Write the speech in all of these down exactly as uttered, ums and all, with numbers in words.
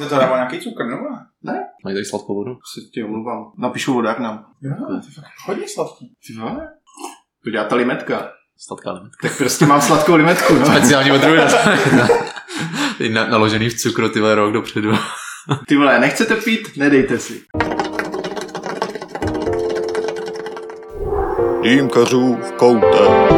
Ty to dává nějaký cukr, nebo ne? Mají tady sladkou vodu? Si tě omluvám. Napíšu vodák nám. Jo, to je fakt hodně sladký. Ty vole? To dělá ta limetka. Sladká limetka. Tak prostě mám sladkou limetku, no. Speciální odrůda. Na, naložený v cukru, ty vole, rok dopředu. Ty vole, nechcete pít? Nedejte si. Dýmkařův koutek.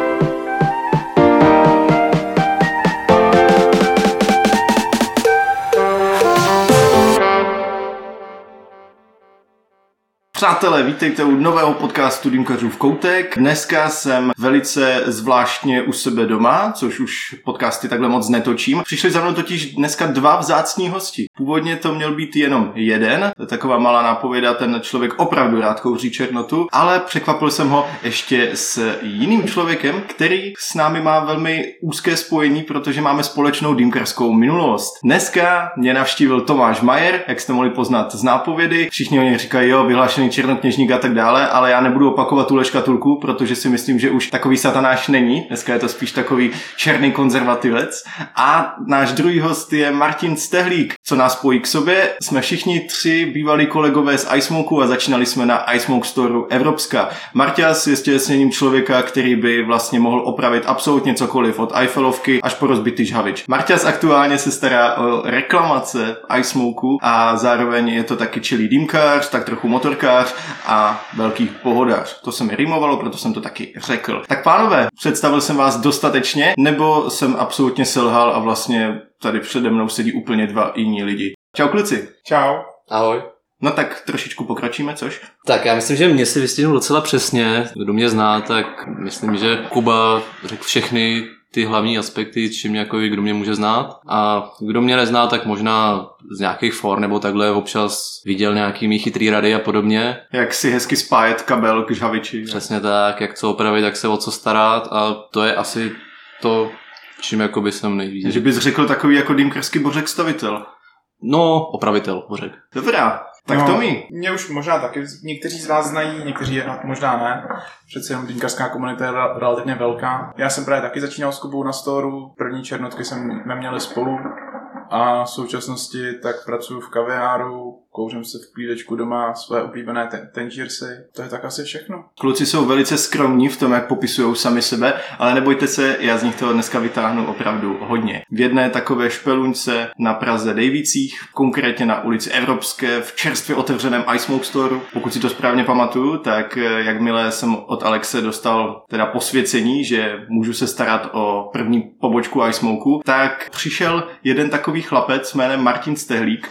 Přátelé, vítejte u nového podcastu Dýmkařův koutek. Dneska jsem velice zvláštně u sebe doma, což už podcasty takhle moc netočím. Přišli za mnou totiž dneska dva vzácní hosti. Původně to měl být jenom jeden, to je taková malá nápověda, ten člověk opravdu rád kouří černotu, ale překvapil jsem ho ještě s jiným člověkem, který s námi má velmi úzké spojení, protože máme společnou dýmkařskou minulost. Dneska mě navštívil Tomáš Majer, jak jste mohli poznat z nápovědy. Všichni o něj říkají, jo, vyhlášený černokněžník a tak dále, ale já nebudu opakovat tu škatulku, protože si myslím, že už takový satanáš není. Dneska je to spíš takový černý konzervativec. A náš druhý host je Martin Stehlík. Co nás spojí k sobě? Jsme všichni tři bývalí kolegové z iSmoku a začínali jsme na iSmoke Storeu Evropska. Marťas je stělesněním člověka, který by vlastně mohl opravit absolutně cokoliv, od Eiffelovky až po rozbitý žhavič. Marťas aktuálně se stará o reklamace iSmoku a zároveň je to taky čilý dýmkař, tak trochu motorkář a velký pohodář. To se mi rimovalo, proto jsem to taky řekl. Tak pánové, představil jsem vás dostatečně, nebo jsem absolutně selhal a vlastně tady přede mnou sedí úplně dva jiní lidi. Čau kluci. Čau. Ahoj. No tak trošičku pokračíme, což? Tak já myslím, že mě si vystihnul docela přesně. Kdo mě zná, tak myslím, že Kuba řekl všechny ty hlavní aspekty, čím jako kdo mě může znát. A kdo mě nezná, tak možná z nějakých for nebo takhle občas viděl nějaký mý chytrý rady a podobně. Jak si hezky spájet kabel k žhaviči. Přesně tak, jak co opravit, jak se o co starat a to je asi to, čím jakoby jsem nejvíc. Že bys řekl takový jako dýmkařský bořek stavitel. No, opravitel bořek. Dobrá. Tak no, to mi. Mě už možná taky, někteří z vás znají, někteří možná ne. Přece jenom dýmkařská komunita je relativně velká. Já jsem právě taky začínal s Kubou na storu, první černotky jsem neměli spolu a v současnosti tak pracuji v kaviáru, kouřím se v klídečku doma své oblíbené ten- tangersy. To je tak asi všechno. Kluci jsou velice skromní v tom, jak popisují sami sebe, ale nebojte se, já z nich toho dneska vytáhnu opravdu hodně. V jedné takové špeluňce na Praze Dejvicích, konkrétně na ulici Evropské, v čerstvě otevřeném iSmoke Storeu. Pokud si to správně pamatuju, tak jakmile jsem od Alexe dostal teda posvěcení, že můžu se starat o první pobočku iSmoku, tak přišel jeden takový chlapec jménem Martin Stehlík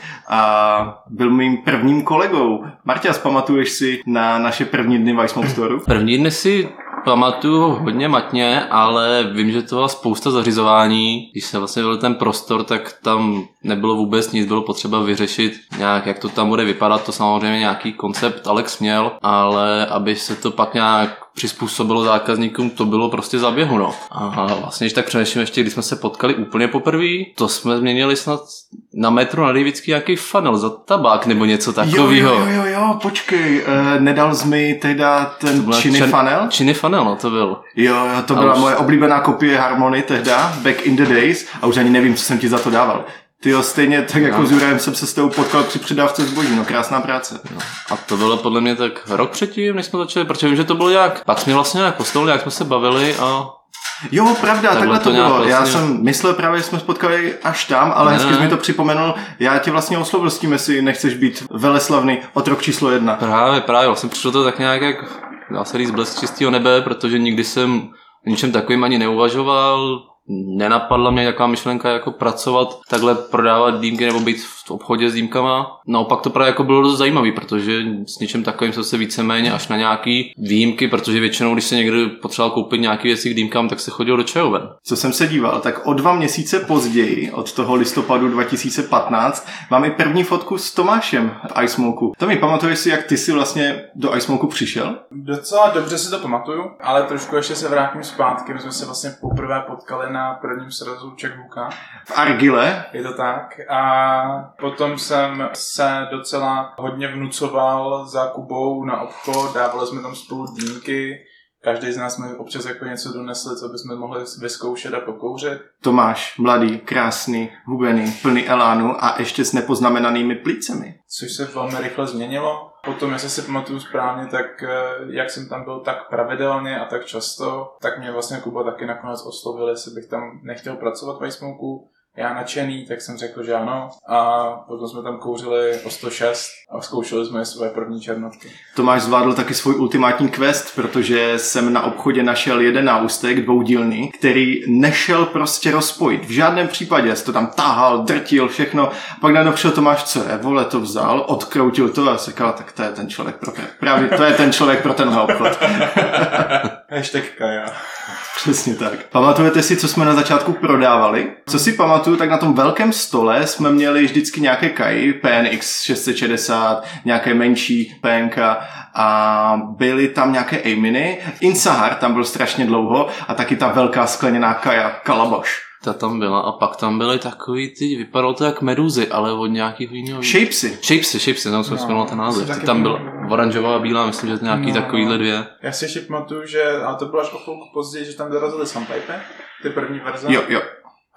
a byl mým prvním kolegou. Marťas, pamatuješ si na naše první dny v iSmoke Storeu? První dny si pamatuju hodně matně, ale vím, že to byla spousta zařizování. Když se vlastně byl ten prostor, tak tam nebylo vůbec nic, bylo potřeba vyřešit nějak, jak to tam bude vypadat. To samozřejmě nějaký koncept Alex měl, ale aby se to pak nějak přizpůsobilo zákazníkům, to bylo prostě za běhu, no. A vlastně, když tak přemýšlím ještě, když jsme se potkali úplně poprvé, to jsme změnili snad na metru na Dejvický nějaký funnel za tabák nebo něco takového. Jo, jo, jo, jo, počkej, uh, nedal jsi mi tehda ten Chiny čer... funnel? Chiny funnel, no to byl. Jo, jo, to a byla už... moje oblíbená kopie Harmony tehda, back in the days, a už ani nevím, co jsem ti za to dával. Tyjo, stejně tak jako no. S Jurajem jsem se s tebou potkal při předávce zboží, no krásná práce. No. A to bylo podle mě tak rok předtím, než jsme začali, protože vím, že to bylo jak, pak jsme vlastně nějak postavili, jak jsme se bavili a... Jo, pravda, takhle, takhle to, to bylo. Vlastně... Já jsem myslel právě, že jsme spotkali až tam, ale ne, hezky jsi mi to připomenul. Já tě vlastně oslovil s tím, jestli nechceš být veleslavný otrok číslo jedna. Právě, právě, vlastně přišlo to tak nějak jak, dá se říct, blesk čistého nebe, protože nikdy jsem ničem takovým ani neuvažoval. Nenapadla mě taková myšlenka jako pracovat, takhle prodávat dýmky nebo být v obchodě s dýmkama. Naopak to právě jako bylo dost zajímavý, protože s něčem takovým jsem se víceméně až na nějaký výjimky, protože většinou, když se někdo potřeboval koupit nějaké věci k dýmkám, tak se chodil do čajoven. Co jsem se díval, tak o dva měsíce později, od toho listopadu dva tisíce patnáct, mám i první fotku s Tomášem v iSmoku. To mi pamatuješ si, jak ty si vlastně do iSmoku přišel? Docela dobře si to pamatuju, ale trošku ještě se vrátím zpátky, my jsme se vlastně poprvé potkali na prvním srazu Checkbooka. V Argile. Je to tak. A potom jsem se docela hodně vnucoval za Kubou na obchod, dávali jsme tam spolu dýmky, každý z nás jsme občas jako něco donesli, co bychom mohli vyzkoušet a pokouřit. Tomáš, mladý, krásný, hubený, plný elánu a ještě s nepoznamenanými plícemi. Což se velmi rychle změnilo. Potom, jestli si pamatuju správně, tak jak jsem tam byl tak pravidelně a tak často, tak mě vlastně Kuba taky nakonec oslovil, jestli bych tam nechtěl pracovat v iSmoku. Já nadšený, tak jsem řekl, že ano. A potom jsme tam kouřili o sto šest a zkoušeli jsme své první černotky. Tomáš zvládl taky svůj ultimátní quest, protože jsem na obchodě našel jeden náustek dvoudílný, který nešel prostě rozpojit. V žádném případě jsi to tam tahal, drtil, všechno. Pak najednou přišel Tomáš, co je, vole, to vzal, odkroutil to a říkal, tak to je ten člověk pro ten. Právě to je ten člověk pro tenhle obchod. Hashtag Kaja. Přesně tak. Pamatujete si, co jsme na začátku prodávali? Co si pamatuju, tak na tom velkém stole jsme měli vždycky nějaké kaji, P N X šest set šedesát, nějaké menší P N K a byly tam nějaké A-miny. Insahar tam byl strašně dlouho a taky ta velká skleněná kaja Kalabash. Ta tam byla a pak tam byly takový ty, vypadalo to jak meduzy, ale od nějakých jiného... Shapesy. Shapesy, Shapesy, tam jsem no, vzpomněl ten název. Ty tam byla oranžová a bílá, myslím, že nějaký no, takovýhle dvě. Já si ještě pamatuju, že, ale to bylo až o chvilku později, že tam dorazily Sunpipe, ty první verze. Jo, jo.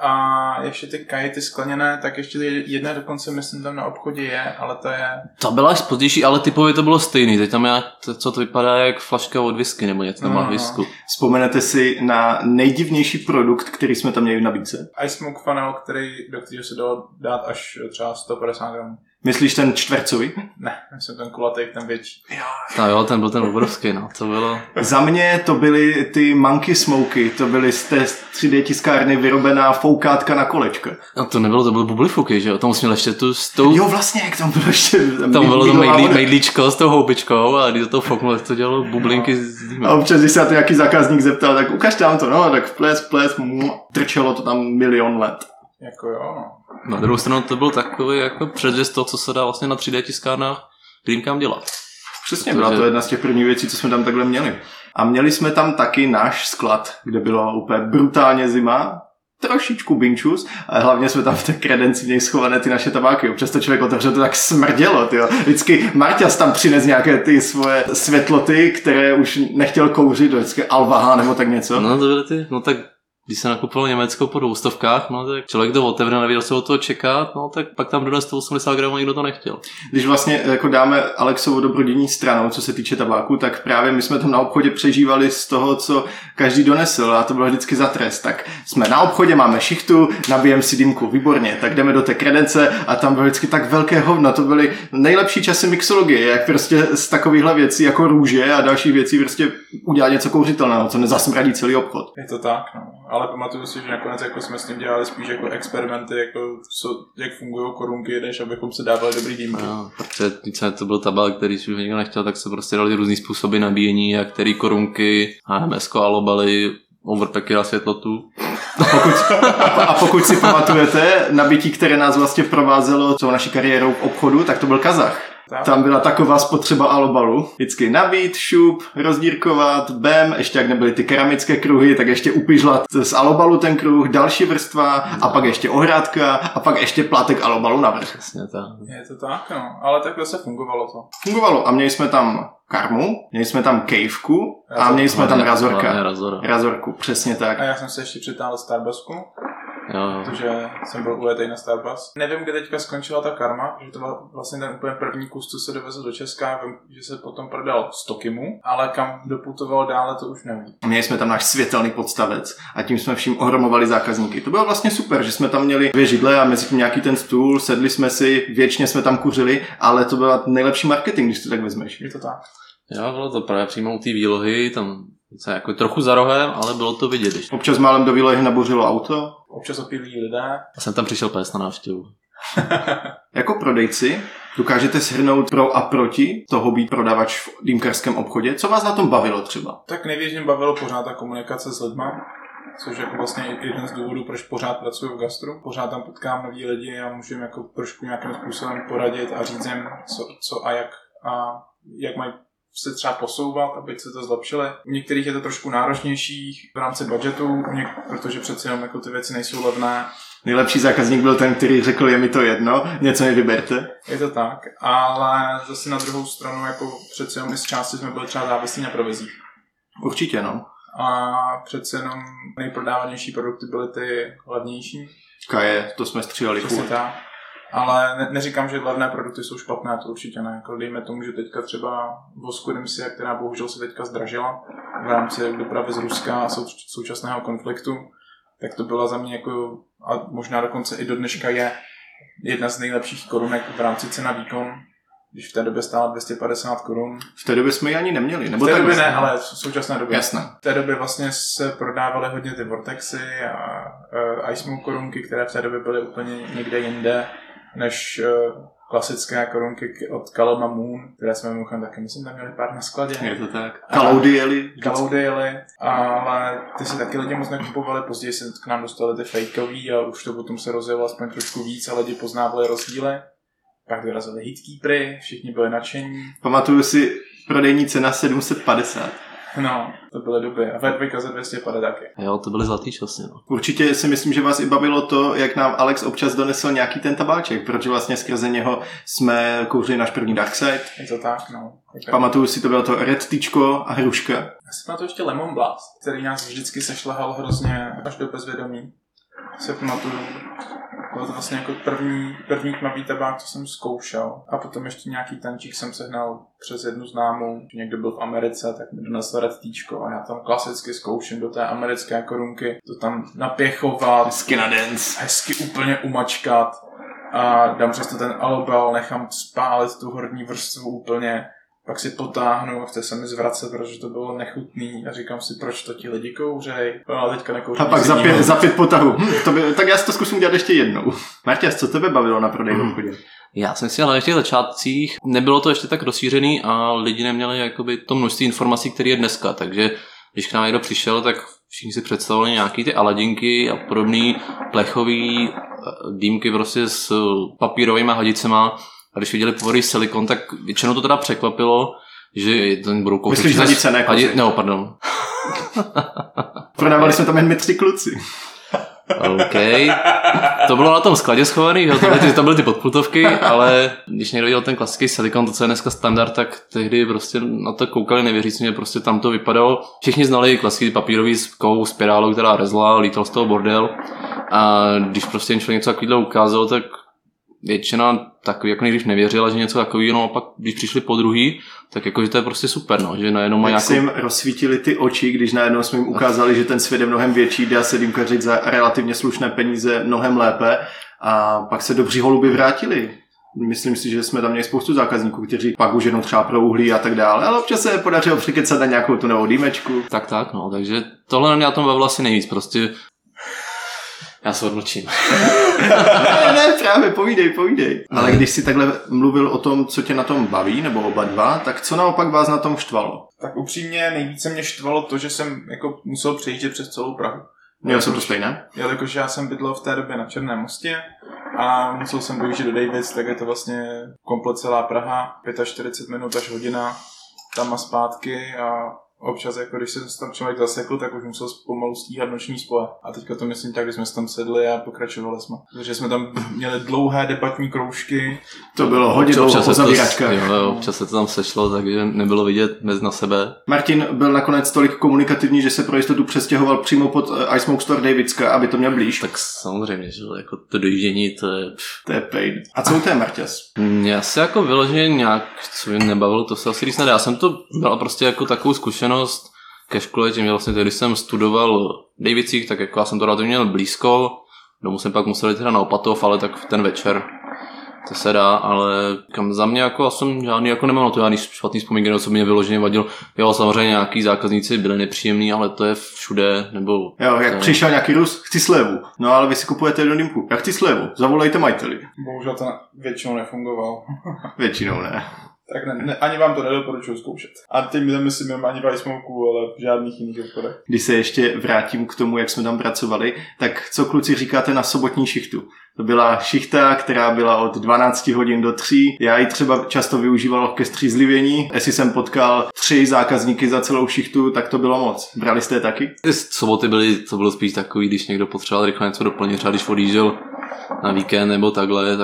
A ještě ty kaji, ty skleněné, tak ještě jedna dokonce myslím tam na obchodě je, ale to je... To byla až pozdější, ale typově to bylo stejný. Teď tam je, co to vypadá jak flaška od whisky nebo něco tam má whisku. Vzpomenete si na nejdivnější produkt, který jsme tam měli v nabídce? iSmoke funnel, který, do kterého se dalo dát až třeba sto padesát gramů. Myslíš ten čtvercový? Ne, myslím ten kulatý, ten větší. No jo, ten byl ten obrovský, no, to bylo... Za mě to byly ty Monkey Smoky, to byly z té tři dé tiskárny vyrobená foukátka na kolečko. No to nebylo, to byly bublifuky, že jo, tam musím ještě tu s tou... Jo, vlastně, jak tam bylo ještě... Tam, tam bylo to mejdlí, mejdlíčko s tou houbičkou a když do toho fouknul, tak to dělalo bublinky no. s dýmem. A občas, když se na to nějaký zákazník zeptal, tak ukažte nám to, no, tak ples, ples, trčelo to tam milion let. Jako jo, no. Na druhou stranu to byl takový jako předzvěst toho, co se dá vlastně na tři dé tiskárnách Dreamcam dělat. Přesně, protože... byla to jedna z těch prvních věcí, co jsme tam takhle měli. A měli jsme tam taky náš sklad, kde bylo úplně brutálně zima, trošičku binčus, ale hlavně jsme tam v té kredenci měli schované ty naše tabáky. Občas to člověk otevřel, to tak smrdělo, tyjo. Vždycky Marťas tam přines nějaké ty svoje světloty, které už nechtěl kouřit, vždycky Alvaha nebo tak něco. No to byly ty, no tak když se nakupoval Německo po dvoustovkách, no tak člověk to otevře, nevěděl se od toho čekat, no tak pak tam dodal sto osmdesát gramů, nikdo to nechtěl. Když vlastně jako dáme Alexovu dobrodění stranou, co se týče tabáku, tak právě my jsme tam na obchodě přežívali z toho, co každý donesl a to bylo vždycky za trest. Tak jsme na obchodě, máme šichtu, nabijeme si dýmku, výborně, tak jdeme do té kredence a tam bylo vždycky tak velké hovno, to byly nejlepší časy mixologie, jak prostě z takovýchhle věcí jako růže a dalších věcí prostě udělat něco kouřitelného, co nezasmradí celý obchod. Je to tak, no. Ale pamatuju si, že nakonec jako jsme s tím dělali spíš jako experimenty, jako co, jak fungují korunky, než abychom se dávali dobrý dýmky. No, protože to byl tabák, který si už nikdo nechtěl, tak se prostě dali různý způsoby nabíjení, jak který korunky, H M S ko, alobaly, overpacky na světlotu. A pokud, a pokud si pamatujete, nabití, které nás vlastně provázelo celou naší kariérou v obchodu, tak to byl Kazach. Tam byla taková spotřeba alobalu. Vždycky nabít, šup, rozdírkovat, bam, ještě jak nebyly ty keramické kruhy, tak ještě upižlat z alobalu ten kruh, další vrstva a pak ještě ohrádka a pak ještě plátek alobalu navrch. Přesně tak. Je to tak, no. Ale takhle se fungovalo to. Fungovalo a měli jsme tam karmu, měli jsme tam kejvku a měli jsme tam razorka. Razorku, přesně tak. A já jsem se ještě přitáhl Starbucksku. Jo. Protože jsem byl ujetej na Starbucks. Nevím, kde teďka skončila ta karma, že to byl vlastně ten úplně první kus, co se dovezl do Česka, vím, že se potom prodal sto kimů, ale kam doputoval dále, to už nevím. Měli jsme tam náš světelný podstavec a tím jsme vším ohromovali zákazníky. To bylo vlastně super, že jsme tam měli dvě židle a mezi tím nějaký ten stůl, sedli jsme si, věčně jsme tam kuřili, ale to byl nejlepší marketing, když to tak vezmeš. Je to tak. Jo, bylo to právě přímo u té výlohy, tam jako trochu za rohem, ale bylo to vidět. Když... Občas málem do výlohy nabořilo auto. Občas opilí lidé. A jsem tam přišel pést na návštěvu. Jako prodejci dokážete shrnout pro a proti toho být prodavač v dýmkarském obchodě? Co vás na tom bavilo třeba? Tak nejvíc mě bavilo pořád ta komunikace s lidma, což je jako vlastně jeden z důvodů, proč pořád pracuji v gastru. Pořád tam potkám nový lidi a můžu jim jako trošku nějakým způsobem poradit a říct jim, co, co a jak a jak mají se třeba posouvat, aby se to zlepšili. U některých je to trošku náročnější v rámci budgetu, něk- protože přeci jenom jako ty věci nejsou levné. Nejlepší zákazník byl ten, který řekl, je mi to jedno, něco mi vyberte. Je to tak, ale zase na druhou stranu jako přeci jenom i z části jsme byli třeba závislí na provizích. Určitě, no. A přece jenom nejprodávanější produkty byly ty levnější. Kaje, to jsme stříleli Přesně tak. Ale ne, neříkám, že levné produkty jsou špatné, to určitě ne. Jako dejme tomu, že teďka třeba vosku Rimsia, která bohužel se teďka zdražila v rámci dopravy z Ruska a sou, současného konfliktu, tak to byla za mě jako, a možná dokonce i do dneška je, jedna z nejlepších korunek v rámci cena výkon, když v té době stála dvě stě padesát korun. V té době jsme ji ani neměli. Nebo v té době vlastně... ne, ale v současné době. Jasné. V té době vlastně se prodávaly hodně ty Vortexy a uh, Ice Smoke korunky, které v té době byly úplně někde jinde, než uh, klasické korunky od Kaloma Moon, které jsme mimochodem taky, myslím, tam měli pár na skladě. Je to tak. Kalaudiely. Kalaudiely, ale ty si taky lidi moc nekupovali, později se k nám dostali ty fejkový a už to potom se rozjelo aspoň trošku víc a lidi poznávali rozdíly. Pak vyrazili Hitkeepery, všichni byli nadšení. Pamatuju si prodejní cena sedm set padesát. No, to byly doby. A V dva za dvě stě padesát taky. Jo, to byly zlatý časy, no. Určitě si myslím, že vás i bavilo to, jak nám Alex občas donesl nějaký ten tabáček, protože vlastně skrze něho jsme kouřili náš první Darkside. Je to tak, no. Tak Pamatuju si, to bylo to Red Tyčko a hruška. Já si pamatuju ještě Lemon Blast, který nás vždycky sešlehal hrozně až do bezvědomí. Si pamatuju, byl to vlastně jako první, první tmavý tabák, co jsem zkoušel. A potom ještě nějaký tančík jsem sehnal přes jednu známou, že někdo byl v Americe, tak mi donesl Red Týčko a já tam klasicky zkouším do té americké korunky, to tam napěchovat, hezky na dance, hezky úplně umačkat a dám přesto ten alobal, nechám spálit tu horní vrstvu úplně, pak si potáhnu a chce se mi zvracet, protože to bylo nechutný a říkám si, proč to ti lidi kouřej. No a teďka nekouří. A pak za pět, za pět potahů. Hm, to by, tak já si to zkusím dělat ještě jednou. Marťas, co tebe bavilo na prodej v obchodě? Já jsem si ale v těch začátcích nebylo to ještě tak rozšířený a lidi neměli jakoby to množství informací, které je dneska, takže když k nám někdo přišel, tak všichni si představovali nějaký ty aladinky a podobný plechový dýmky prostě s papírovými hadicema. A když viděli původní silikon, tak většinou to teda překvapilo, že ten budou koupit... Myslíš hadice, ne kozy? Hadi... No, pardon. Prodávali jsme tam jen my tři kluci. OK. To bylo na tom skladě schovaný, to byly, ty, to byly ty podplutovky, ale když někdo viděl ten klasický silikon, to co je dneska standard, tak tehdy prostě na to koukali nevěřícně, prostě tam to vypadalo. Všichni znali klasický papírový kou spirálu, která rezla, lítal z toho bordel a když prostě jim člověk něco takového ukázal, tak většina takový, jako když nevěřila, že něco takového, no a pak když přišli po druhý, tak jako, že to je prostě super, no, že najednou má jak nějakou... se jim rozsvítili ty oči, když najednou jsme jim ukázali, že ten svět je mnohem větší, dá se dýmkařit za relativně slušné peníze mnohem lépe a pak se dobří holuby vrátili. Myslím si, že jsme tam měli spoustu zákazníků, kteří pak už jenom třeba pro uhlí a tak dále, ale občas se podařilo přikecat na nějakou tu novou dýmečku. Tak, tak, no, takže tohle na mě na tom bavilo asi nejvíc, prostě já se odmlčím. ne, ne, právě, povídej, povídej. Ale když jsi takhle mluvil o tom, co tě na tom baví, nebo oba dva, tak co naopak vás na tom štvalo? Tak upřímně nejvíce mě štvalo to, že jsem jako musel přejít přes celou Prahu. Měl jsem to stejné? Jelikož já jsem bydlel v té době na Černém mostě a musel jsem dojíždět do Davids, tak je to vlastně komplet celá Praha, čtyřicet pět minut až hodina tam a zpátky a občas, jako když se tam člověk zasekl, tak už musel pomalu stíhat noční spoje. A teďka to myslím tak, když jsme se tam sedli a pokračovali jsme. Takže jsme tam měli dlouhé debatní kroužky. To bylo hodně dlouho po zavíračkách. Jo, jo, občas se to tam sešlo, takže nebylo vidět mezi na sebe. Martin byl nakonec tolik komunikativní, že se pro jistotu přestěhoval přímo pod Ice Smoke Store Davidska, aby to měl blíž. Tak samozřejmě, že jako to dojíždění, to je... To je pain. A co to je, Marťas? Já se jako vyloženě nějak, co mě nebavilo, to se asi říct nedá. Já jsem to byl prostě jako takovou zkušenost ke škole, tím, že vlastně když jsem studoval v Davicích, tak jako já jsem to relativně měl blízko, domů jsem pak musel jít teda na Opatov, ale tak v ten večer to se dá, ale kam za mě jako já jsem žádný jako nemám na to žádný špatný vzpomínky, nebo co mě vyloženě vadil. Jo, samozřejmě nějaký zákazníci byli nepříjemní, ale to je všude, nebo... Jo, jak to... přišel nějaký Rus, chci slevu. No ale vy si kupujete jednu dýmku. Já chci slevu, zavolejte majiteli. Bohužel to většinou nefungovalo. Většinou ne. Tak ne, ne, ani vám to nedoporučuji zkoušet. A tím nemyslím jenom ani v Ice Smokeu, ale v žádných jiných obchodech. Když se ještě vrátím k tomu, jak jsme tam pracovali, tak co kluci říkáte na sobotní šichtu? To byla šichta, která byla od dvanáct hodin do tří. Já ji třeba často využíval ke střízlivění. Jestli jsem potkal tři zákazníky za celou šichtu, tak to bylo moc. Brali jste je taky? Soboty byly, to bylo spíš takový, když někdo potřeboval rychle něco doplnit, třeba když odjížděl na víkend nebo takhle, tak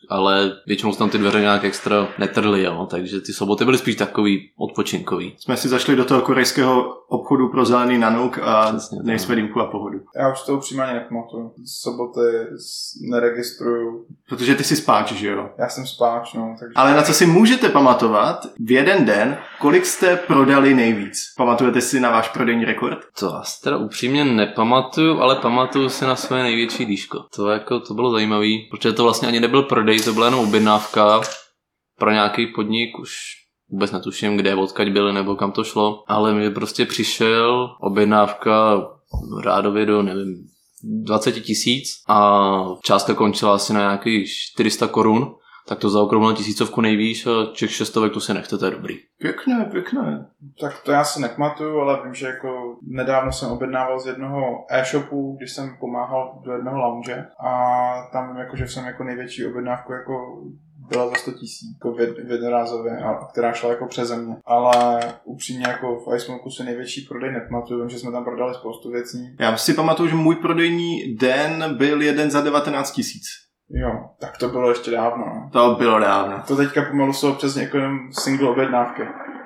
ale většinou tam ty dveře nějak extra netrly, jo, takže ty soboty byly spíš takový odpočinkový. Jsme si zašli do toho korejského obchodu pro zelený nanuk a nejsme dýmku a pohodu. Já už to upřímně nepamatuju. Soboty neregistruju. Protože ty jsi spáč, že jo? Já jsem spáč, no. Takže... Ale na co si můžete pamatovat v jeden den, kolik jste prodali nejvíc? Pamatujete si na váš prodejní rekord? To asi teda upřímně nepamatuju, ale pamatuju si na své největší dýško. To jako, to bylo zajímavý, protože to vlastně ani nebyl prodej, to byla jenom objednávka pro nějaký podnik, už vůbec netuším, kde, odkaď byli nebo kam to šlo, ale mi prostě přišel objednávka rádově do, nevím, dvacet tisíc a částka končila asi na nějakých čtyři sta korun, tak to zaokrouhlil tisícovku nejvíc a těch šestovek to si nechte, to je dobrý. Pěkné, pěkné. Tak to já si nepamatuju, ale vím, že jako nedávno jsem objednával z jednoho e-shopu, když jsem pomáhal do jednoho lounge a tam jako, že jsem jako největší objednávku jako byla za sto tisíc, jako v jednorázově, která šla jako přeze mě. Ale upřímně jako v iSmoku si největší prodej nepamatuju, vím, že jsme tam prodali spoustu věcí. Já si pamatuju, že můj prodejní den byl jeden za devatenáct tisíc. Jo, tak to bylo ještě dávno. No. To bylo dávno. To teďka pomalu jsou přesně jako jenom single objednávky.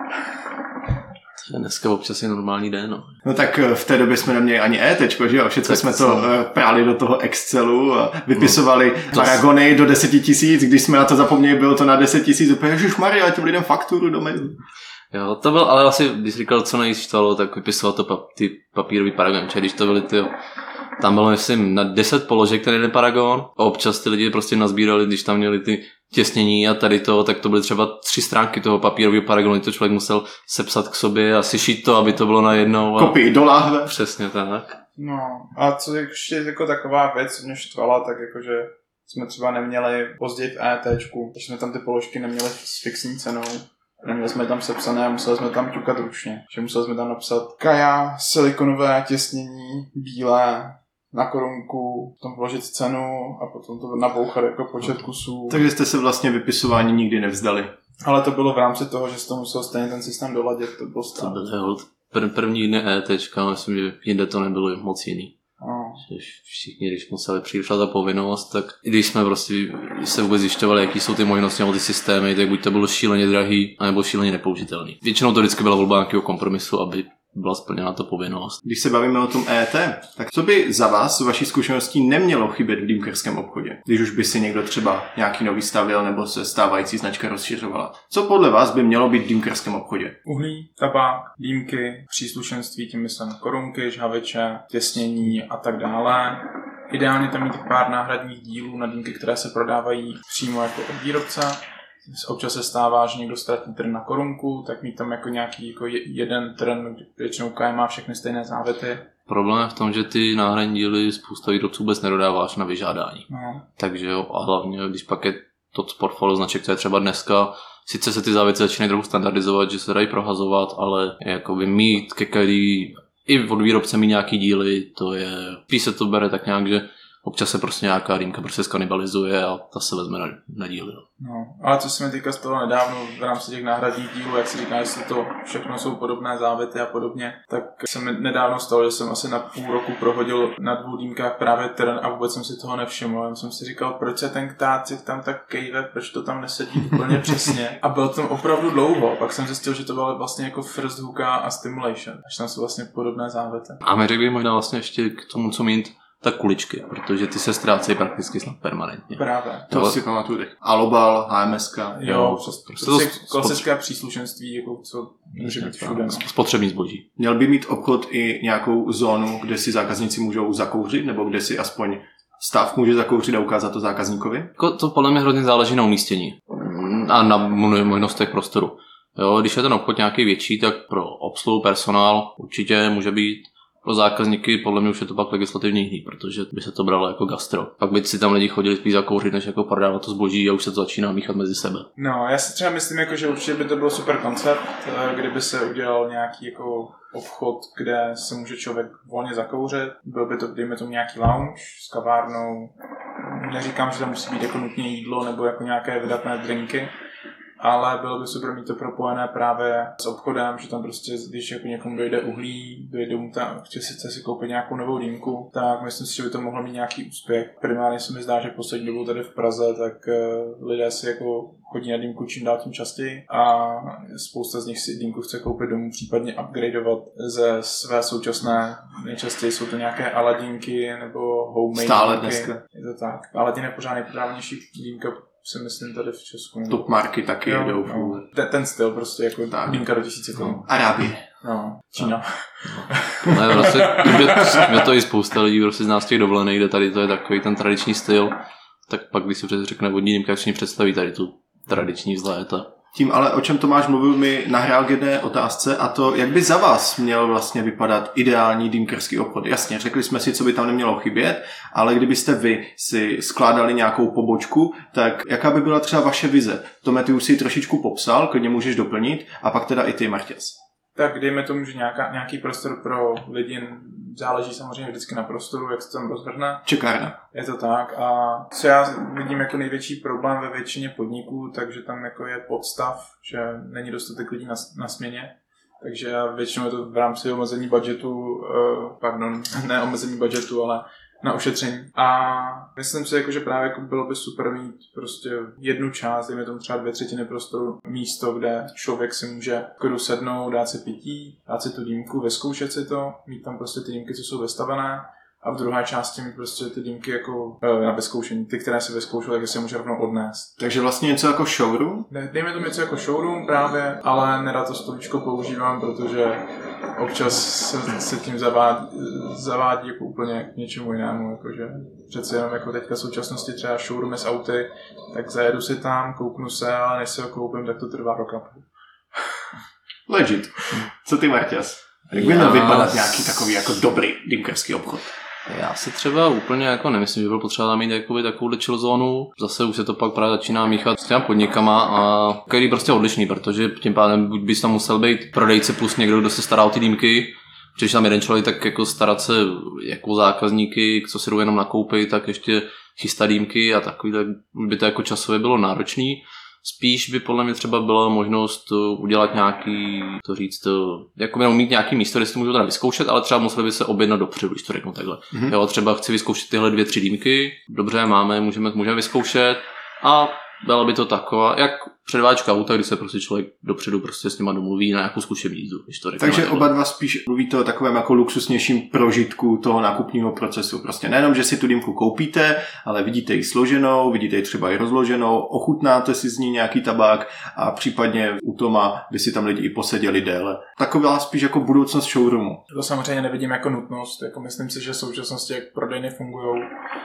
To je dneska občas je normální den, no. No tak v té době jsme neměli ani étečko, že jo? Všechno jsme to práli do toho Excelu a vypisovali no, paragony s... do deset tisíc, když jsme na to zapomněli, bylo to na deset tisíc, úplně ježišmarja, těm lidem fakturu do mailu. Jo, to byl, ale asi, když říkal, co nejvíc štvalo, tak vypisovat to pa, ty papírový paragony, když to byly ty, tam bylo, myslím, na deset položek ten jeden paragon a občas ty lidi prostě nazbírali, když tam měli ty těsnění a tady to, tak to byly třeba tři stránky toho papírového paragonu, to člověk musel sepsat k sobě a sešít to, aby to bylo najednou. A... Kopii do láhve. Přesně tak. No a co ještě jako taková věc, co mě štvala, tak jakože jsme třeba neměli později v ETčku, takže jsme tam ty položky neměli s fixní cenou. Neměli jsme tam sepsané a museli jsme tam ťukat ručně. Že museli jsme tam napsat kaja, silikonové těsnění, bílé, na korunku, potom vložit cenu a potom to nabouchat jako počet kusů. Takže jste se vlastně vypisování nikdy nevzdali. Ale to bylo v rámci toho, že jste to musel stejně ten systém doladit, to bylo stát. To bylo pr- první dny ETčka, myslím, že jinde to nebylo moc jiný. No. Všichni, když museli přijít ta povinnost, tak i když jsme prostě se vůbec zjišťovali, jaký jsou ty možnosti nebo ty systémy, tak buď to bylo šíleně drahý, anebo šíleně nepoužitelný. Většinou to vždycky byla volba nějakého kompromisu, aby byla splněna ta povinnost. Když se bavíme o tom E T, tak co by za vás, z vaší zkušeností, nemělo chybět v dýmkerském obchodě? Když už by si někdo třeba nějaký nový stavěl nebo se stávající značka rozšiřovala. Co podle vás by mělo být v dýmkerském obchodě? Uhlí, tabák, dýmky, příslušenství, tím myslím korunky, žhaviče, těsnění a tak dále. Ideálně tam mít pár náhradních dílů na dýmky, které se prodávají přímo jako od výrobce. Občas se stává, že někdo ztratí trn na korunku, tak mít tam jako nějaký jako jeden trn, většinou K má všechny stejné závety. Problém je v tom, že ty náhradní díly spousta výrobců vůbec nedodáváš na vyžádání. No. Takže jo, a hlavně, když pak je to portfolio značek, co je třeba dneska, sice se ty závěty začínají trochu standardizovat, že se dají prohazovat, ale jakoby mít ke každý, i od výrobce mít nějaký díly, to je, když se to bere tak nějak, že občas se prostě nějaká dýmka prostě skanibalizuje a ta se vezme na, na díly. No, ale co se mi týká z toho nedávno v rámci těch náhradních dílů, jak se říká, jestli to všechno jsou podobné závity a podobně, tak se mi nedávno stalo, že jsem asi na půl roku prohodil na dvou dýmkách právě trn a vůbec jsem si toho nevšiml. Já jsem si říkal, proč se ten ktácik tam tak kejve, proč to tam nesedí úplně přesně. A bylo to opravdu dlouho, pak jsem zjistil, že to bylo vlastně jako first hooka a stimulation, až tam jsou vlastně podobné závity. A my řekli možná vlastně ještě k tomu, co mít, tak kuličky, protože ty se ztrácejí prakticky snad permanentně. Právě. To jo, si pamatuju teď. Alobal, H M S K. Jo, jo prostě, prostě to klasické spotř... příslušenství, jako co může být všude. Spotřební zboží. Měl by mít obchod i nějakou zónu, kde si zákazníci můžou zakouřit, nebo kde si aspoň stav může zakouřit a ukázat to zákazníkovi? To podle mě hrozně záleží na umístění a na možnostech prostoru. Jo, když je ten obchod nějaký větší, tak pro obsluhu personál určitě může být. Pro zákazníky podle mě už je to pak legislativně jiný, protože by se to bralo jako gastro. Pak by si tam lidi chodili spíš zakouřit, než jako prodávat to zboží a už se to začíná míchat mezi sebe. No, já si třeba myslím, jako, že určitě by to byl super koncept, kdyby se udělal nějaký jako obchod, kde se může člověk volně zakouřit. Byl by to, dejme tomu, nějaký lounge s kavárnou. Neříkám, že tam musí být jako nutně jídlo nebo jako nějaké vydatné drinky, ale bylo by super mít to propojené právě s obchodem, že tam prostě, když jako někomu dojde uhlí, dojde mu tam, chce si, chce si koupit nějakou novou dýmku, tak myslím si, že by to mohlo mít nějaký úspěch. Primárně se mi zdá, že v poslední dobou tady v Praze, tak uh, lidé si jako chodí na dýmku čím dál tím častěji a spousta z nich si dýmku chce koupit domů, případně upgradeovat ze své současné, nejčastěji jsou to nějaké Aladinky nebo homemade stále dýmky. dneska. Je to tak. Aladin je pořád nejprodávanější dýmka, si myslím, tady v Česku. Top marky taky jo, jedou. No. Ten, ten styl prostě jako tak. Dýmka do tisíce korun. Arábie. No, Čína. No. Ne, prostě, mě to i spousta lidí prostě z nás těch dovolených, kde tady to je takový ten tradiční styl, tak pak když si přece řekne vodní dýmka, jak si představí tady tu tradiční vzléta. Tím ale, o čem Tomáš mluvil, mi nahrál k jedné otázce a to, jak by za vás měl vlastně vypadat ideální dýmkerský obchod. Jasně, řekli jsme si, co by tam nemělo chybět, ale kdybyste vy si skládali nějakou pobočku, tak jaká by byla třeba vaše vize? Tome, ty už si ji trošičku popsal, klidně můžeš doplnit a pak teda i ty, Martěs. Tak dejme tomu, že nějaká, nějaký prostor pro lidi, záleží samozřejmě vždycky na prostoru, jak se tam rozvrhne. Čekárna. Je to tak a co já vidím jako největší problém ve většině podniků, takže tam jako je podstav, že není dostatek lidí na, na směně. Takže já většinou je to v rámci omezení budžetu, pardon, ne omezení budžetu, ale na ušetření. A myslím si, jako, že právě jako bylo by super mít prostě jednu část, dejme tomu třeba dvě třetiny prostoru, místo, kde člověk si může jako sednout, dát si pití, dát si tu dýmku, vyzkoušet si to, mít tam prostě ty dýmky, co jsou vystavené, a v druhé části mít prostě ty dýmky jako na vyzkoušení, ty, které si vyzkoušel, tak si je může rovnou odnést. Takže vlastně něco jako showroom? Ne, dejme to něco jako showroom právě, ale nerad to stolíčko používám, protože občas se, se tím zavádí, zavádí jako úplně k něčemu jinému, jakože přece jenom jako teďka v současnosti třeba showroomy s auty, tak zajedu si tam, kouknu se, ale než se ho koupím, tak to trvá rok a půl. Legit. Co ty, Marťas? Jak by měl vypadat nějaký takový jako dobrý dýmkerský obchod? Já si třeba úplně jako nemyslím, že byl potřeba mít jakoby takovou chill zónu. Zase už se to pak právě začíná míchat s těma podnikama a který prostě odlišný, protože tím pádem buď bys tam musel být prodejce plus někdo, kdo se stará o ty dýmky, když tam jeden člověk, tak jako starat se jako zákazníky, co si jdou jenom nakoupit, tak ještě chystat dýmky a takový, tak by to jako časově bylo náročný. Spíš by podle mě třeba byla možnost udělat nějaký, to říct, jako jenom mít nějaký místo, kde si to můžu teda vyzkoušet, ale třeba museli by se objednat dopředu, když to řeknu takhle. Mm-hmm. Jo, třeba chci vyzkoušet tyhle dvě, tři dýmky, dobře, máme, můžeme, můžeme vyzkoušet a byla by to taková, jak předváčka auta, kdy se prostě člověk dopředu prostě s nima domluví na nějakou zkušební jízdu. Takže oba dva spíš mluvíte o takovém jako luxusnějším prožitku toho nákupního procesu. Prostě nejenom, že si tu dýmku koupíte, ale vidíte ji složenou, vidíte ji třeba i rozloženou, ochutnáte si z ní nějaký tabák a případně u Toma by si tam lidi i poseděli déle. Taková spíš jako budoucnost showroomu. To samozřejmě nevidím jako nutnost, jako myslím si, že v současnosti jak prodejny fungují.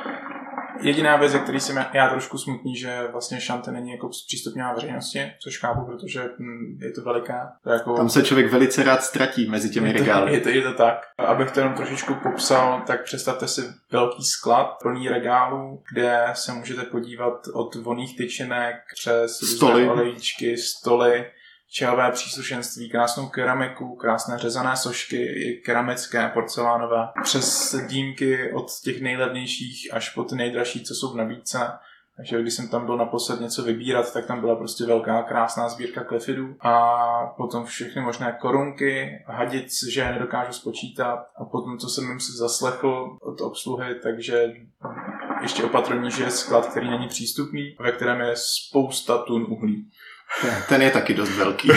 Jediná věc, ze který jsem já trošku smutný, že vlastně šanty není jako přístupná veřejnosti, což chápu, protože hm, je to veliká. To jako... Tam se člověk velice rád ztratí mezi těmi regály. Je to, je to tak. Abych to jenom trošičku popsal, tak představte si velký sklad plný regálů, kde se můžete podívat od vonných tyčinek přes stoly, olejčky, stoly, čajové příslušenství, krásnou keramiku, krásné řezané sošky, keramické, porcelánové, přes dýmky od těch nejlevnějších až po ty nejdražší, co jsou v nabídce. Takže když jsem tam byl naposled něco vybírat, tak tam byla prostě velká krásná sbírka klefidů a potom všechny možné korunky, hadic, že je nedokážu spočítat a potom, co jsem si zaslechl od obsluhy, takže ještě opatrnější je sklad, který není přístupný, ve kterém je spousta tun uhlí. Ten je taky dost velký.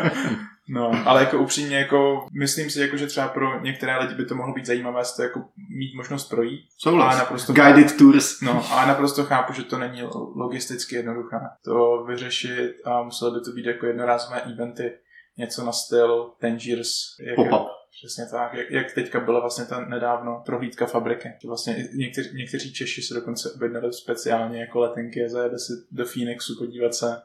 No, ale jako upřímně, jako myslím si, jako, že třeba pro některé lidi by to mohlo být zajímavé to jako mít možnost projít. Souhlas. Naprosto Guided chápu, tours. No, ale naprosto chápu, že to není logisticky jednoduché to vyřešit a muselo by to být jako jednorázové eventy, něco na styl Tangiers. Pop-up. Přesně tak, jak, jak teďka byla vlastně ta nedávno prohlídka fabriky. Vlastně někteří, někteří Češi se dokonce objednali speciálně jako letenky a zajede si do Phoenixu podívat se.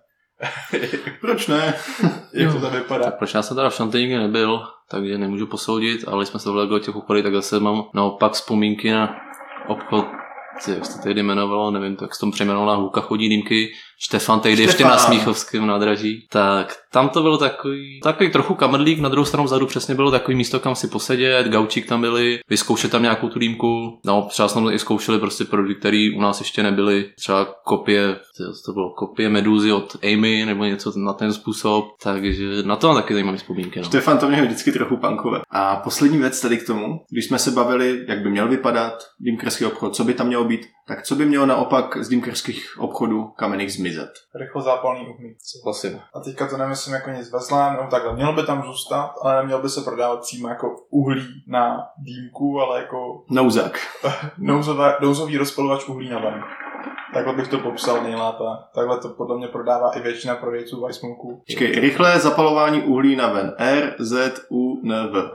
Proč ne? Jak to tam vypadá? Tak proč já jsem teda v Šanty nikdy nebyl, takže nemůžu posoudit, ale jsme se dovedli do těch obchodů, tak zase mám naopak vzpomínky na obchod, jak se to tehdy jmenovalo, nevím, tak s tom přejmenovala Hůlka chodí dýmky, Štefan tehdy ještě na Smíchovském nádraží. Tak tam to bylo takový, takový trochu kamrlík, na druhou stranu vzadu přesně bylo takový místo, kam si posedět, gaučík tam byli, vyzkoušet tam nějakou tu dýmku. No, třeba jsme tam i zkoušeli prostě produkty, které u nás ještě nebyly. Třeba kopie, to bylo kopie Medúzy od Amy nebo něco na ten způsob, takže na to mám taky zajímavé vzpomínky. No. Štefan to měl vždycky trochu punkové. A poslední věc tady k tomu, když jsme se bavili, jak by měl vypadat dýmkerský obchod, co by tam mělo být, tak co by mělo naopak z dýmkerských obchodů kamenných zmizet? Rychlozápalný uhlí. Vlastně. A teďka to nemyslím jako nic vezlém, no takhle, mělo by tam zůstat, ale nemělo by se prodávat přímo jako uhlí na dýmku, ale jako nouzák. Nouzové, nouzový rozpalovač uhlí na ven. Takhle bych to popsal nejlépe. Takhle to podle mě prodává i většina prodejců Weissmunků. Počkej, rychlé zapalování uhlí na ven. R, Z, U, N, V.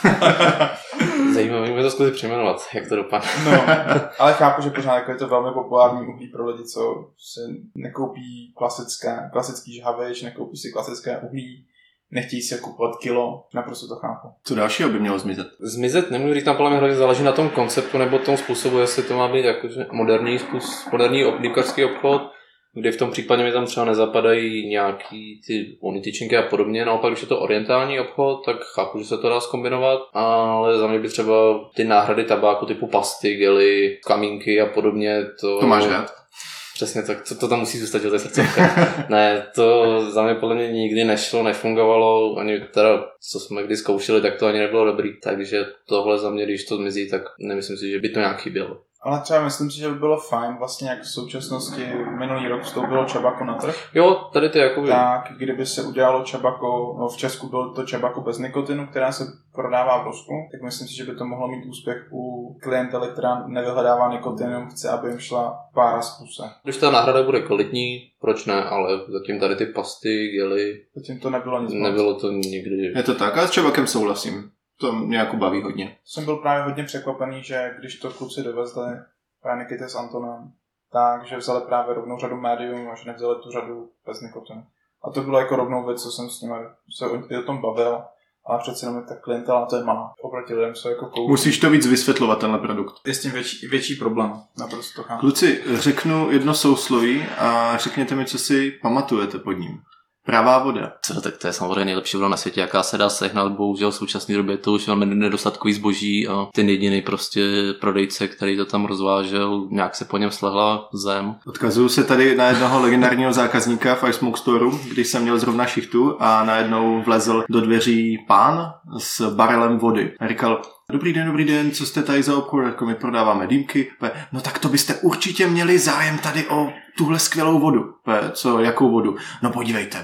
Zajímavé mě to zkusit přejmenovat, jak to dopadne. No, ale chápu, že pořád jako je to velmi populární uhlí pro lidi, co si nekoupí klasické, klasický žhavič, nekoupí si klasické uhlí, nechtějí si kupovat kilo, naprosto to chápu. Co dalšího by mělo zmizet? Zmizet nemůžu říct, tam podle mě hlavně záleží na tom konceptu nebo tom způsobu, jestli to má být jakože moderní způsob, moderní dýmkařský obchod, kdy v tom případě mi tam třeba nezapadají nějaký ty ony tyčinky a podobně. Naopak, když je to orientální obchod, tak chápu, že se to dá zkombinovat, ale za mě by třeba ty náhrady tabáku typu pasty, gely, kamínky a podobně. To, to máš rád? Přesně tak, to, to tam musí zůstat, že to je srdcovka. Ne, to za mě podle mě nikdy nešlo, nefungovalo, ani teda, co jsme kdy zkoušeli, tak to ani nebylo dobrý. Takže tohle za mě, když to zmizí, tak nemyslím si, že by to nějak chybělo. Ale třeba myslím si, že by bylo fajn, vlastně jak v současnosti minulý rok vstoupilo Čabako na trh. Jo, tady ty jakoby. Tak, kdyby se udělalo Čabako, no v Česku bylo to Čabako bez nikotinu, která se prodává v Rusku, tak myslím si, že by to mohlo mít úspěch u klientely, která nevyhledává nikotinu, chce, aby jim šla pára z kuse. Když ta náhrada bude kvalitní, proč ne, ale zatím tady ty pasty, gely. Zatím to nebylo nic. Nebylo to nikdy. Je to tak, a s Čabakem souhlasím. To mě jako baví hodně. Jsem byl právě hodně překvapený, že když to kluci dovezli právě Nikity s Antonem, takže vzali právě rovnou řadu médium a že nevzali tu řadu bez nikotinu. A to bylo jako rovnou věc, co jsem s nimi se o, o tom bavil, ale přece jenom ta klientela to je malá. Oproti lidem se jako koupí. Musíš to víc vysvětlovat, tenhle produkt. Je s tím větší, větší problém, naprosto chápu. Kluci, řeknu jedno sousloví a řekněte mi, co si pamatujete pod ním. Pravá voda. Co, tak to je samozřejmě nejlepší voda na světě, jaká se dá sehnat, bohužel v současné době to už velmi nedostatkový zboží a ten jediný prostě prodejce, který to tam rozvážel, nějak se po něm slehla zem. Odkazuju se tady na jednoho legendárního zákazníka v iSmoke Storeu, když jsem měl zrovna šichtu a najednou vlezl do dveří pán s barelem vody. A říkal: Dobrý den, dobrý den, co jste tady za obchod, jako my prodáváme dýmky. No tak to byste určitě měli zájem tady o tuhle skvělou vodu. Co, jakou vodu? No podívejte,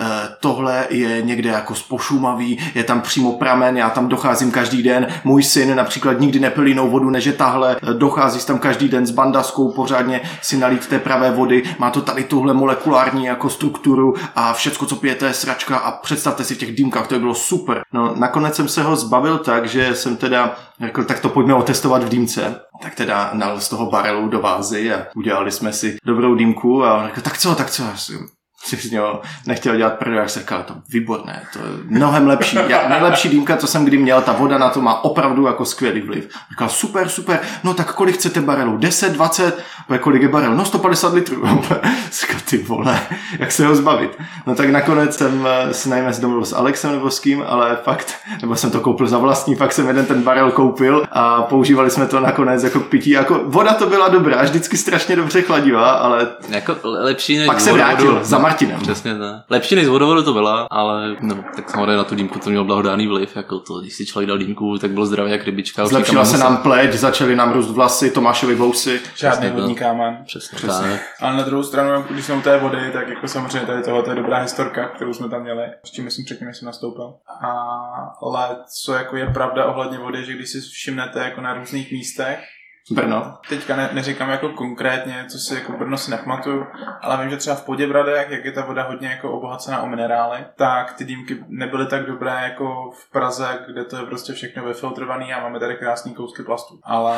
tohle je někde jako z Pošumavý, je tam přímo pramen, já tam docházím každý den, můj syn například nikdy nepil jinou vodu, než je tahle, dochází tam každý den s bandaskou, pořádně si nalít té pravé vody, má to tady tuhle molekulární jako strukturu a všecko, co pijete, je sračka a představte si v těch dýmkách, to by bylo super. No nakonec jsem se ho zbavil tak, že jsem teda řekl, tak to pojďme otestovat v dýmce. Tak teda nal z toho barelu do vázy a udělali jsme si dobrou dýmku a on řekl, tak co, tak co, já si z něho nechtěl dělat prdel, jak se říkal, to výborné, to je mnohem lepší. Já, nejlepší dýmka, co jsem kdy měl, ta voda na to má opravdu jako skvělý vliv. Říkal, super, super, no tak kolik chcete barelů? deset, dvacet? Kolik je barel? No sto padesát litrů. Říkal, ty vole, jak se ho zbavit? No tak nakonec jsem si najme domluvil s Alexem nebo s kým, ale fakt, nebo jsem to koupil za vlastní, fakt jsem jeden ten barel koupil a používali jsme to nakonec jako k pití. Jako voda to byla dobrá, vždycky strašně dobře chladivá, ale jako lepší než pak se vrátil za Martinem. Přesně tak. Lepší než z vodovodu to byla, ale no, tak samozřejmě na tu dýmku to mělo blahodárný vliv, jako to, když si člověk dal dýmku, tak byl zdravý jak rybička. Zlepšila se nám pleť, začaly nám růst vlasy, Tomášovi vousy. Žádný vodní kámen. Přesně, Přesně. Ale na druhou stranu, když jsme u té vody, tak jako samozřejmě tady tohle je dobrá historka, kterou jsme tam měli, s čím myslím předtím, jsem nastoupil. A, ale co jako je pravda ohledně vody, že když si všimnete jako na různých místech, Brno. Teďka ne, neříkám jako konkrétně, co si jako Brno si nepamatuju, ale vím, že třeba v Poděbradech, jak je ta voda hodně jako obohacená o minerály, tak ty dýmky nebyly tak dobré jako v Praze, kde to je prostě všechno vyfiltrovaný a máme tady krásný kousky plastu. Ale...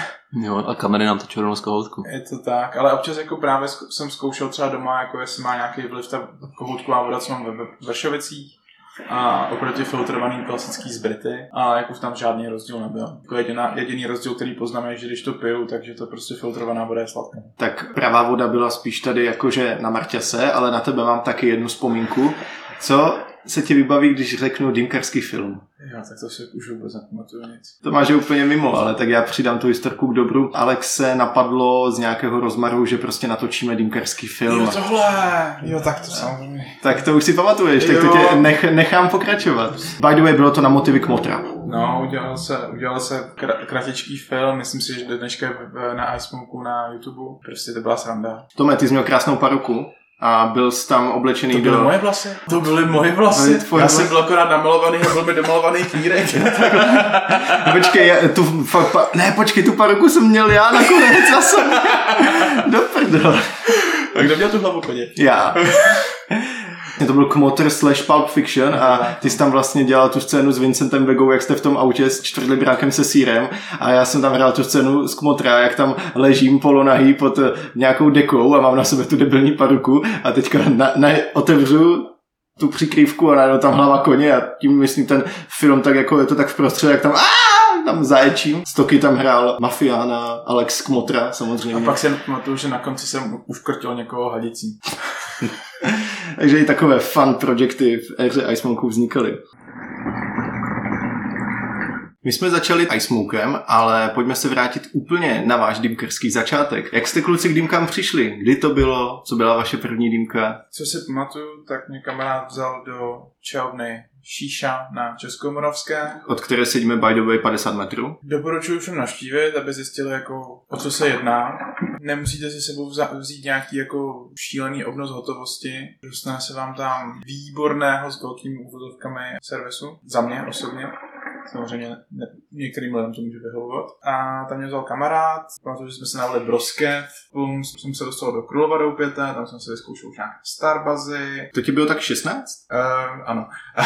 Jo, a kamery nám točí rovnou z kohoutku. Je to tak, ale občas jako právě jsem zkoušel třeba doma, jako jestli má nějaký vliv ta kohoutková voda, co mám ve Vršovicích. a oproti filtrovaný klasický z Brity a jako tam žádný rozdíl nebyl. Jako jediná, jediný rozdíl, který poznáme, je, že když to piju, takže to prostě filtrovaná voda je sladká. Tak pravá voda byla spíš tady jakože na Marťase, ale na tebe mám taky jednu vzpomínku. Co se ti vybaví, když řeknu dýmkarský film? Jo, tak to si už vůbec nepamatuju nic. To máš úplně mimo, ale tak já přidám tu historku k dobru. Alex se napadlo z nějakého rozmaru, že prostě natočíme dýmkarský film. Jo, tohle! Jo, tak to samozřejmě. Tak to už si pamatuješ, tak to tě nech, nechám pokračovat. By the way, bylo to na motivy Kmotra. No, udělal se, udělal se kr- kratičký film, myslím si, že do dneška je na iSmoku na YouTube. Prostě to byla sranda. Tome, ty jsi měl krásnou paruku. A byl jsi tam oblečený to do... To byly moje vlasy. To byly moje vlasy. Já jsem byl akorát namalovaný a byl mi domalovaný knírek. Počkej, já, tu, fa, pa, ne, počkej, tu paruku jsem měl já nakonec na sobě. Do prdele. A kdo měl tu hlavu koně? Já. To byl Kmotr slash Pulp Fiction a ty jsi tam vlastně dělal tu scénu s Vincentem Vegou, jak jste v tom autě s čtvrtlibrákem se sírem a já jsem tam hrál tu scénu z Kmotra, jak tam ležím polonahý pod nějakou dekou a mám na sebe tu debilní paruku a teďka na, na, otevřu tu přikrývku a najednou tam hlava koně a tím myslím ten film tak jako je to tak vprostřed, jak tam aaa, tam zaječím. Stoky tam hrál mafiána Alex Kmotra samozřejmě. A pak jsem pamatuju, že na konci jsem uškrtil někoho hadicí. Takže i takové fun projekty v éře iSmoku vznikaly. My jsme začali iSmokem, ale pojďme se vrátit úplně na váš dýmkarský začátek. Jak jste kluci k dýmkám přišli? Kdy to bylo? Co byla vaše první dýmka? Co si pamatuju, tak mě kamarád vzal do čajovny Šíša na Českomoravské. Od které sedíme by the way padesát metrů. Doporučuji všem navštívit, aby zjistili, jako, o co se jedná. Nemusíte si sebou vzít nějaký jako šílený obnos hotovosti. Dostane se vám tam výborného s velkými úvodovkami servisu. Za mě osobně. Samozřejmě ne, některým lidem to může vyhovovat. A tam mě vzal kamarád, protože jsme se navili broskev, potom jsem se dostal do Krulova Doupěte, tam jsem se vyzkoušel už nějaké Starbazy. To ti bylo tak šestnáct? Uh, ano.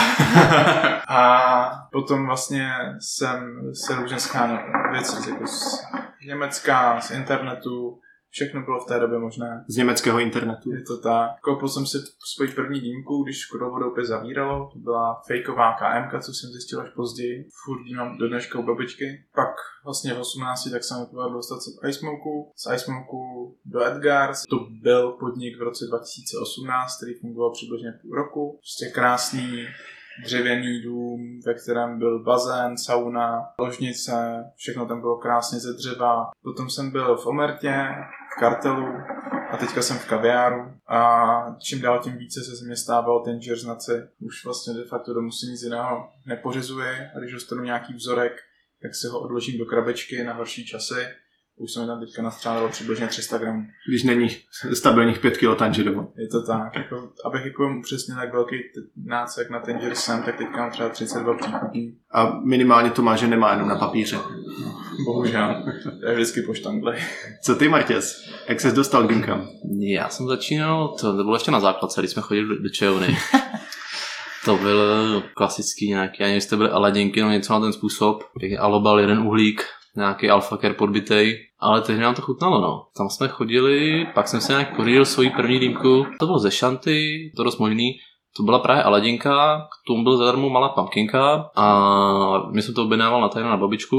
A potom vlastně jsem se různě scháněl věci jako z Německa, z internetu, všechno bylo v té době možné. Z německého internetu. Je to tak. Koupil jsem si svoji první dýmku, když Krulova Doupě zavíralo. To byla fejková K M ka, co jsem zjistil až později. Furt ji mám do dneška u babičky. Pak vlastně v osmnácti tak jsem povedl dostat se k iSmoku. Z iSmoku do Edgars. To byl podnik v roce dva tisíce osmnáct, který fungoval přibližně půl roku. Prostě krásný dřevěný dům, ve kterém byl bazén, sauna, ložnice, všechno tam bylo krásně ze dřeva. Potom jsem byl v Omertě, v Kartelu a teďka jsem v kaviáru a čím dál tím více se z mě stával ten džerznaci. Už vlastně de facto domů si nic jiného nepořizuje a když dostanu nějaký vzorek, tak si ho odložím do krabičky na horší časy. Už jsem tam teďka nastřádalo přibližně tři sta gramů. Když není stabilních pět kilo tanžerovo. Je to tak. Jako, abych jako upřesnil, jak velký nácek na tanžer jsem, tak teďka mám třeba třicet dva příchutí. A minimálně to má, že nemá jenom na papíře. Bohužel. To je vždycky po štangli. Co ty, Martěs? Jak ses dostal k dýmkám? Já jsem začínal, to, to bylo ještě na základce, když jsme chodili do, do čajovny. To byl klasický nějaký, já nevím, jestli to byly aladinky, no něco na ten způsob. Alobal, jeden uhlík, nějaký alfa care podbitej, ale tehdy nám to chutnalo, no. Tam jsme chodili, pak jsem se nějak pořídil svoji první dýmku, to bylo ze šanty, to dost možný, to byla právě aladinka, k tomu byl zadarmo malá pumpkinka a my jsem to objednával na tajno na babičku.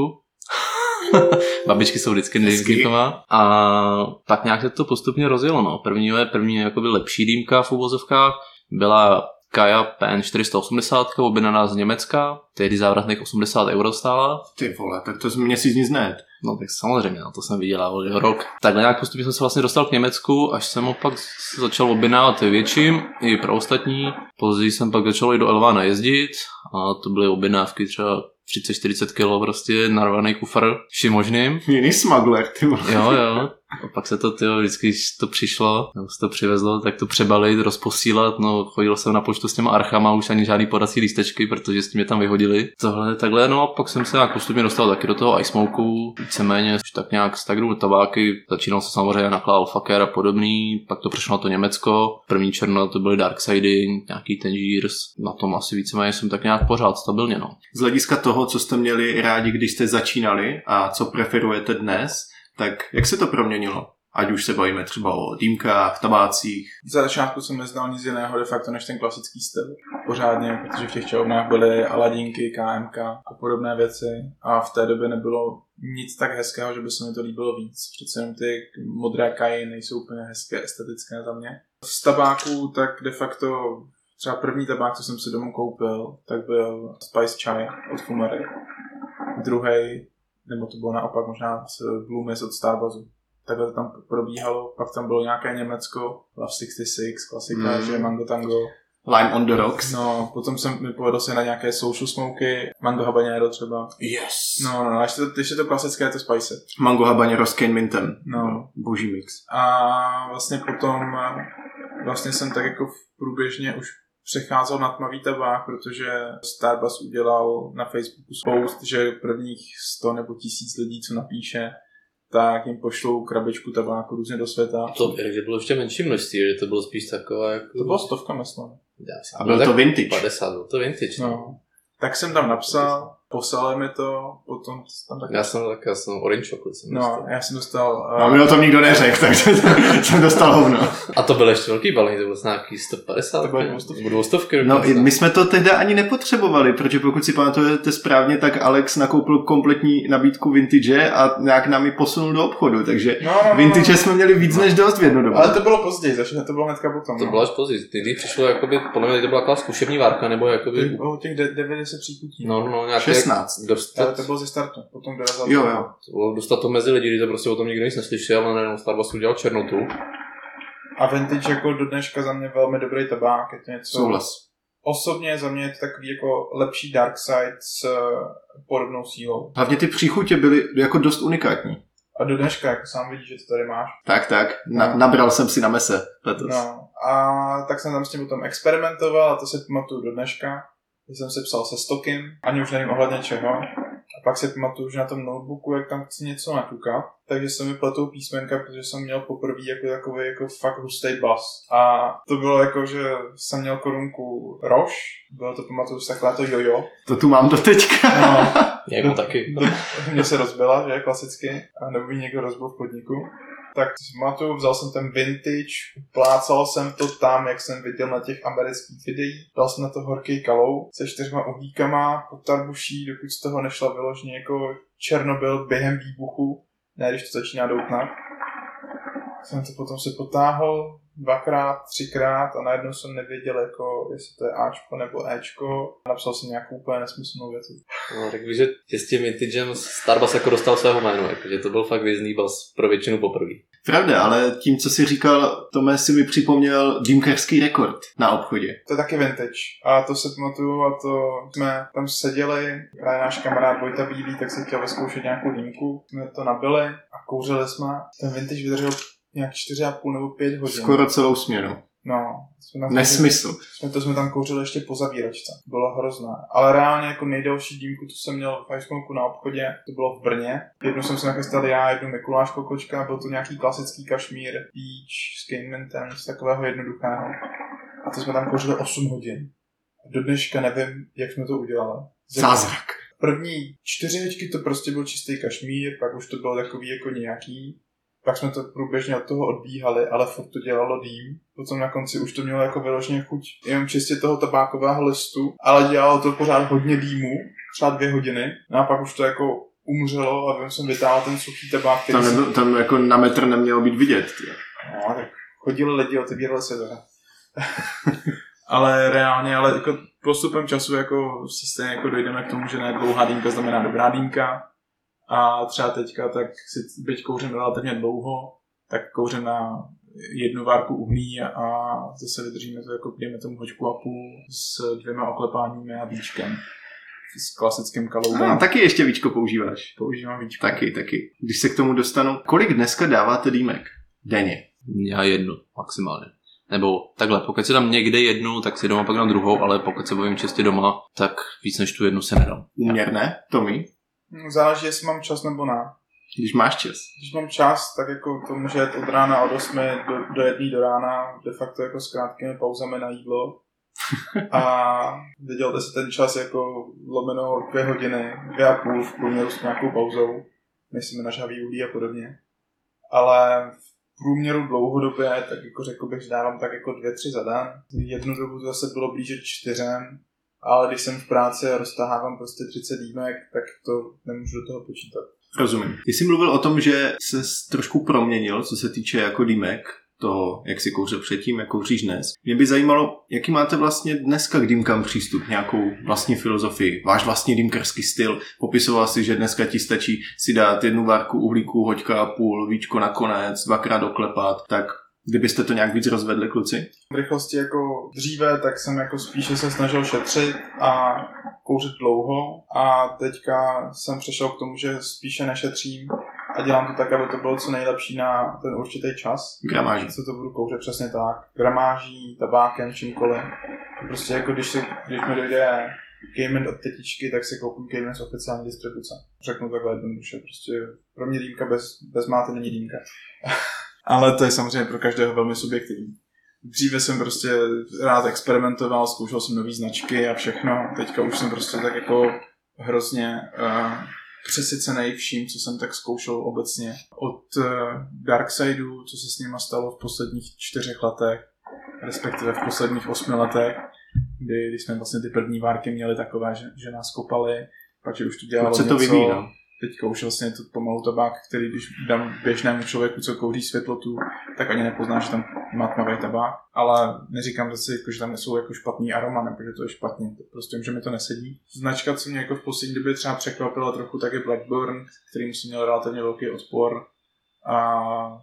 Babičky jsou vždycky dýmková. A tak nějak se to postupně rozjelo, no. První, první jakoby lepší dýmka v uvozovkách byla Kaja P N čtyři sta osmdesát, objednaná z Německa, tehdy závratných osmdesát euro stála. Ty vole, tak to z měsíc nic ne. No tak samozřejmě, no, to jsem vydělával jeho rok. Takhle nějak postupně jsem se vlastně dostal k Německu, až jsem opak začal objednávat větším i pro ostatní. Později jsem pak začal i do Elvána jezdit a to byly objednávky třeba třicet čtyřicet kilo prostě, narvaný kufr, vším možným. Jiný smuggler, ty vole. Jo, jo. A pak se to, tyjo, vždycky, když to přišlo, nebo se to přivezlo, tak to přebalit, rozposílat, no chodil jsem na poštu s těma archama, už ani žádný podací lístečky, protože s tím je tam vyhodili. Tohle, takhle, no a pak jsem se nějak postupně dostal taky do toho iSmoku, víceméně už tak nějak stagru tabáky, začínal se samozřejmě na Alpha Care a podobný, pak to přešlo na to Německo, první černo to byly Darksidy, nějaký Tangiers, na tom asi víceméně jsem tak nějak pořád stabilně, no. Z hlediska toho, co jste měli rádi, když jste začínali a co preferujete dnes, tak jak se to proměnilo? Ať už se bavíme třeba o dýmkách, tabácích. Za začátku jsem neznal nic jiného de facto než ten klasický styl. Pořádně, protože v těch čarovnách byly Aladinky, K M K a podobné věci. A v té době nebylo nic tak hezkého, že by se mi to líbilo víc. Přece jenom ty modré kaji nejsou úplně hezké, estetické za mě. Z tabáku tak de facto třeba první tabák, co jsem si domů koupil, tak byl Spice Chai od Fumery. Druhý, nebo to bylo naopak možná Blue Mist od Starbuzzsu. Takhle to tam probíhalo, pak tam bylo nějaké Německo, Love šedesát šest, klasika, mm. že Mango Tango. Lime on the Rocks. No, potom jsem mi povedl se na nějaké social smoky, Mango Habanero třeba. Yes. No, no, no, ještě to, ještě to klasické, to spice. Mango Habanero s Cane Mintem. No. Boží mix. A vlastně potom vlastně jsem tak jako průběžně už přecházel na tmavý tabák, protože Starbucks udělal na Facebooku post, že prvních sto nebo tisíc lidí, co napíše, tak jim pošlou krabičku tabáku různě do světa. To že bylo ještě menší množství, že to bylo spíš takové jako... To bylo stovka, myslím. A bylo to vintage. padesát, bylo to vintage. No. Tak jsem tam napsal, poslali mi to, potom tam tak... Já jsem tak, já jsem orange chocolate. Jsem no, dostal. já jsem dostal... Uh... A mi o tom nikdo neřekl, takže jsem dostal hovno. A to byl ještě velký balení, to bylo nějaký sto padesát, to bylo stovky. Budou stovky. No, my jsme to tehdy ani nepotřebovali, protože pokud si pamatujete správně, tak Alex nakoupil kompletní nabídku vintage a nějak nám ji posunul do obchodu, takže no, no, no, vintage no. jsme měli víc než dost v jednu dobu. Ale to bylo později, začne to bylo hnedka potom. To no. bylo až později, ty přišlo jakoby, podle mě to byla taková zkušební várka, nebo jakoby... O těch devět příchutí. No, no, nějaké... šestnáct. Dostat... Ale to bylo ze startu, potom dorazil. Jo, jo. To bylo dostat to mezi lidi, že prostě o tom nikdo nic neslyšel, ale najednou Starbucks udělal černotu. A vintage jako do dneška za mě velmi dobrý tabák, je to něco... Souhlas. Osobně za mě je to takový jako lepší dark side s podobnou sílou. Hlavně ty příchutě byly jako dost unikátní. A do dneška, jako sám vidíš, že to tady máš. Tak, tak. Na, no. Nabral jsem si na mese letos. No. A tak jsem tam s tím potom experimentoval a to si pamatuju do dneška. Když jsem si psal se stokem, ani už nevím ohledně čeho. A pak si pamatuju, že na tom notebooku, jak tam chci něco naťukat, takže se mi pletou písmenka, protože jsem měl poprvé jako takový jako fakt hustý bas. A to bylo jako, že jsem měl korunku Roche, bylo to pamatuju si takové to jojo. To tu mám do teďka. No, Jako taky. mě se rozbila, že klasicky, a nebo by někdo rozbil v podniku. Tak si pamatuju, vzal jsem ten vintage, uplácal jsem to tam, jak jsem viděl na těch amerických videích, dal jsem na to horký kalou se čtyřma uhlíkama pod tarbuší, dokud z toho nešla vyloženě jako Černobyl během výbuchu, ne když to začíná doutnat. Jsem to potom se potáhl dvakrát, třikrát a najednou jsem nevěděl, jako, jestli to je Ačko nebo Ečko. Napsal jsem nějakou úplně nesmyslnou větu. No, řekl bych, že s tím vintagem Starbucks jako dostal svého jménu, jako, že to byl fakt význý bas pro většinu poprvé. Pravda, ale tím, co jsi říkal, Tome, si mi připomněl dýmkařský rekord na obchodě. To je taky vintage. A to se pamatuju a to jsme tam seděli, právě náš kamarád Vojta Bílý, tak se chtěl vyzkoušet nějakou dýmku. Jsme to nabili a kouřili jsme. Ten vintage vydržel nějak čtyři a půl nebo pět hodin. Skoro celou směnu. No. Jsme Nesmysl. Jsme to jsme tam kouřili ještě po zavíračce. Bylo hrozné. Ale reálně jako nejdelší dýmku, co jsem měl v iSmoku na obchodě, to bylo v Brně. Jednu jsem si nachystal já, jednu Mikuláš Kokočka, byl to nějaký klasický kašmír, peach, s cane mintem, něco takového jednoduchého. A to jsme tam kouřili osm hodin. Do dneška nevím, jak jsme to udělali. Zázrak. První čtyři hečky to prostě byl čistý kašmír, pak už to bylo takový jako nějaký. Pak jsme to průběžně od toho odbíhali, ale furt to dělalo dým. Potom na konci už to mělo jako vyloženě chuť jenom čistě toho tabákového listu, ale dělalo to pořád hodně dýmu, třeba dvě hodiny. No a pak už to jako umřelo a vím, jsem vytáhl ten suchý tabák, který... Tam, nebyl, tam jako na metr nemělo být vidět. Tě. No, tak chodili lidi, otevírali se to. Ale reálně, ale jako postupem času jako se stejně jako dojdeme k tomu, že ne dlouhá dýmka znamená dobrá dýmka. A třeba teďka, tak si byť kouřím relativně dlouho, tak kouřím na jednu várku uhlí a zase vydržíme to jako dejme tomu hoďku a půl s dvěma oklepáními a víčkem. S klasickým kaloubem. A taky ještě víčko používáš. Používám víčko. Taky, taky. Když se k tomu dostanu, kolik dneska dáváte dýmek denně? Já jednu, maximálně. Nebo takhle, pokud si dám někde jednu, tak si doma pak na druhou, ale pokud se bavím čistě doma, tak víc než tu jednu se nedám. Úměrné, Tomi? Záleží, jestli mám čas nebo ne. Když máš čas. Když mám čas, tak jako to může jít od rána od osmi do, do jedné do rána, de facto jako s krátkými pauzami na jídlo. A vydělte si ten čas jako lomeno dvě hodiny, dvě a půl v průměru s nějakou pauzou, než jsme na žhavý uhlí a podobně. Ale průměru dlouhodobě, tak jako řekl bych, že dávám tak jako dvě, tři za den. Jednu dobu to zase bylo blíže čtyřem, ale když jsem v práci a roztahávám prostě třicet dýmek, tak to nemůžu do toho počítat. Rozumím. Ty jsi mluvil o tom, že se trošku proměnil, co se týče jako dýmek, toho, jak si kouřil předtím, jak kouříš dnes. Mě by zajímalo, jaký máte vlastně dneska k dýmkám přístup, nějakou vlastní filozofii, váš vlastní dýmkarský styl. Popisoval si, že dneska ti stačí si dát jednu várku uhlíku, hoďka a půl, víčko nakonec, dvakrát doklepat, tak kdybyste to nějak víc rozvedli, kluci? V rychlosti jako dříve, tak jsem jako spíše se snažil šetřit a kouřit dlouho a teďka jsem přešel k tomu, že spíše nešetřím a dělám to tak, aby to bylo co nejlepší na ten určitý čas. Gramáží. Co to budu kouřit přesně tak. Gramáží, tabákem, čímkoliv. Prostě jako když, si, když mi dojde Cayman od tetičky, tak si koupím Cayman z oficiální distribuce. Řeknu takhle jednoduše. Prostě pro mě dýmka bez, bez máty není dýmka. Ale to je samozřejmě pro každého velmi subjektivní. Dříve jsem prostě rád experimentoval, zkoušel jsem nový značky a všechno. Teďka už jsem prostě tak jako hrozně uh, přesycenej vším, co jsem tak zkoušel obecně. Od uh, Darksideu, co se s nima stalo v posledních čtyřech letech, respektive v posledních osmi letech, kdy, kdy jsme vlastně ty první várky měli takové, že, že nás kopali, pak že už to dělalo něco. Co to vyvíjí, no? Teďka už vlastně je to pomalu tabák, který když dám běžnému člověku, co kouří světlotu, tak ani nepozná, že tam má tmavý tabák. Ale neříkám zase, jako, že tam nejsou jako špatný aroma, nebo že to je špatně. To prostě, že mi to nesedí. Značka, co mě jako v poslední době třeba překvapila trochu, tak je Blackburn, který musí měl relativně velký odpor. A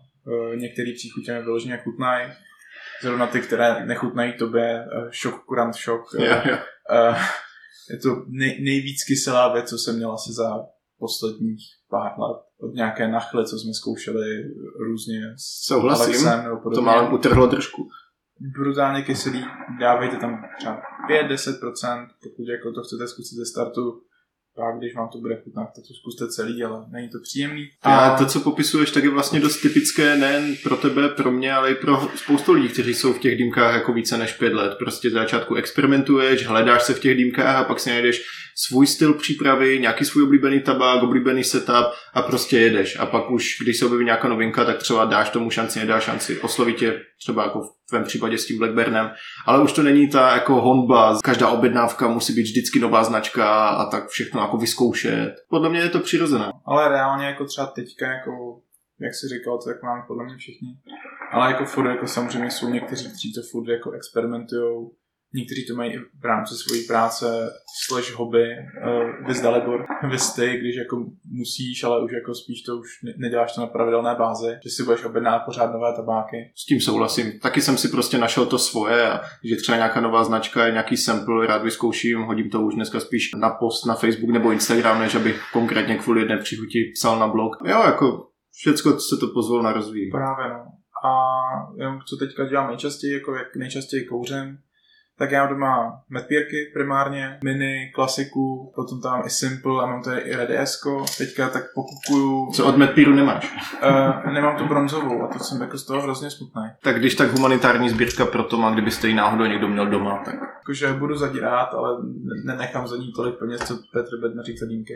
e, některý příchutě mi vyloženě chutnají. Zrovna ty, které nechutnají tobě, šok, kurant šok. Yeah, yeah. E, je to nej, nejvíc kyselá věc, co jsem měl asi za posledních pár let. Od nějaké nachle, co jsme zkoušeli různě s Souhlasím, Alexem nebo podobně. To málem utrhlo trošku. Brutálně kyselý, dávejte tam třeba pět až deset procent, pokud jako to chcete zkusit ze startu, pak když vám to bude chutnat, tak to zkuste celý, ale není to příjemný. A, a to, co popisuješ, tak je vlastně dost typické nejen pro tebe, pro mě, ale i pro spoustu lidí, kteří jsou v těch dýmkách jako více než pět let. Prostě z začátku experimentuješ, hledáš se v těch dýmkách a pak si najdeš svůj styl přípravy, nějaký svůj oblíbený tabák, oblíbený setup a prostě jedeš. A pak už, když se objeví nějaká novinka, tak třeba dáš tomu šanci, nedáš šanci, osloví tě třeba jako v tvém případě s tím Blackburnem, ale už to není ta jako honba, každá objednávka musí být vždycky nová značka a tak všechno jako vyzkoušet. Podle mě je to přirozené. Ale reálně jako třeba teďka, jako, jak jsi říkal, to tak máme podle mě všichni. Ale jako furt, jako samozřejmě jsou někteří, kteří to furt jako experimentujou. Někteří to mají v rámci svojí práce slash hobby, uh, vys Dalibor, vys ty, když jako musíš, ale už jako spíš to už neděláš to na pravidelné bázi, že si budeš objednávat pořád nové tabáky. S tím souhlasím. Taky jsem si prostě našel to svoje a že třeba nějaká nová značka je nějaký sample, rád vyzkouším, hodím to už dneska spíš na post na Facebook nebo Instagram, než abych konkrétně kvůli jedné příchuti psal na blog. Jo, jako všecko se to pozvolna rozvíjí. Právě no. A jenom co teďka dělám nejčastěji, jako jak nejčastěji kouřím, tak já mám doma medpírky primárně, mini, klasiku, potom tam mám i simple a mám tady i RDSko. Teďka tak pokukuju. Co od medpíru nemáš? Uh, nemám tu bronzovou a to jsem jako z toho hrozně smutný. Tak když tak humanitární sbírka pro to má, kdybyste ji náhodou někdo měl doma, tak... Jakože budu zadírat, ale nenechám za ní tolik peněz, co Petr Bednařík za dýmky.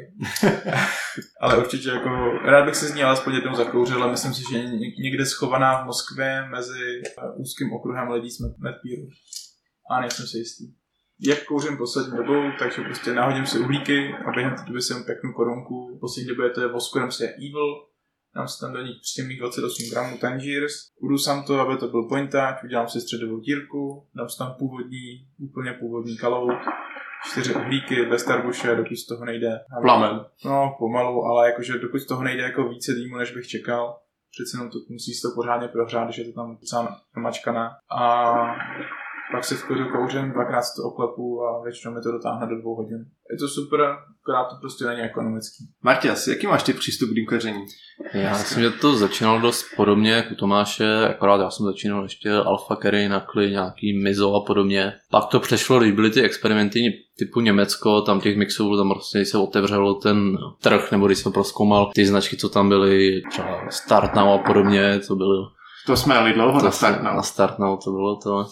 Ale určitě jako, rád bych se z ní alespoň jednou zakouřil, ale myslím si, že je někde schovaná v Moskvě mezi úzkým okruhem lidí z medpíru. A nejsem si jistý. Jak kouřím poslední dobou, takže prostě nahodím si uhlíky a během té doby si jim peknu korunku. V poslední době to je vosku, dám si je Evil, dám si tam do nich příjemných dvacet osm gramů Tangiers, udusám to, aby to byl pointáč, udělám si středovou dírku, dám si tam původní, úplně původní kalout, čtyři uhlíky bez tarbuše, dokud z toho nejde. Plamen. No, pomalu, ale jakože dokud z toho nejde jako více dýmu, než bych čekal. Přece jenom to musí se to pořádně prohřát, když je to tam docela namačkané. A pak si v klidu kouřím, dvakrát si to oklepu a většinou mi to dotáhne do dvou hodin. Je to super, akorát to prostě není ekonomický. Martias, jaký máš ty přístup k dýmkaření? Já myslím, že to začínalo dost podobně jako u Tomáše, akorát já jsem začínal ještě Alpha Carry, Nakli, nějaký Mizo a podobně. Pak to přešlo, když byly ty experimenty typu Německo, tam těch mixů, tam prostě se otevřelo ten trh, nebo když jsem prozkoumal ty značky, co tam byly, třeba Start Now a podobně, to bylo... To jsme jeli dlouho na Start Now. Na Start Now to bylo to...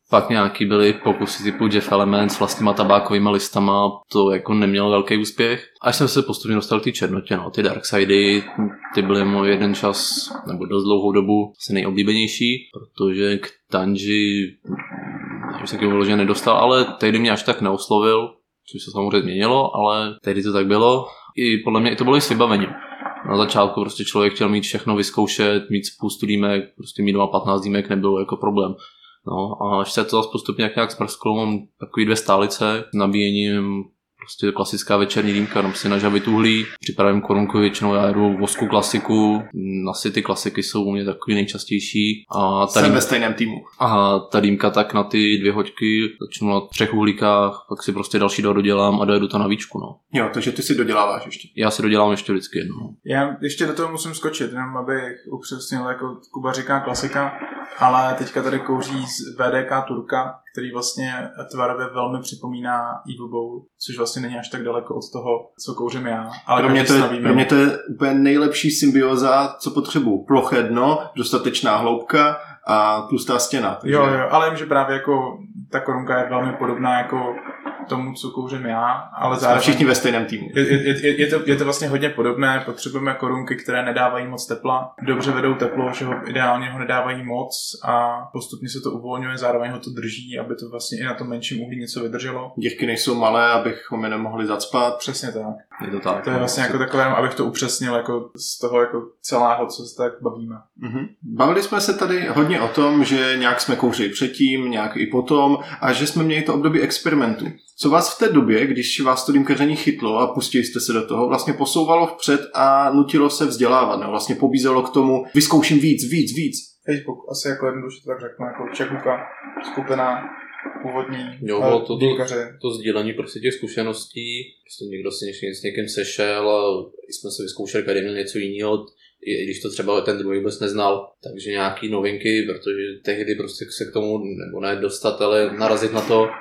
Pak nějaký byly pokusy typu Jeff Element s vlastníma tabákovými listama, to jako nemělo velký úspěch. Až jsem se postupně dostal k té černotě, no, ty Darksidy, ty byly můj jeden čas, nebo dost dlouhou dobu, asi nejoblíbenější, protože k Tanži, nevím, se k tomu vyloženě nedostal, ale tehdy mě až tak neoslovil, což se samozřejmě změnilo, ale tehdy to tak bylo. I podle mě i to bylo i s vybavením. Na začátku prostě člověk chtěl mít všechno vyzkoušet, mít spoustu dýmek, prostě mít doma patnáct dýmek nebylo jako problém. No a až se to zase postupně jak nějak zprsklo, mám takový dvě stálice s nabíjením, prostě klasická večerní dýmka, tam si na žavit uhlí, připravím korunku, většinou já jedu vosku klasiku, asi ty klasiky jsou u mě takový nejčastější. A ta Jsem dým... ve stejném týmu. A ta dýmka tak na ty dvě hoďky, začnu na třech uhlíkách, pak si prostě další dodělám a dojedu to na víčku, no. Jo, takže ty si doděláváš ještě. Já si dodělám ještě vždycky jedno. Já ještě do toho musím skočit, jenom abych upřesnil, jako Kuba říká klasika, ale teďka tady kouří z V D K Turka, který vlastně tvarově velmi připomíná Evil Bowl, což vlastně není až tak daleko od toho, co kouřím já. Ale pro, mě to je, pro mě to je úplně nejlepší symbioza, co potřebuju. Ploché dno, dostatečná hloubka a tlustá stěna. Takže... Jo, jo, ale vím, že právě jako ta korunka je velmi podobná jako tomu, co kouřím já, ale Jsme zároveň... všichni ve stejném týmu. Je, je, je, je, to, je to vlastně hodně podobné, potřebujeme korunky, které nedávají moc tepla, dobře vedou teplo, že ho ideálně ho nedávají moc a postupně se to uvolňuje, zároveň ho to drží, aby to vlastně i na tom menším uhlí něco vydrželo. Dírky nejsou malé, abychom je nemohli zacpat. Přesně tak. Je to tak. To je vlastně jako takové, abych to upřesnil jako z toho jako celého, co se tak bavíme. Mm-hmm. Bavili jsme se tady hodně o tom, že nějak jsme kouřili předtím, nějak i potom a že jsme měli to období experimentu. Co vás v té době, když vás to dýmkaření chytlo a pustili jste se do toho, vlastně posouvalo vpřed a nutilo se vzdělávat, ne? Vlastně pobízelo k tomu, vyzkouším víc, víc, víc. Facebook, asi jako jednoduše to tak řeknu, jako Čekuka, skupina, původní Jo, bylo to, dýmkaři. to, to sdílení prostě těch zkušeností, prostě někdo si někdy s někým sešel a jsme se vyzkoušeli, každý měl něco jiného, i když to třeba ten druhý vůbec neznal, takže nějaký novinky, protože tehdy prostě se k tomu, nebo ne dostat, ale narazit na to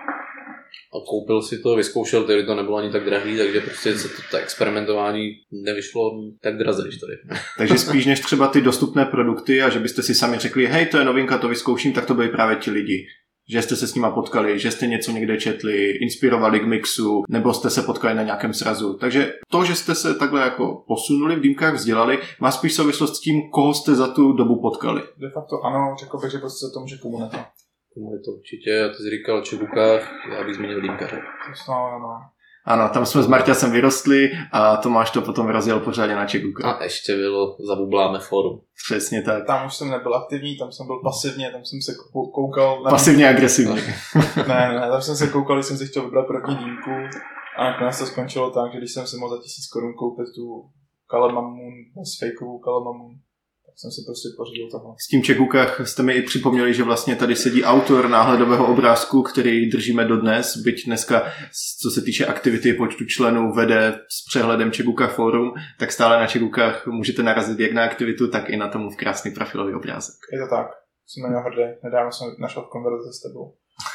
a koupil si to, vyzkoušel, tehdy to nebylo ani tak drahý, takže prostě se to, to experimentování nevyšlo tak draze, když tady. Takže spíš než třeba ty dostupné produkty a že byste si sami řekli, hej, to je novinka, to vyzkouším, tak to byli právě ti lidi. Že jste se s nima potkali, že jste něco někde četli, inspirovali k mixu, nebo jste se potkali na nějakém srazu. Takže to, že jste se takhle jako posunuli v dýmkách, vzdělali, má spíš souvislost s tím, koho jste za tu dobu potkali. De facto ano, řekl bych, že prostě za to může komunita. Komunita určitě, já ty jsi říkal o Čebukách, já bych zmínil dýmkaře. No, no. Ano, tam jsme s Marťasem vyrostli a Tomáš to potom rozjel pořádně na Čekuka. A ještě bylo Zabubláme fórum. Přesně tak. Tam už jsem nebyl aktivní, tam jsem byl pasivně, tam jsem se koukal... Na Pasivně agresivně. ne, ne, tam jsem se koukal, když jsem si chtěl vybrat první dýmku a nakonec to skončilo tak, že když jsem si mohl za tisíc korun koupit tu Kalemamun, s fejkovou Kalemamun, tak jsem si prostě pořídil tohle. S tím Čekukách jste mi i připomněli, že vlastně tady sedí autor náhledového obrázku, který držíme dodnes, byť dneska, co se týče aktivity počtu členů, vede s přehledem Čekukách Forum, tak stále na Čekukách můžete narazit jak na aktivitu, tak i na tomu krásný profilový obrázek. Je to tak. Jsem na něho hrdý. Nedávno jsem našel v konverzaci s tebou.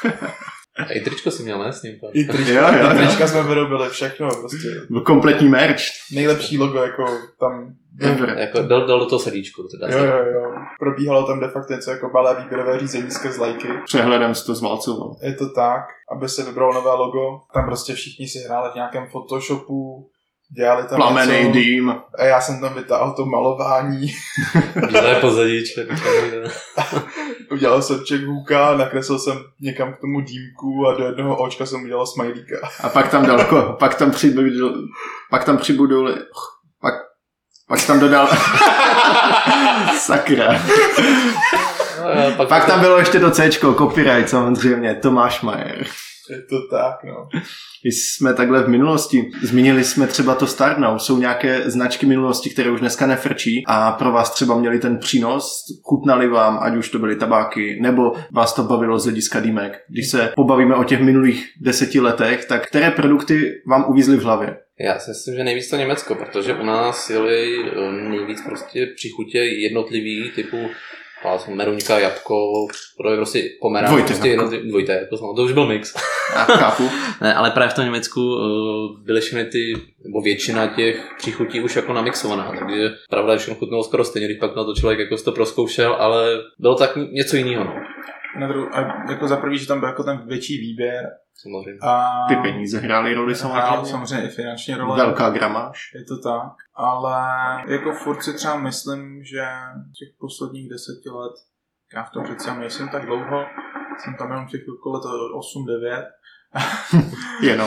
A i tričko si měl, ne, s ním? I trička, jo, jo, i trička jsme vyrobili, všechno prostě. Kompletní merch. Nejlepší logo, jako tam... Ever. Jako dal, dal do toho sedíčku. Teda Jo, jo, jo. Probíhalo tam de facto něco jako malé výběrové řízení skrz lajky. Přehledem se to zvalcoval. Je to tak, aby se vybralo nové logo. Tam prostě všichni si hráli v nějakém Photoshopu, dělali tam Plamenej něco. dým. A já jsem tam vytáhl to malování. Bílé pozadíček. Udělal jsem Čekuka, nakreslil jsem někam k tomu dýmku a do jednoho očka jsem udělal smajlíka. A pak tam dal, ko, pak tam přibudul, pak tam přibudul, pak, pak tam dodal, sakra. No, pak, Pak tam bylo ještě to Cčko, copyright samozřejmě, Tomáš Majer. Je to tak, no. Jsme takhle v minulosti, zmínili jsme třeba to Startnow, jsou nějaké značky minulosti, které už dneska nefrčí a pro vás třeba měli ten přínos, chutnali vám, ať už to byly tabáky, nebo vás to bavilo z hlediska dýmek. Když se pobavíme o těch minulých deseti letech, tak které produkty vám uvízly v hlavě? Já si myslím, že nejvíc to Německo, protože u nás jeli nejvíc prostě příchutě jednotlivý typu meruňka, jabko, prostě pomeranč, Dvojité prostě jabko. jednotlivý, dvojité jabko, no, to už byl mix. A chápu. Ne, ale právě v tom Německu uh, byly všechny ty, nebo většina těch příchutí už jako namixovaná, takže pravda, že všechno chutnalo skoro stejně, když pak na to člověk jako to proskoušel, ale bylo tak něco jiného. No. na druhou, a jako za prvý, že tam byl jako ten větší výběr. Samozřejmě. A Ty peníze hrály roli samozřejmě. samozřejmě i finanční roli. Velká gramáž. Je to tak, ale jako furt si třeba myslím, že těch posledních deseti let, já v tom přeci nejsem tak dlouho, jsem tam jenom těch okolo osm devět. Jenom.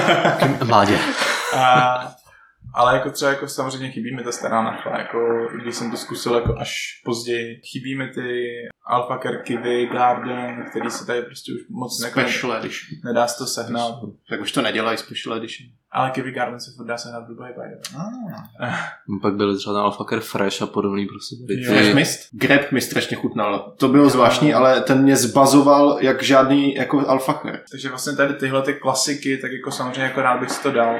Mládě. A, ale jako třeba jako samozřejmě chybí mi ta stará nachla, jako když jsem to zkusil jako až později. Chybí mi ty Alpha Care Kiwi Garden, který se tady prostě už moc Special Edition. nedá se to sehnat. Tak už to nedělají Special Edition. Ale Kiwi Garden se furt dá sehnat v Dubai, by the way. Ah. Pak byly třeba na Alpha Care Fresh a podobný prostě. Jo. Fresh Mist? Grape mi strašně chutnal. To bylo zvláštní, ale ten mě zbazoval jak žádný jako Alpha Care. Takže vlastně tady tyhle ty klasiky, tak jako samozřejmě jako rád bych si to dal.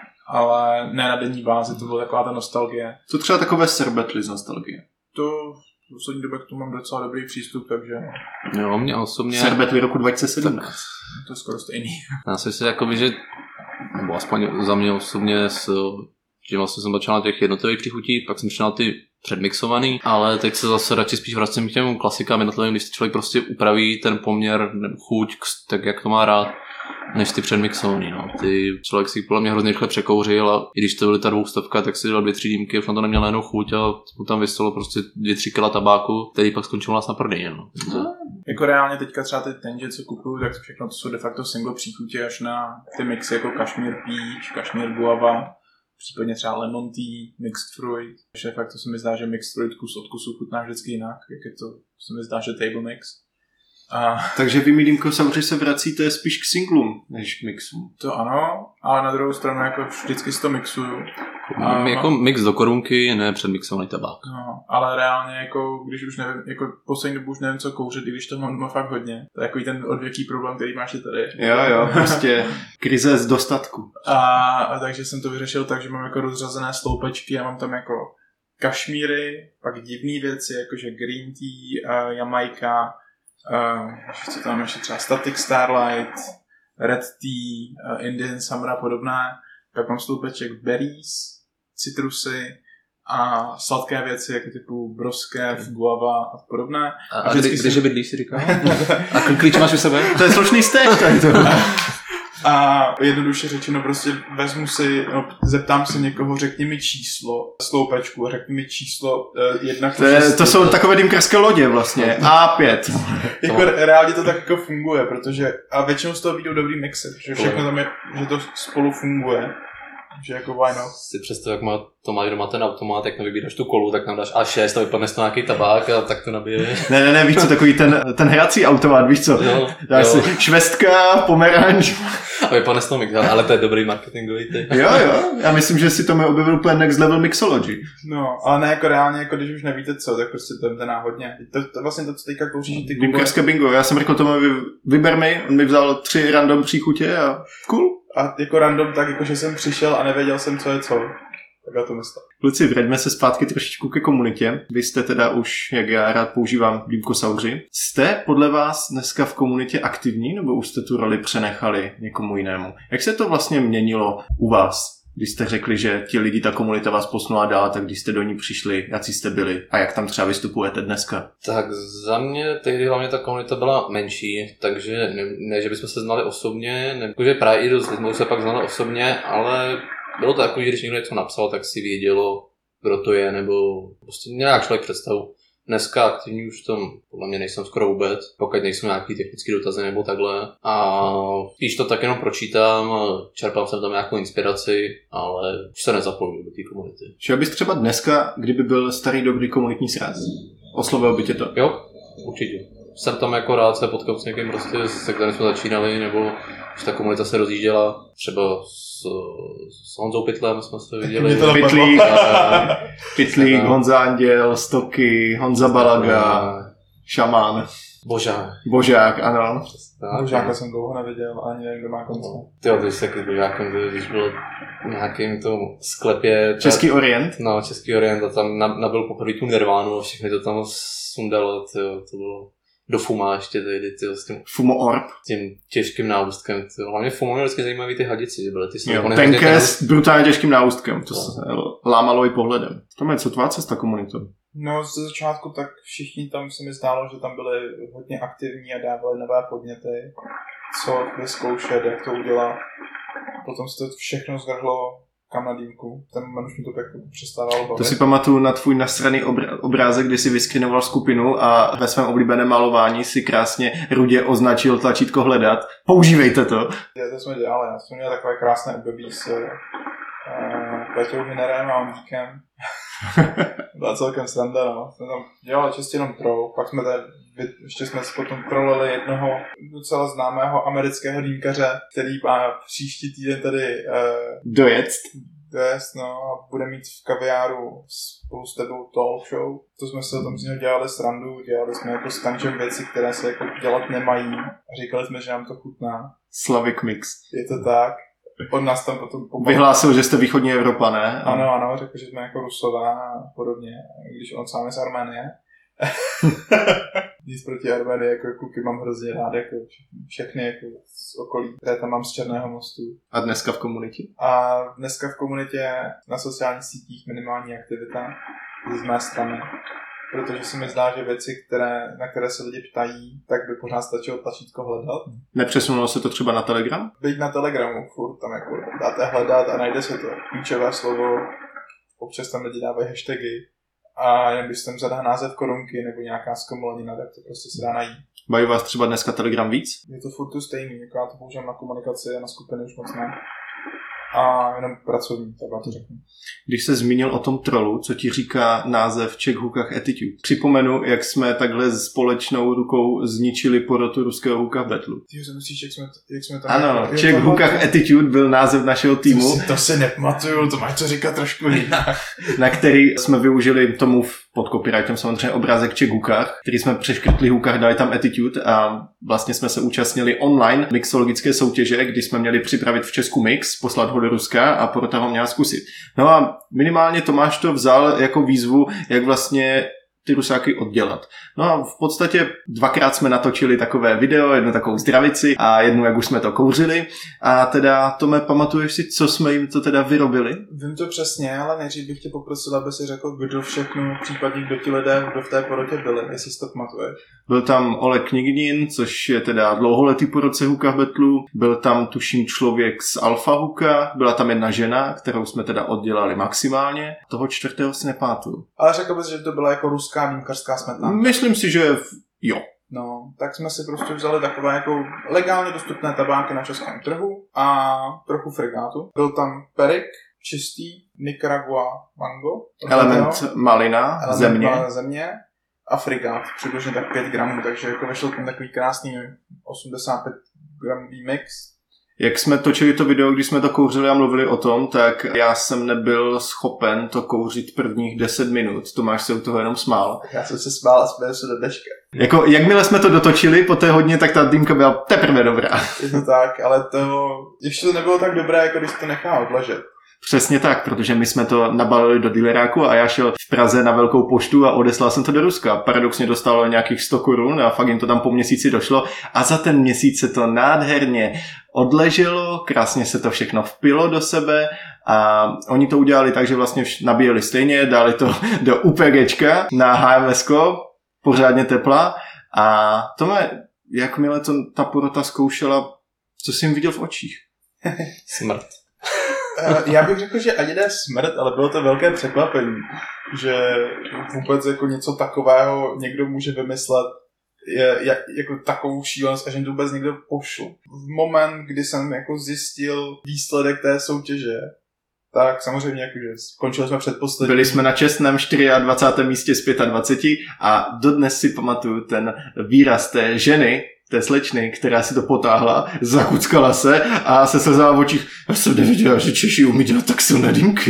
Ale ne na denní bázi, to byla taková ta nostalgie. To třeba takové serbetly z nostalgie. To v poslední době k tomu mám docela dobrý přístup, takže Jo, mě osobně... Serbetly roku dva tisíce sedmnáct. to je skoro stejný. Já si myslím, jakoby, že, nebo aspoň za mě osobně, s, že vlastně jsem začal na těch jednotlivých příchutí, pak jsem šel na ty předmixovaný, ale teď se zase radši spíš vracím k těm klasikám jednotlivým, když člověk prostě upraví ten poměr chuť, tak jak to má rád, než ty předmixovaný. No. Ty člověk si podle mě hrozně rychle překouřil a i když to byly ta dvoustovka, tak si dal dvě, tři dýmky, už na to neměl jenom chuť a mu tam vystalo prostě dvě, tři kila tabáku, který pak skončil nás na prodejně. No. Jako reálně teďka třeba ty tenže, co kupuju, tak všechno to jsou de facto single příchutě až na ty mixy jako Kashmir Peach, Kashmir Guava, případně třeba Lemon Tea, Mixed Fruit. Takže fakt to se mi zdá, že Mixed Fruit kus od kusu chutná vždycky jinak, jak je to, se mi zdá, že Table Mix. A Takže vy, Milýmko, samozřejmě se vracíte spíš k singlům, než k mixům. to ano, ale na druhou stranu jako vždycky si to mixuju. A, jako mix do korunky, ne předmixovaný tabák. No, ale reálně jako, když už nevím, jako poslední dobu už nevím, co kouřit, i když to mám doma fakt hodně. To je takový ten odvěký problém, který máš i tady. Jo, jo, prostě krize z dostatku. A, a takže jsem to vyřešil tak, že mám jako rozřazené sloupečky a mám tam jako kašmíry, pak divné věci, jakože green tea, uh, Jamaica, uh, co tam ještě třeba Static Starlight, Red Tea, uh, Indian Summer a podobné. Pak mám sloupeček berries, citrusy a sladké věci, jako typu broskev, guava a podobné. A, a kdy, si... kdy bydlíš, si říkal? A klíč máš u sebe? To je slušný stéž tady to. A jednoduše řečeno prostě vezmu si, no, zeptám se někoho, řekni mi číslo sloupečku, řekni mi číslo uh, jedna. To, je, to jsou takové dýmkarské lodě vlastně, á pět. Jako reálně to tak jako funguje, protože a většinou z toho vyjdou dobrý mixy, že všechno tam je, že to spolu funguje. Že jako why not? Si představ, jak má, to má doma ten automat, jak nevybíráš tu kolu, tak nám dáš á šest a vypadne to nějaký tabák a tak to nabije. Ne, ne, ne, víš co, takový ten, ten hrací automat, víš co? Jo, Dáš jo. si švestka, pomeranč. A vypadne z toho mix, ale to je dobrý marketingový ty. Jo, jo, já myslím, že si to mi objevil úplně next level mixology. No, ale ne jako reálně, jako když už nevíte co, tak prostě to je náhodně. To, to vlastně to, co teďka kouříš, ty Dýmkarské bingo, já jsem řekl tomu, vyber mi, on mi vzal tři random příchutě a cool. A jako random tak, jako že jsem přišel a nevěděl jsem, co je co. Tak já to myslím. Kluci, vraťme se zpátky trošičku ke komunitě. Vy jste teda už, jak já rád používám, Dýmkosauři. Jste podle vás dneska v komunitě aktivní, nebo už jste tu roli přenechali někomu jinému? Jak se to vlastně měnilo u vás, když jste řekli, že ti lidi, ta komunita vás posunula dál, tak když jste do ní přišli, jací jste byli a jak tam třeba vystupujete dneska? Tak za mě tehdy hlavně ta komunita byla menší, takže ne, ne že bychom se znali osobně, ne, že právě i dost lidí se pak znali osobně, ale bylo to jako, že když někdo něco napsal, tak si vědělo, kdo to je, nebo prostě nějak člověk představu. Dneska aktivní už tom podle mě nejsem skoro vůbec, pokud nejsou nějaký technický dotazy nebo takhle. A spíš to tak jenom pročítám, čerpám jsem tam nějakou inspiraci, ale už se nezapojuju do té komunity. Šel bys třeba dneska, kdyby byl starý dobrý komunitní sraz? Oslovil by tě to? Jo, určitě. Jsem tam jako rád se potkal s někým prostě, se kterým jsme začínali, nebo když ta komunita se rozjížděla, třeba s, s Honzou Pytlem jsme se viděli. Pytlík, Pytlík, Honza Anděl, Stoky, Honza Balaga, Šamán. Božák. Božák, ano. Božáka jsem dlouho neviděl, ani nevím, kdo má konce. Tyjo, ty jsi taky s Božákem, když byl v nějakým tom sklepě. Český Orient? No, Český Orient a tam nabil poprvé tu Nirvánu a všechny to tam sundalo, tyjo, to bylo do Fuma ještě tehdy, tyjo, s tím, Fumo Orb. s tím těžkým náustkem, tyjo. Hlavně Fumo měl vždycky zajímavý ty hadici, že byly ty silkony. Tenké s brutálně těžkým náustkem, to se lámalo i pohledem. To je co tvá cesta komunitou? No ze začátku tak všichni tam se mi zdálo, že tam byli hodně aktivní a dávali nové podněty, co vyzkoušet, jak to udělat. Potom se to všechno zvrhlo kam na dýmku. Ten moment už mi to tak přestávalo bavit. To si pamatuju na tvůj nasraný obr- obrázek, kdy si vyskrinoval skupinu a ve svém oblíbeném malování si krásně rudě označil tlačítko hledat. Používejte to. Já to jsme dělali. Já jsem měl takové krásné období s uh, Peťou Hinerem a Ondíkem. Byla celkem sranda, no. Jsme tam dělali čistě jenom troll, pak jsme tady, ještě jsme potom trollili jednoho docela známého amerického dýmkaře, který má příští týden tady uh, Doject. dojezd, no, a bude mít v kaviáru spolu s tebou talk show. To jsme se tam z něho dělali srandu, dělali jsme jako s tančem věci, které se jako dělat nemají a říkali jsme, že nám to chutná. Slavic Mix. Je to tak. Od nás tam potom pobavil. Vyhlásil, že jste východní Evropa, ne? Ano, ano, řekl, že jsme jako Rusové a podobně, když on sám je z Arménie. Nic proti Arménie, jako kluky mám hrozně rád, jako všechny jako z okolí, které tam mám z Černého mostu. A dneska v komunitě? A dneska v komunitě na sociálních sítích minimální aktivita z mé strany. Protože se mi zdá, že věci, které, na které se lidi ptají, tak by pořád stačilo tlačítko hledat. Nepřesunulo se to třeba na Telegram? Být na Telegramu, furt tam jako dáte hledat a najde se to klíčové slovo, občas tam lidi dávají hashtagy a jen když tam zadá název korunky nebo nějaká zkomolenina, tak to prostě se dá najít. Baví vás třeba dneska Telegram víc? Je to furt to stejný, jako já to používám na komunikaci a na skupiny už moc ne. A jenom pracovní, takhle to řeknu. Když se zmínil o tom trollu, co ti říká název Czech Hookah Attitude? Připomenu, jak jsme takhle společnou rukou zničili porotu ruského Hookah Battlu. Ty už myslíš, jak jsme, jak jsme tam... Ano, Czech Hookah Attitude byl název našeho týmu. To si, to si nepamatuju, to máš to říkat trošku jinak. Na který jsme využili tomu pod copyrightem samozřejmě obrázek Czech Hookah, který jsme přeškrtli Hookah, dali tam Attitude a vlastně jsme se účastnili online mixologické soutěže, kdy jsme měli připravit v Česku mix, poslat ho do Ruska a porota ho měla zkusit. No a minimálně Tomáš to vzal jako výzvu, jak vlastně ty Rusáky oddělat. No a v podstatě dvakrát jsme natočili takové video, jednu takovou zdravici a jednu, jak už jsme to kouřili. A teda, Tome, pamatuješ si, co jsme jim to teda vyrobili? Vím to přesně, ale nejdřív bych tě poprosil, aby si řekl, kdo všechno, případně kdo ti lidé, kdo v té porotě byli, jestli si to pamatuješ. Byl tam Oleg Knignin, což je teda dlouholetý porodce Hookah Battlu. Byl tam, tuším, člověk z Alfa Hookah. Byla tam jedna žena, kterou jsme teda oddělali maximálně. Toho čtvrtého si nepamatuju. Ale řekl bys, že to byla jako ruská dýmkařská smetana. Myslím si, že jo. No, tak jsme si prostě vzali takové jako legálně dostupné tabáky na českém trhu a trochu frigátu. Byl tam perik, čistý, Nicaragua mango. Element bylo, malina, element země. malina země a frigát, přibližně tak pět gramů, takže jako vešel tam takový krásný osmdesát pět gramový mix. Jak jsme točili to video, když jsme to kouřili a mluvili o tom, tak já jsem nebyl schopen to kouřit prvních deset minut. Tomáš se u toho jenom smál. Já jsem se smál a směl se do dneška. Jako, jakmile jsme to dotočili, po té hodně, tak ta dýmka byla teprve dobrá. Je to tak, ale to ještě to nebylo tak dobré, jako když to nechá odležet. Přesně tak, protože my jsme to nabalili do dealeráku a já šel v Praze na velkou poštu a odeslal jsem to do Ruska. Paradoxně dostalo nějakých sto korun a fakt jim to tam po měsíci došlo a za ten měsíc se to nádherně odleželo, krásně se to všechno vpilo do sebe a oni to udělali tak, že vlastně nabíjeli stejně, dali to do UPGčka na H M S ko, pořádně tepla a Tome, jakmile to ta porota zkoušela, co jsi jim viděl v očích? Smrt. Já bych řekl, že ani ne smrt, ale bylo to velké překvapení, že vůbec jako něco takového někdo může vymyslet, je, jak, jako takovou šílenost a že to vůbec někdo pošl. V moment, kdy jsem jako zjistil výsledek té soutěže, tak samozřejmě jakože skončili jsme předposlední. Byli jsme na čestném dvacátém čtvrtém místě z dvacet pět a dodnes si pamatuju ten výraz té ženy, té slečny, která si to potáhla, zakuckala se a se slzala v očích. Já jsem neviděla, že Češi umí dělat tak silné dýmky.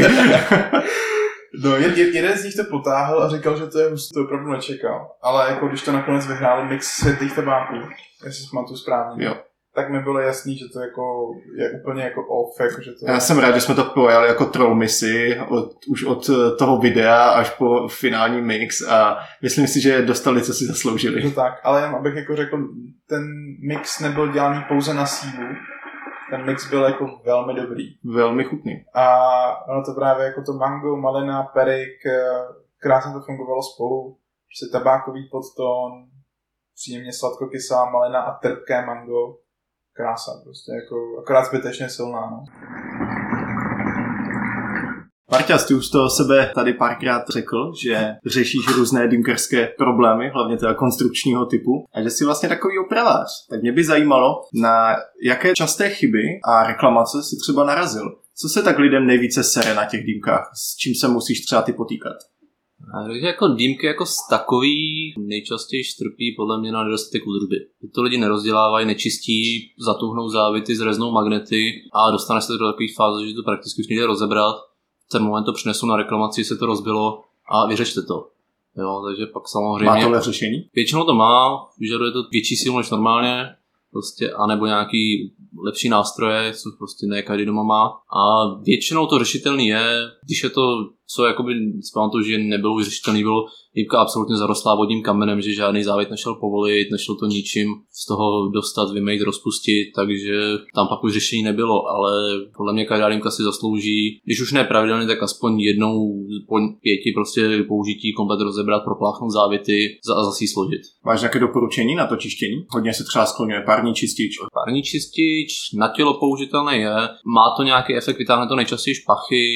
No, jed, jeden z nich to potáhl a říkal, že to je hustý, to opravdu nečekal. Ale jako když to nakonec vyhrál mix světlých tabáků, jestli si pamatuju správně, jo. Tak mi bylo jasný, že to jako je úplně jako off. Jako že to Já jsem rád, že jsme to pojali jako troll misi od, už od toho videa až po finální mix a myslím si, že dostali, co si zasloužili. To tak, ale jen abych jako řekl, ten mix nebyl dělaný pouze na sílu. Ten mix byl jako velmi dobrý. Velmi chutný. A ono to právě jako to mango, malina, perik, krásně to fungovalo spolu. Prostě tabákový podtón, příjemně sladkokysá malina a trpké mango. Krása prostě, jako akorát zbytečně silná, no. Marťas, ty už to o sebe tady párkrát řekl, že řešíš různé dýmkarské problémy, hlavně teda konstrukčního typu, a že jsi vlastně takový opravář. Tak mě by zajímalo, na jaké časté chyby a reklamace si třeba narazil. Co se tak lidem nejvíce sere na těch dýmkách? S čím se musíš třeba ty potýkat? Takže jako dýmky jako takový nejčastěji trpí podle mě na nedostatek údržby. To lidi nerozdělávají, nečistí, zatuhnou závity, zreznou magnety a dostane se do takové fáze, že to prakticky už nejde rozebrat. V ten moment to přinesou na reklamaci, se to rozbilo a vyřešte to. Jo, takže pak samozřejmě... Má tohle řešení? Většinou to má, vyžaduje to větší sílu než normálně, prostě, anebo nějaký lepší nástroje, co prostě ne každý doma má. A většinou to řešitelný je, když je to, co jakoby, zpamatuju, že nebylo řešitelný, bylo dýmka absolutně zarostlá vodním kamenem, že žádný závit nešel povolit, nešlo to ničím z toho dostat, vymejt, rozpustit, takže tam pak už řešení nebylo, ale podle mě každá dýmka si zaslouží, když už ne pravidelně, tak aspoň jednou po pěti prostě použití komplet rozebrat, propláchnout závity a zase ji složit. Máš nějaké doporučení na to čištění? Hodně se třeba skloňuje pární čistič. Pární čistič na tělo použitelné je, má to nějaký efekt, vytáhne to nejčastěji špachy,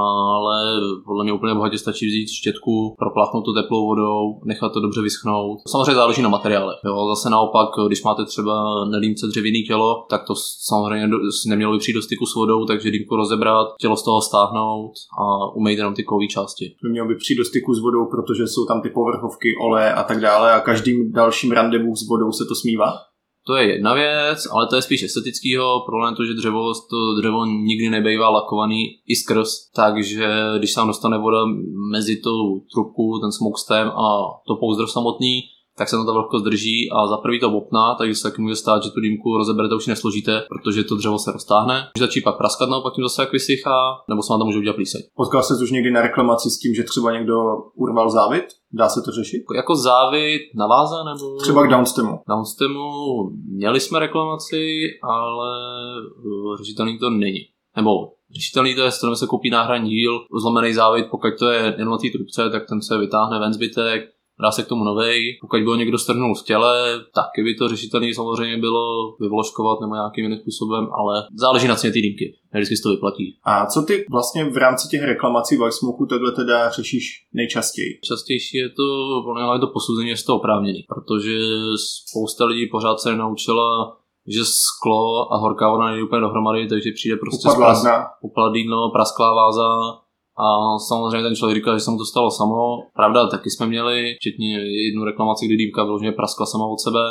ale podle mě úplně bohatě stačí vzít štětku, propláchnout to teplou vodou, nechat to dobře vyschnout. Samozřejmě záleží na materiálech. Jo. Zase naopak, když máte třeba nedýmce dřevěný tělo, tak to samozřejmě nemělo by přijít do styku s vodou, takže dýmku rozebrat, tělo z toho stáhnout a umýt jenom ty kovové části. Mělo by přijít do styku s vodou, protože jsou tam ty povrchovky, oleje a tak dále a každým dalším randevu s vodou se to smívá? To je jedna věc, ale to je spíš estetického. Problém je to, že dřevo, to dřevo nikdy nebejvá lakovaný i skrz, takže když se tam dostane voda mezi tu trubku, ten smokestem a to pouzdro samotný, tak se na to vlhkost drží a za prvý to bopná, takže se taky může stát, že tu dýmku rozeberete už nesložíte, protože to dřevo se roztáhne. Může začít pak praskat, no, pak tím zase jak vysychá, nebo se vám tam může udělat plíseň. Potkal jsi už někdy na reklamaci s tím, že třeba někdo urval závit? Dá se to řešit? Jako, jako závit na váze nebo... Třeba k downstemu. Downstemu měli jsme reklamaci, ale řešitelný to není. Nebo řešitelný to je, s se koupí náhradní díl, zlomený závit, pokud to je jenom na té trubce, tak ten se vytáhne ven zbytek, dá se k tomu novej. Pokud byl někdo strhnul v těle, taky by to řešitelný samozřejmě bylo vyvložkovat nebo nějakým jiným způsobem, ale záleží na ceně té dýmky. Vždycky se to vyplatí. A co ty vlastně v rámci těch reklamací White Smoku takhle teda řešíš nejčastěji? Častější je to, je to posouzení, jestli to oprávněný, protože spousta lidí pořád se naučila, že sklo a horká voda nejde úplně dohromady, takže přijde prostě upadlídno, prasklá váza. A samozřejmě ten člověk říkal, že se mu to stalo samo. Pravda, taky jsme měli, včetně jednu reklamaci, kdy dýmka vyloženě praskla sama od sebe,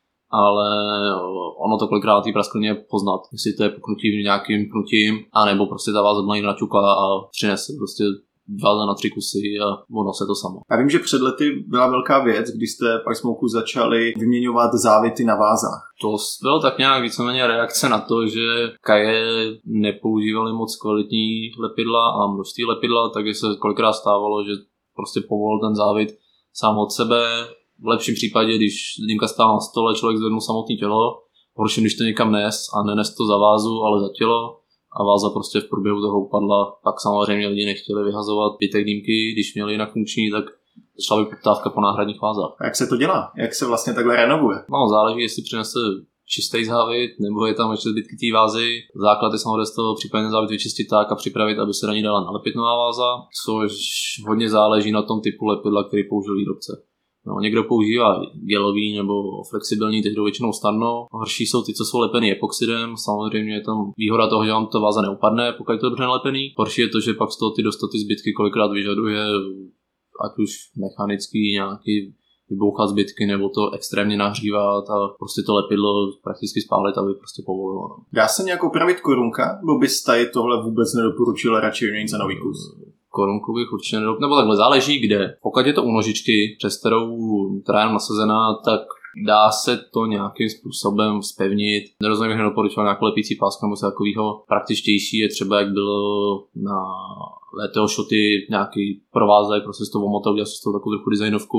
ale ono to kolikrát tý prasklině poznat, jestli to je puknutí nějakým pnutím, anebo prostě ta váza byla někdo naťukla a přinese prostě váza na tři kusy a ono se to samo. Já vím, že před lety byla velká věc, když jste v White Smoku začali vyměňovat závity na vázách. To bylo tak nějak víceméně reakce na to, že kaje nepoužívali moc kvalitní lepidla a množství lepidla, takže se kolikrát stávalo, že prostě povolil ten závit sám od sebe. V lepším případě, když dýmka stála na stole, člověk zvednul samotné tělo, v horším, když to někam nes a nenes to za vázu, ale za tělo. A váza prostě v průběhu toho upadla. Pak samozřejmě lidi nechtěli vyhazovat zbytek dýmky, když měli jinak funkční, tak začala by poptávka po náhradních vázách. A jak se to dělá? Jak se vlastně takhle renovuje? No, záleží, jestli přinese čistý závit, nebo je tam ještě zbytky té vázy. Základ je samozřejmě z toho případně závit vyčistit tak a připravit, aby se na ní dala nalepit nová váza, což hodně záleží na tom typu lepidla, který použil výrobce. No, někdo používá gelový nebo flexibilní, teď jdou většinou snadno. Horší jsou ty, co jsou lepený epoxidem. Samozřejmě je tam výhoda toho, že vám to váza neupadne, pokud je to dobře nalepený. Horší je to, že pak z toho ty dostat ty zbytky kolikrát vyžaduje, ať už mechanický nějaký vybouchat zbytky, nebo to extrémně nahřívat a prostě to lepidlo prakticky spálit, aby prostě povolilo. No. Dá se nějak opravit korunka? Nebo bys tady tohle vůbec nedoporučil, radši vyměnit za nový kus? Korunku bych určitě nedop... nebo takhle záleží kde. Pokud je to u nožičky, přes kterou která je nasazená, tak dá se to nějakým způsobem zpevnit. Nerozumím, bych nedoporučoval nějakou lepící pásku nebo se takového. Praktičtější je třeba, jak bylo na V T O shoty, nějaký provázek, prostě s tou omotou, udělal si s tou takovou trochu designovku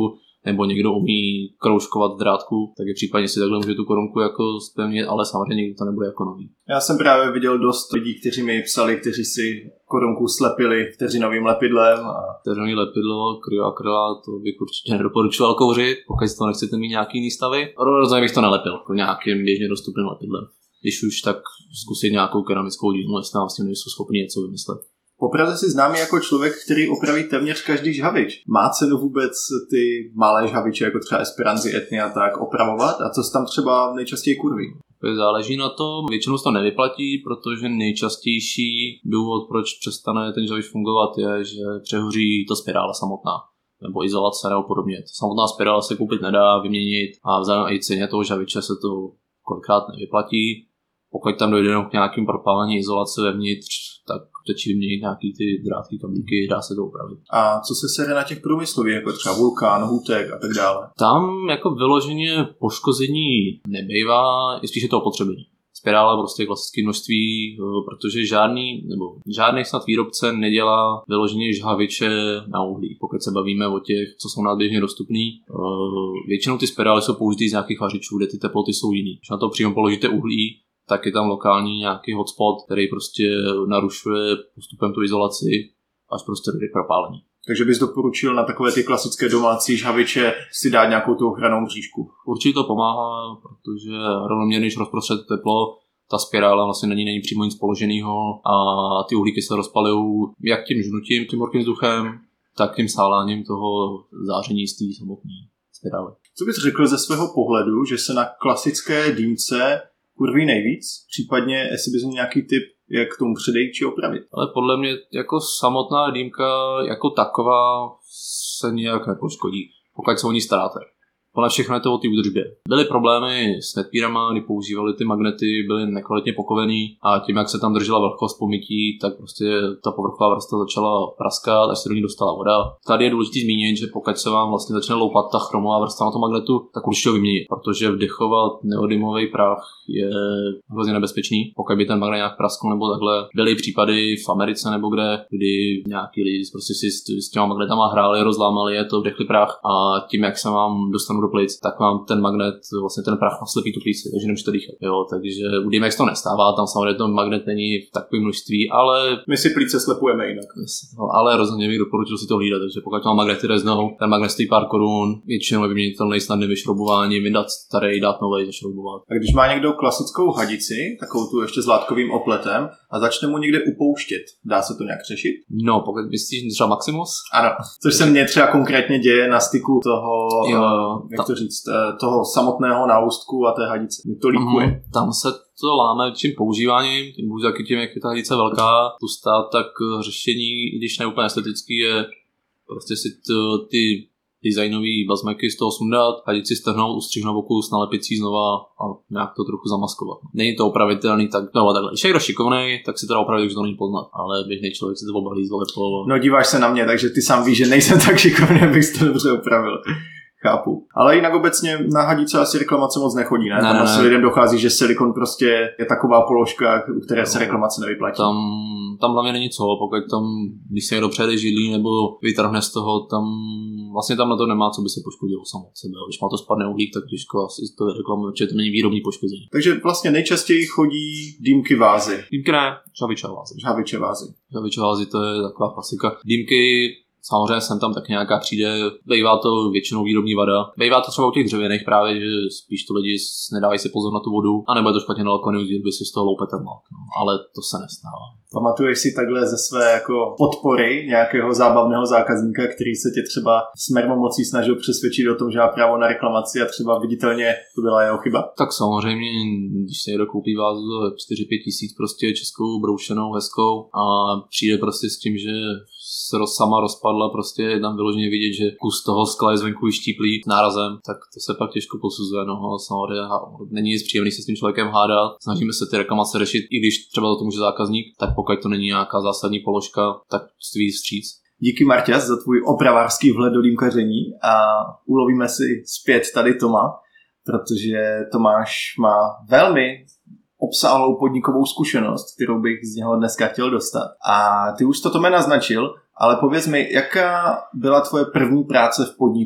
nebo někdo umí kroužkovat drátku, tak je případně si takhle může tu korunku jako zpevnit, ale samozřejmě nikdy to nebude jako nový. Já jsem právě viděl dost lidí, kteří mi psali, kteří si korunku slepili vteřinovým lepidlem. A... Vteřinový lepidlo, kryoakryla, to bych určitě nedoporučoval kouřit, pokud to nechcete mít nějaký jiný stavy. Rozhodně bych to nelepil, jako nějakým běžně dostupným lepidlem. Když už, tak zkusit nějakou keramickou dílnu, jestli nám s tím nejsou schopni něco vymyslet. Po Praze si známý jako člověk, který opraví téměř každý žhavič. Má cenu vůbec ty malé žhaviče, jako třeba Esperanzy, Etny a tak, opravovat? A co se tam třeba nejčastěji kurví? Záleží na tom, většinou se to nevyplatí, protože nejčastější důvod, proč přestane ten žhavič fungovat, je, že přehoří ta spirála samotná, nebo izolace nebo podobně. Ta samotná spirála se koupit nedá, vyměnit a vzájemně i ceně toho žhaviče se to kolikrát nevyplatí. Pokud tam dojde k nějakým propálení izolace vevnitř, tak stačí vyměnit nějaký ty drátky, kablíky, dá se to upravit. A co se sere na těch průmyslových, jako třeba Vulkán, Hutek a tak dále? Tam jako vyloženě poškození nebejvá, je spíše to opotřebení. Spirála prostě klasické množství, protože žádný, nebo žádný snad výrobce nedělá vyloženě žhaviče na uhlí. Pokud se bavíme o těch, co jsou nádběžně dostupný, většinou ty spirály jsou použitý z nějakých vařičů, kde ty teploty jsou jiný. Když na to přímo položíte uhlí, tak je tam lokální nějaký hotspot, který prostě narušuje postupem tu izolaci až prostě do propálení. Takže bys doporučil na takové ty klasické domácí žhaviče si dát nějakou tu ochrannou mřížku? Určitě to pomáhá, protože rovnoměrně, když rozprostřed teplo, ta spirála vlastně není, není přímo nic položeného a ty uhlíky se rozpalují jak tím žnutím, tím horkým vzduchem, tak tím sáláním toho záření z té samotné spirály. Co bys řekl ze svého pohledu, že se na klasické dýmce kurví nejvíc? Případně, jestli bys měl nějaký tip, jak k tomu předejít či opravit? Ale podle mě jako samotná dýmka jako taková se nijak nepoškodí, pokud se o ní staráte. Ona všechno je to o té údržbě. Byly problémy s netpírama, kdy používali ty magnety, byly nekvalitně pokovený a tím, jak se tam držela vlhkost po mytí, tak prostě ta povrchová vrstva začala praskat, až se do ní dostala voda. Tady je důležité zmínit, že pokud se vám vlastně začne loupat ta chromová vrstva na tom magnetu, tak určitě ho vyměnit, protože vdechovat neodymový prach je hrozně nebezpečný. Pokud by ten magnet nějak praskl nebo takhle, byly případy v Americe nebo kde, kdy nějaký lidi prostě si s, s těma magnetama hráli, rozlámali je to, vdechli prach a tím, jak se vám dostanu do plic, tak vám ten magnet, vlastně ten prach naslepí tu plíci, takže nemůžete dýchat. Jo, takže u Dýmex to nestává, tam samozřejmě ten magnet není v takovém množství, ale my si plíce slepujeme jinak. No, ale rozhodně bych doporučil si to hlídat, takže pokud mám magnety reznou, ten magnet stojí pár korun, většinou je vyměnitelný snadným vyšroubování, vydat starý, dát nový, zašroubovat. A když má někdo klasickou hadici, takovou tu ještě s látkovým opletem, a začne mu někde upouštět, dá se to nějak řešit? No, pokud myslíš třeba Maximus? Ano, což se mně třeba konkrétně děje na styku toho, jo, jak ta... to říct, toho samotného náustku a té hadice. Mi to líkuje. Mm, tam se to láme tím používáním, tím bohužel tím, jak je ta hadice velká, tlustá, tak řešení, i když ne úplně estetický, je prostě si t, ty designový bazmeky z toho sundat, hadici strhnout, ustřihnout okus, nalepit si znova a nějak to trochu zamaskovat. Není to opravitelný, tak no takhle. Když je kdo šikovnej, tak si to dá opravit, že to není poznat, ale běžný člověk si to obalí z volepo. No díváš se na mě, takže ty sám víš, že nejsem tak šikovný, abych to dobře opravil. Chápu. Ale jinak obecně na hadice asi reklamace moc nechodí, ne? ne Tam ne, asi ne. lidem dochází, že silikon prostě je taková položka, u které no, se reklamace nevyplatí. Tam, tam hlavně není co, pokud tam, když se někdo přejede židlí nebo vytrhne z toho, tam vlastně tam na to nemá, co by se poškodilo samo od sebe. Když má to spadne uhlík, tak těžko asi to reklamuje, protože to není výrobní poškození. Takže vlastně nejčastěji chodí dýmky vázy. Dýmky ne, žhaviče vázy. Žhaviče vázy. Žhaviče vázy, to je taková klasika. Dýmky samozřejmě sem tam tak nějaká přijde, bývá to většinou výrobní vada. Bývá to třeba u těch dřevěných právě, že spíš to lidi nedávají si pozor na tu vodu, anebo je to špatně nalakovený, že by si z toho loupe ten lak, no. Ale to se nestává. Pamatuješ si takhle ze své jako podpory nějakého zábavného zákazníka, který se tě třeba s mermomocí snažil přesvědčit o tom, že má právo na reklamaci a třeba viditelně to byla jeho chyba? Tak samozřejmě, když se někdo koupí vázu za čtyři pět tisíc prostě českou broušenou, hezkou a přijde prostě s tím, že se roz, sama rozpadla, prostě je tam vyloženě vidět, že kus toho skla je zvenku štíplý nárazem, tak to se pak těžko posuzuje, no samozřejmě není nic příjemný se s tím člověkem hádat, snažíme se ty reklamace řešit, i když třeba za to může zákazník, tak pokud to není nějaká zásadní položka, tak ství vstříc. Díky Marťas za tvůj opravářský vhled do dýmkaření a ulovíme si zpět tady Toma, protože Tomáš má velmi obsáhlou podnikovou zkušenost, kterou bych z něho dneska chtěl dostat. A ty už to Tome naznačil, ale pověz mi, jaká byla tvoje první práce v podniku? V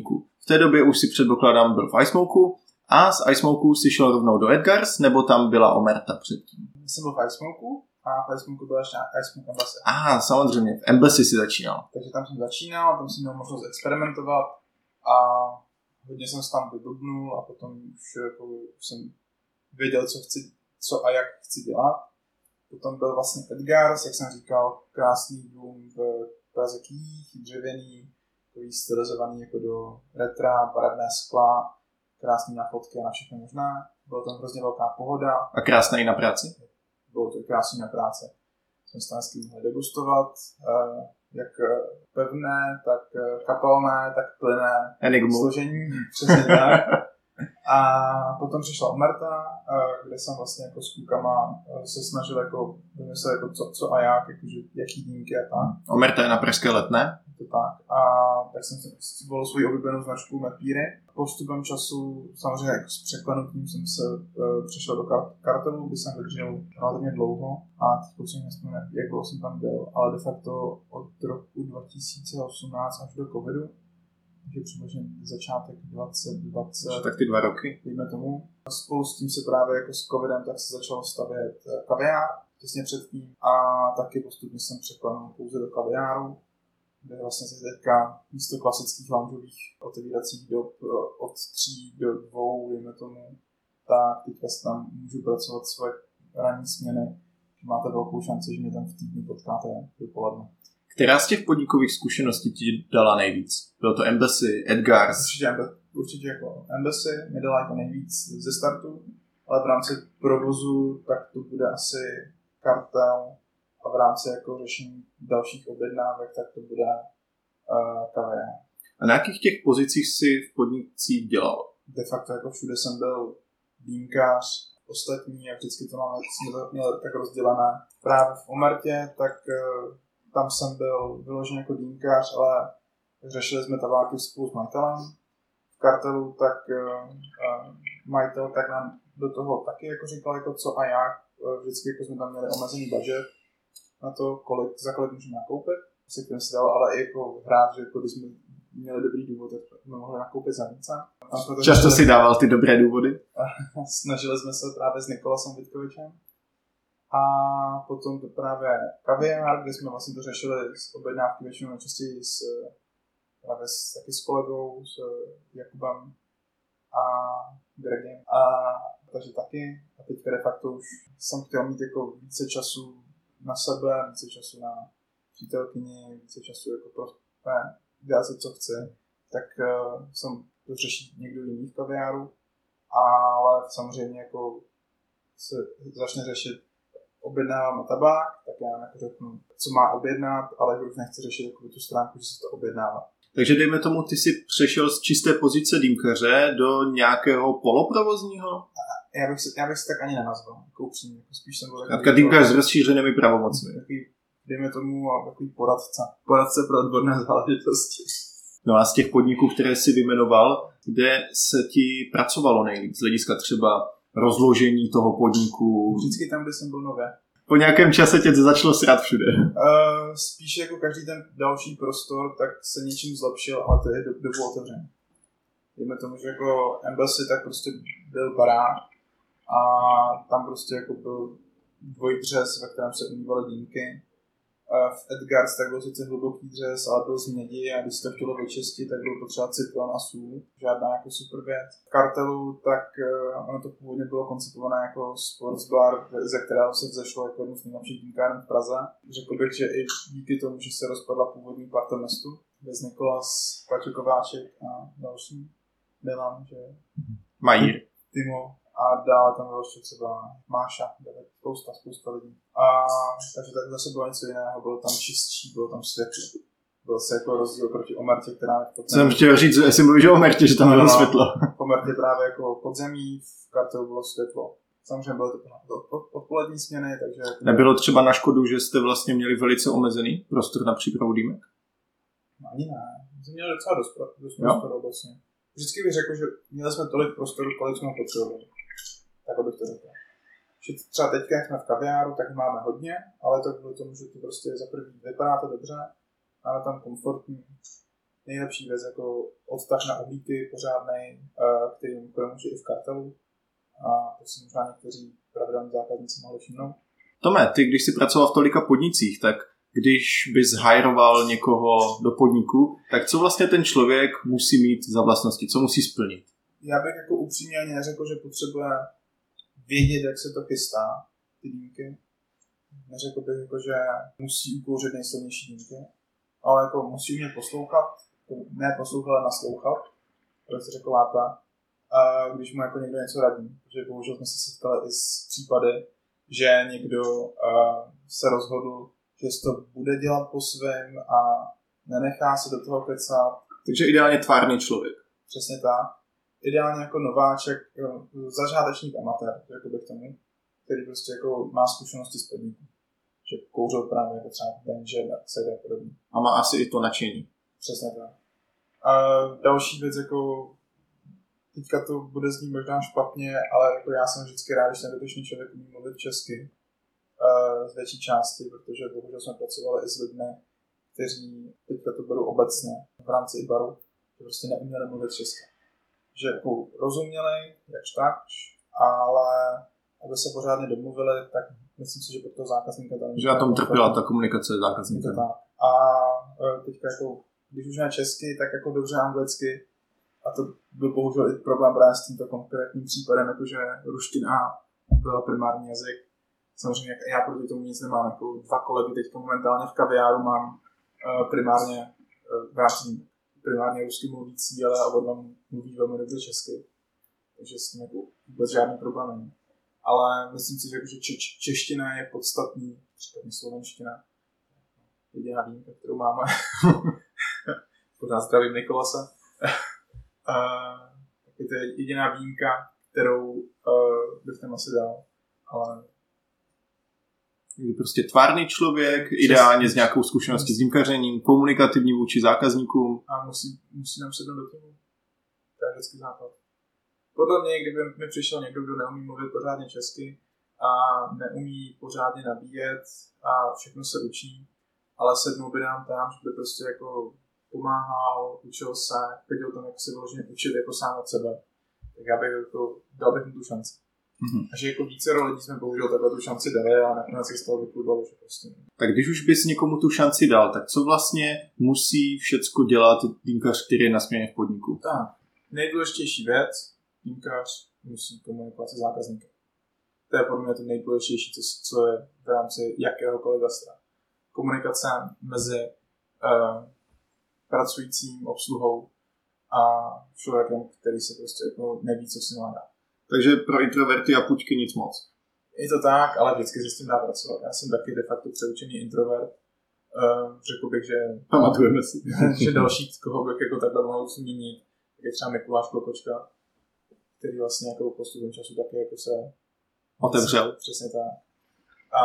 té době už si předpokládám byl v iSmoku a z iSmoku si šel rovnou do Edgars, nebo tam byla Omerta předtím? Jsem byl v iSmoku a v iSmoku byla ještě iSmoke Embassy. Aha, samozřejmě, v Embassy si začínal. Takže tam jsem začínal, tam jsem měl možnost experimentovat a hodně jsem se tam vydobnul a potom už, jako, už jsem věděl, co chci, co a jak chci dělat. Potom byl vlastně Edgars, jak jsem říkal, krásný dům v Praze Kých, dřevěný, takový stylizovaný jako do retra, barevné skla, krásný na fotky a na všechno možné. Bylo tam hrozně velká pohoda. A krásná i na práci? Bylo to krásný na práci. Jsme se tam hezky mohli degustovat, jak pevné, tak kapalné, tak plynné Enigmu. složení, přesně tak. A potom přišla Omerta, kde jsem vlastně jako s klukama se snažil jako vymyslet jako co, co a jak, jakože jaký dýmky a tak. Omerta je na Pražské Letné? To tak. A tak jsem si zvolil svoji oblíbenou značku Mepíry. Postupem času, samozřejmě jako s překlenutím jsem se uh, přešel do kar- kartelu, kde jsem vydržel relativně dlouho a teď si nespomínám, jak dlouho jsem tam byl, ale de facto od roku dva tisíce osmnáct až do covidu, takže přibližně začátek dvacet dvacet. Tak ty dva roky. Dejme tomu. Spolu s tím se právě jako s covidem tak se začalo stavět kaviár těsně předtím a taky postupně jsem překlenul pouze do kaviáru, kde vlastně se teďka místo klasických loungeových otevíracích dob od tří do dvou, dejme tomu, tak teďka se tam můžu pracovat svoje ranní směny, že máte velkou šanci, že mě tam v týdnu potkáte dopoledne. Která z těch podnikových zkušeností ti dala nejvíc? Bylo to Embassy, Edgars? Určitě, určitě jako Embassy mi dala jako nejvíc ze startu, ale v rámci provozu tak to bude asi kartel a v rámci jako řešení dalších objednávek tak to bude uh, kaviár. A na jakých těch pozicích si v podnicích dělal? De facto jako všude jsem byl dýmkař, ostatní a vždycky to máme, jsme to měli tak rozdělené. Právě v Omertě, tak uh, tam jsem byl vyložený jako dýmkař, ale řešili jsme tabáky spolu s majitelem. V kartelu tak uh, uh, majitel tak nám do toho taky jako říkal jako co a jak. Uh, vždycky jako jsme tam měli omezený budget na to, kolik, za kolik můžeme nakoupit. Se kterým se dalo ale i jako hrát, že jako když jsme měli dobrý důvod, tak jsme mohli nakoupit za více. Často si dával ty dobré důvody? Snažili jsme se právě s Nikolasem Vitkovičem. A potom to právě kaviár, kde jsme vlastně to řešili s objednávky většinou nejčastěji s, právě s, taky s kolegou, s Jakubem a Gregem. A takže taky. A teďka de facto už jsem chtěl mít jako více času na sebe, více času na přítelkyni, více času jako pro ne, dělat si, co chci. Tak uh, jsem to řešil někdo jiný v kaviáru, ale samozřejmě jako se začne řešit objednávám tabák, tak já jako řeknu, co má objednat, ale už nechci řešit jako tu stránku, že se to objednává. Takže dejme tomu, ty si přešel z čisté pozice dýmkaře do nějakého poloprovozního? Já bych, se, já bych se tak ani nenazval, jako upřímně, jako spíš jsem byl takový... Například dýmkař s rozšířenými pravomocmi. Takový, dejme tomu, takový poradce. Poradce pro odborné záležitosti. No a z těch podniků, které si vymenoval, kde se ti pracovalo nejvíc? Z hlediska třeba rozložení toho podniku? Vždycky tam, kde jsem byl nově. Po nějakém čase tě to začalo srát všude. Uh, spíš jako každý ten další prostor, tak se něčím zlepšil, ale to je do, dobu otevřený. Dejme tomu, že jako Embassy, tak prostě byl barák a tam prostě jako byl dvojdřez, ve kterém se umývaly dýmky. Uh, v Edgars tak byl sice hluboký dřez, ale byl z mědi a když se to chtělo vyčistit, tak byl potřeba cyklon a sůl. Žádná jako super věc. V kartelu tak uh, ono to původně bylo koncipované jako sportsbar, ze kterého se vzešlo jako jednu z nejlepších dýmkáren v Praze. Řekl bych, že i díky tomu, že se rozpadla původní parta mestu, bez Nikolas, Paťo Kováček a další. Milan, že? Majír. Timo. A dále tam bylo ještě třeba Máša, spousta, spousta lidí. A takže tak zase bylo něco jiného, bylo tam čistší, bylo tam světlo. Byl se jako rozdíl proti Omertě, která je v podzemí. Jsem chtěl říct, jestli mluvíš o Omertě, že tam bylo no, světlo. V Omertě právě jako podzemí, v kartelu bylo světlo. Samozřejmě bylo to odpolední směny, takže... Nebylo třeba na škodu, že jste vlastně měli velice omezený prostor na přípravu dýmek? No, ani ne. Jsme měli docela dost, dost prostoru obecně. Vždycky bych řekl, že měli jsme tolik prostoru, kolik jsme potřebovali. Tak bych to řekl. Že třeba teďka, jak jsme v kaviáru, tak máme hodně, ale to kvůli tomu, že to prostě za první vypadá to dobře, máme tam komfortní, nejlepší věc jako odtah na uhlíky pořádnej, který mimochodem může i v kartelu. A to si možná někteří pravidelní zákazníci mohli všimnout. Tome, ty když jsi pracoval v tolika podnicích, tak když bys hajroval někoho do podniku, tak co vlastně ten člověk musí mít za vlastnosti, co musí splnit? Já bych jako upřímně ani neřekl, že potřebuje vědět, jak se to chystá, ty dýmky. Neřekl bych, jako, že musí ukouřit nejsilnější dýmky, ale jako musí umět poslouchat, ne poslouchat, ale naslouchat, to se řekl lépe, a když mu jako někdo něco radí. Protože bohužel jsme se setkali i s případy, že někdo uh, se rozhodl, že to bude dělat po svém a nenechá se do toho kecat. Takže ideálně tvárný člověk. Přesně tak. Ideálně jako nováček, začátečník amatér, řekl bych tomu, který prostě jako má zkušenosti s podnikem. Že kouřil právě jako třeba Danger, Darkside a podobně. A má asi i to nadšení. Přesně tak. A další věc, jako teďka to bude znít možná špatně, ale jako já jsem vždycky rád, když ten dotyčný člověk umí mluvit česky uh, z větší části, protože bohužel jsme pracovali i s lidmi, kteří teďka to berou obecně v rámci i baru, že prostě neuměli mluvit česky. Že jako rozuměli, jakž takž, ale aby se pořádně domluvili, tak myslím si, že pro toho zákazníka tam... Že na tom trpěla ta komunikace s zákazníkem. A teďka jako, když už ne česky, tak jako dobře anglicky. A to byl bohužel i problém právě s tímto konkrétním případem, jakože ruština byla primární jazyk. Samozřejmě já proti tomu nic nemám, jako dva kolegy teďka momentálně v kaviáru mám primárně v rámci primárně rusky mluvící, ale oba dva mluví velmi dobře česky. Takže s tím jako vůbec žádný problém není. Ale myslím si, že če- čeština je podstatný, případně slovenština. Jediná výjimka, kterou máme. Pořád zdravím Nikolase. uh, tak je to jediná výjimka, kterou uh, bych tam asi dal. Ale je prostě tvárný člověk, přesný, ideálně s nějakou zkušeností s dýmkařením, komunikativní vůči zákazníkům. A musí, musí nám sednout do týmu. To je vždycky základ. Podle mě, kdyby mi přišel někdo, kdo neumí mluvit pořádně česky a neumí pořádně nabíjet a všechno se učí, ale sednul by nám tam, že by prostě jako pomáhal, učil se, chodil tam jako se vyloženě učit jako sám od sebe, tak já bych jako, dal bych mu tu šanci. Mm-hmm. A že jako více lidí jsme bohužel takhle tu šanci dali a nakonec se z toho vyklubalo, že prostě... Tak když už bys někomu tu šanci dal, tak co vlastně musí všecko dělat dýmkař, který je na směně v podniku? Tak, nejdůležitější věc, dýmkař musí komunikovat se zákazníkem. To je pro mě to nejdůležitější, co je v rámci jakéhokoliv gastra. Komunikace mezi uh, pracujícím obsluhou a člověkem, který se prostě jako neví, co si má dát. Takže pro introverty a puťky nic moc. Je to tak, ale vždycky se s tím dá pracovat. Já jsem taky de facto přeučený introvert. Uh, řekl bych, že... Pamatujeme si. že další, koho bych jako takhle mohl zmínit, je třeba Mikuláš Klokočka, který vlastně jako postupem času taky jako se otevřel. Přesně tak. A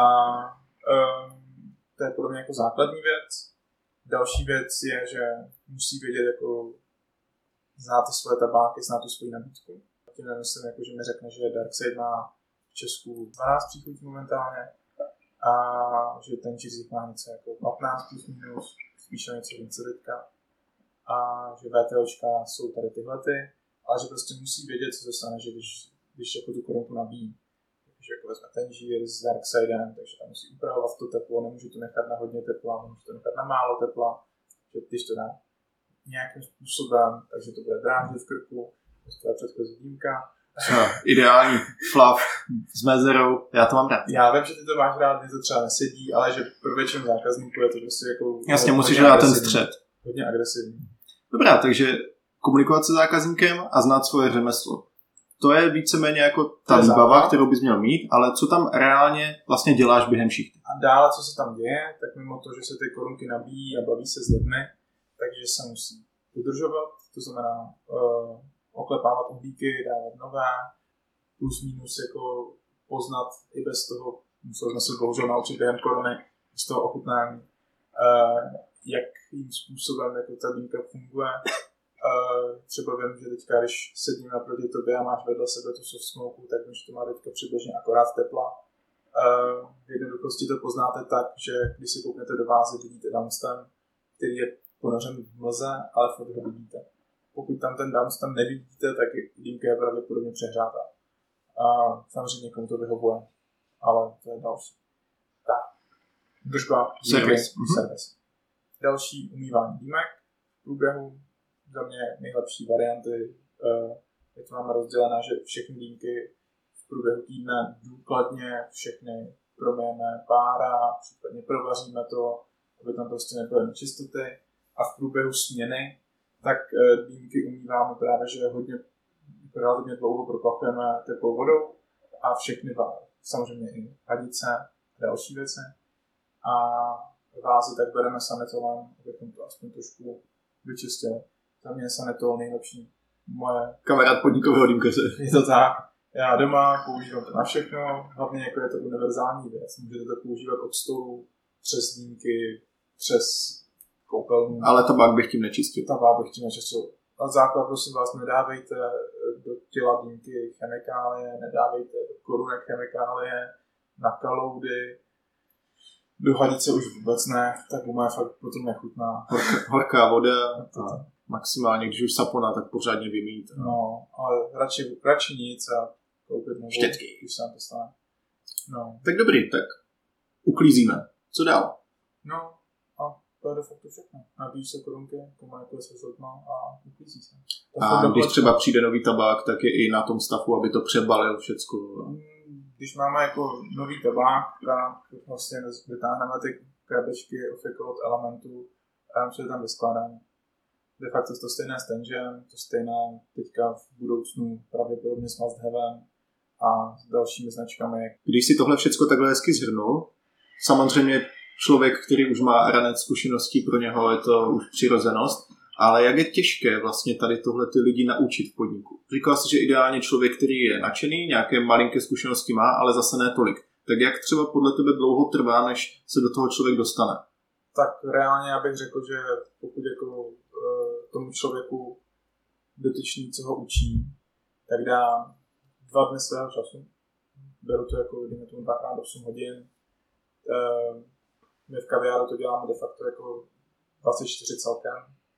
um, to je podle mě jako základní věc. Další věc je, že musí vědět, jako znáte svoje tabáky, znáte tu svoji nabídku. Tím nemyslím, jako, že mi řekne, že Darkside má v Česku dvanáct příchutí momentálně a že ten čízik má něco jako patnáct plus minus, spíše něco více teďka. A že VTOčka jsou tady tyhle ty, ale že prostě musí vědět, co se stane, že když, když jako tu korunku nabíjí. Takže jako vezme Tangier s Darksidem, takže tam musí upravovat to teplo, nemůže to nechat na hodně tepla, nemůže to nechat na málo tepla, že když to dá nějakým způsobem, takže to bude dráždit v krku, to je předchozí dýmka. No, ideální flav s mezerou, já to mám rád. Já vím, že ty to máš rád, mě to třeba nesedí, ale že pro většinu zákazníků je to prostě jako... Jasně, musíš dát ten střed. Hodně agresivní. Dobrá, takže komunikovat se zákazníkem a znát svoje řemeslo. To je víceméně jako ta výbava, kterou bys měl mít, ale co tam reálně vlastně děláš během šichty? A dále, co se tam děje, tak mimo to, že se ty korunky nabíjí a baví se s lidmi, takže se musí udržovat, to znamená uh, oklepávat uhlíky, dávat nové, plus minus jako poznat i bez toho, museli jsme se bohužel naučit během korony, z toho ochutnání, uh, jakým způsobem jako ta dýmka funguje. Uh, třeba vím, že teďka, když sedím naproti tobě a máš vedle sebe tu soft smoke, tak vím, že to má teďka přibližně akorát tepla. Uh, v jednoduchosti to poznáte tak, že když si kouknete do vázy, vidíte dunstem, který je ponořen v mlze, ale furt ho vidíte. Pokud tam ten dams tam nevidíte, tak dýmka je pravděpodobně přehrátá. A samozřejmě někomu to vyhovuje, ale to je další. Tak, držba, servis. servis. Další umývání dýmek v průběhu, za mě nejlepší varianty. Je to máme rozdělené, že všechny dýmky v průběhu týdne důkladně všechny promijeme pára, případně provaříme to, aby tam prostě nebyly nečistoty. A v průběhu směny tak dýmky umýváme právě, že hodně relativně dlouho proplachujeme teplou vodou a všechny vázy, samozřejmě i hadice a další věci. A vázy tak bereme sanitolem, abychom to aspoň trošku vyčistili. Za mě je sanitol nejlepší. Moje kamarád podnikového dýmkaře. Je to tak. Já doma používám to na všechno, hlavně jako je to univerzální věc. Můžete to používat od stolu, přes dýmky, přes koupelnu. Ale tabák bych tím nečistil. Tabák bych tím nečistil. A základ, prosím vás, nedávejte do těla dýmky chemikálie, nedávejte do korunek chemikálie, na kaloudy, do hadice už vůbec ne, tak mu je fakt potom nechutná. Horká, horká voda a maximálně, když už sapona, tak pořádně vymít. No, ale radši, radši nic a koupit novou, štětky, když se nám to stane. No. Tak dobrý, tak uklízíme. Co dál? No, a to je de facto všechno. Nabíjí se korunky, komunikuje se s lidma a uklízí se. To a když třeba přijde nový tabák, tak je i na tom stavu, aby to přebalil všecko. Když máme jako nový tabák, tak vlastně vytáhneme ty krabičky ofikl od elementů a se tam vyskládáme. De facto to stejné s Tangem, to stejné teďka v budoucnu pravděpodobně s Must Havem a s dalšími značkami. Když si tohle všecko takhle hezky zhrnul, samozřejmě člověk, který už má ranec zkušeností, pro něho je to už přirozenost, ale jak je těžké vlastně tady tohle ty lidi naučit v podniku. Říkal jsi, že ideálně člověk, který je nadšený, nějaké malinké zkušenosti má, ale zase ne tolik. Tak jak třeba podle tebe dlouho trvá, než se do toho člověk dostane? Tak reálně já bych řekl, že pokud jako tomu člověku dotyčný, co ho učí, tak dá dva dny svého času. Beru to jako, dejme tomu dvakrát osm hodin. My v kaviáru to děláme de facto jako dvacet čtyři celkem.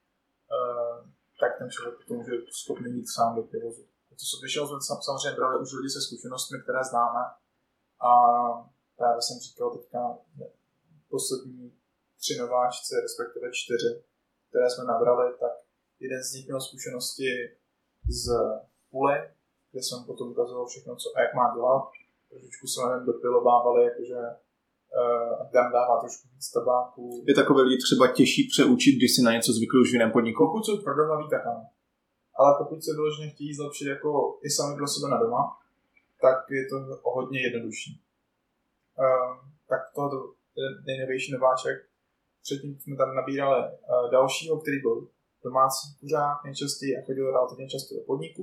Tak ten člověk potom může schopný jít sám do provozu. To, co vyšel, jsme samozřejmě brali už lidi se zkušenostmi, které známe. A právě jsem říkal teďka poslední tři nováčci, respektive čtyři, které jsme nabrali, tak jeden z nich měl zkušenosti z půly, kde jsem potom ukazoval všechno, co a jak má dělat. Trošičku jsme jen dopilovávali, jakože uh, tam dává trošku víc tabáku. Je takové lidi třeba těžší přeučit, když si na něco zvykli už v jiném podniku? Pokud jsou tvrdohlaví, tak ano. Ale pokud se vyloženě chtějí zlepšit jako i sami pro sebe na doma, tak je to hodně jednodušší. Uh, tak tohoto je nejnovější nováček. Předtím jsme tam nabírali uh, dalšího, který byl domácí kuřák nejčastěji a chodil relativně často do podniku.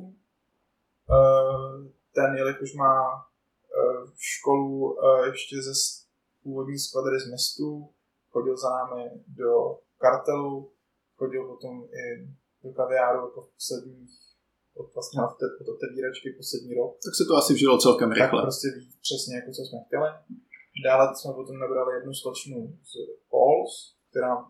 Uh, ten, jelikož má uh, školu uh, ještě ze původní skvadry z městu, chodil za námi do kartelu, chodil potom i do kaviáru jako v posledních, od vlastně od otevíračky poslední rok. Tak se to asi vžilo celkem rychle. Tak prostě ví přesně jako co jsme chtěli. Dále jsme potom nabrali jednu slečnu z Halls, která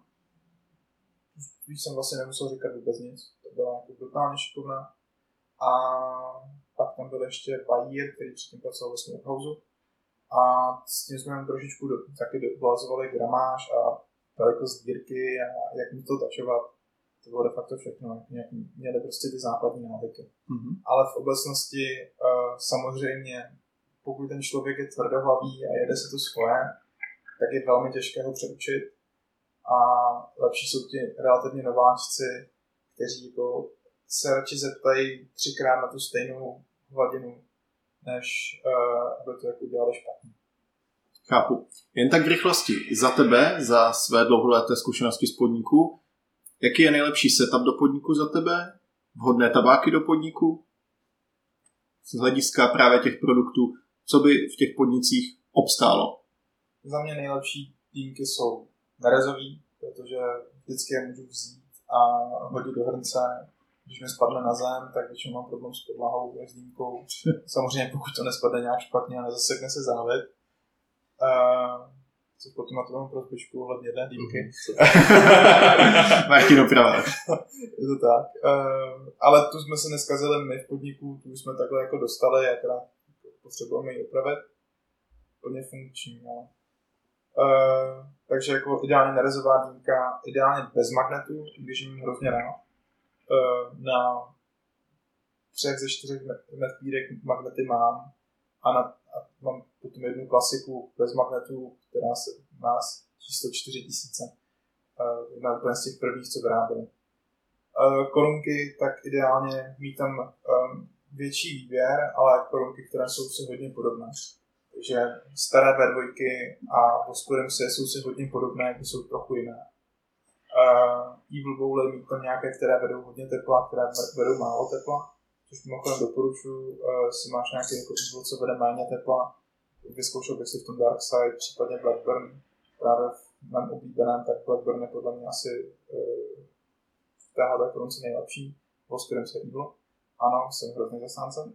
už jsem vlastně nemusel říkat vůbec nic. To byla jako brutálně šikovná. A pak tam byl ještě Bajír, který předtím pracoval ve Smokehouse. A s tím jsme trošičku do, taky doblazovali gramáž a velikost dírky a jak mu to tačovat. To bylo de facto všechno. Jak měli prostě ty základní návyky. Mm-hmm. Ale v obecnosti uh, samozřejmě, pokud ten člověk je tvrdohlavý a jede si to svoje, tak je velmi těžké ho přeučit. A lepší jsou ti relativně nováčci, kteří jako se radši zeptají třikrát na tu stejnou hladinu, než uh, aby to jako dělali špatně. Chápu. Jen tak v rychlosti. Za tebe, za své dlouholeté zkušenosti z podniku, jaký je nejlepší setup do podniku za tebe? Vhodné tabáky do podniku? Z hlediska právě těch produktů, co by v těch podnicích obstálo? Za mě nejlepší dýmky jsou nerezový, protože vždycky je můžu vzít a hodit do hrnce. Když mi spadne na zem, tak většinou mám problém s podlahou s dýmkou. Samozřejmě pokud to nespadne nějak špatně a nezasekne se závit. Uh, což potom na to mám pro zbyšku ohledně jedné dýmky. Martin oprava. Je to tak. Uh, ale tu jsme se neskazili my v podniku, tu jsme takhle jako dostali, akorát potřebujeme ji opravit. Plně funkční, ale... Uh, takže jako ideálně nerezová dýmka, ideálně bez magnetu, když jim hrozně rád. Uh, na třech ze čtyřech metpírek magnety mám a, na, a mám potom jednu klasiku bez magnetu, která se má sto čtyři tisíce. Uh, jedna úplně z těch prvních, co vyráběli. Uh, korunky, tak ideálně mít tam um, větší výběr, ale korunky, které jsou si hodně podobné. Takže staré vé dva a Voskorem se jsou si hodně podobné, ty jsou trochu jiné. Uh, Evil Bowly mít tam nějaké, které vedou hodně tepla, které vedou málo tepla, což mimochodem doporučuji, uh, si máš nějaký jako Evil, co vede méně tepla, vyzkoušel bych si v tom Dark Side, případně Blackburn, právě v mém oblíbeném, tak Blackburn je podle mě asi uh, v téhle korunce nejlepší, Voskorem se Evil. Ano, jsem hrozný zastáncem.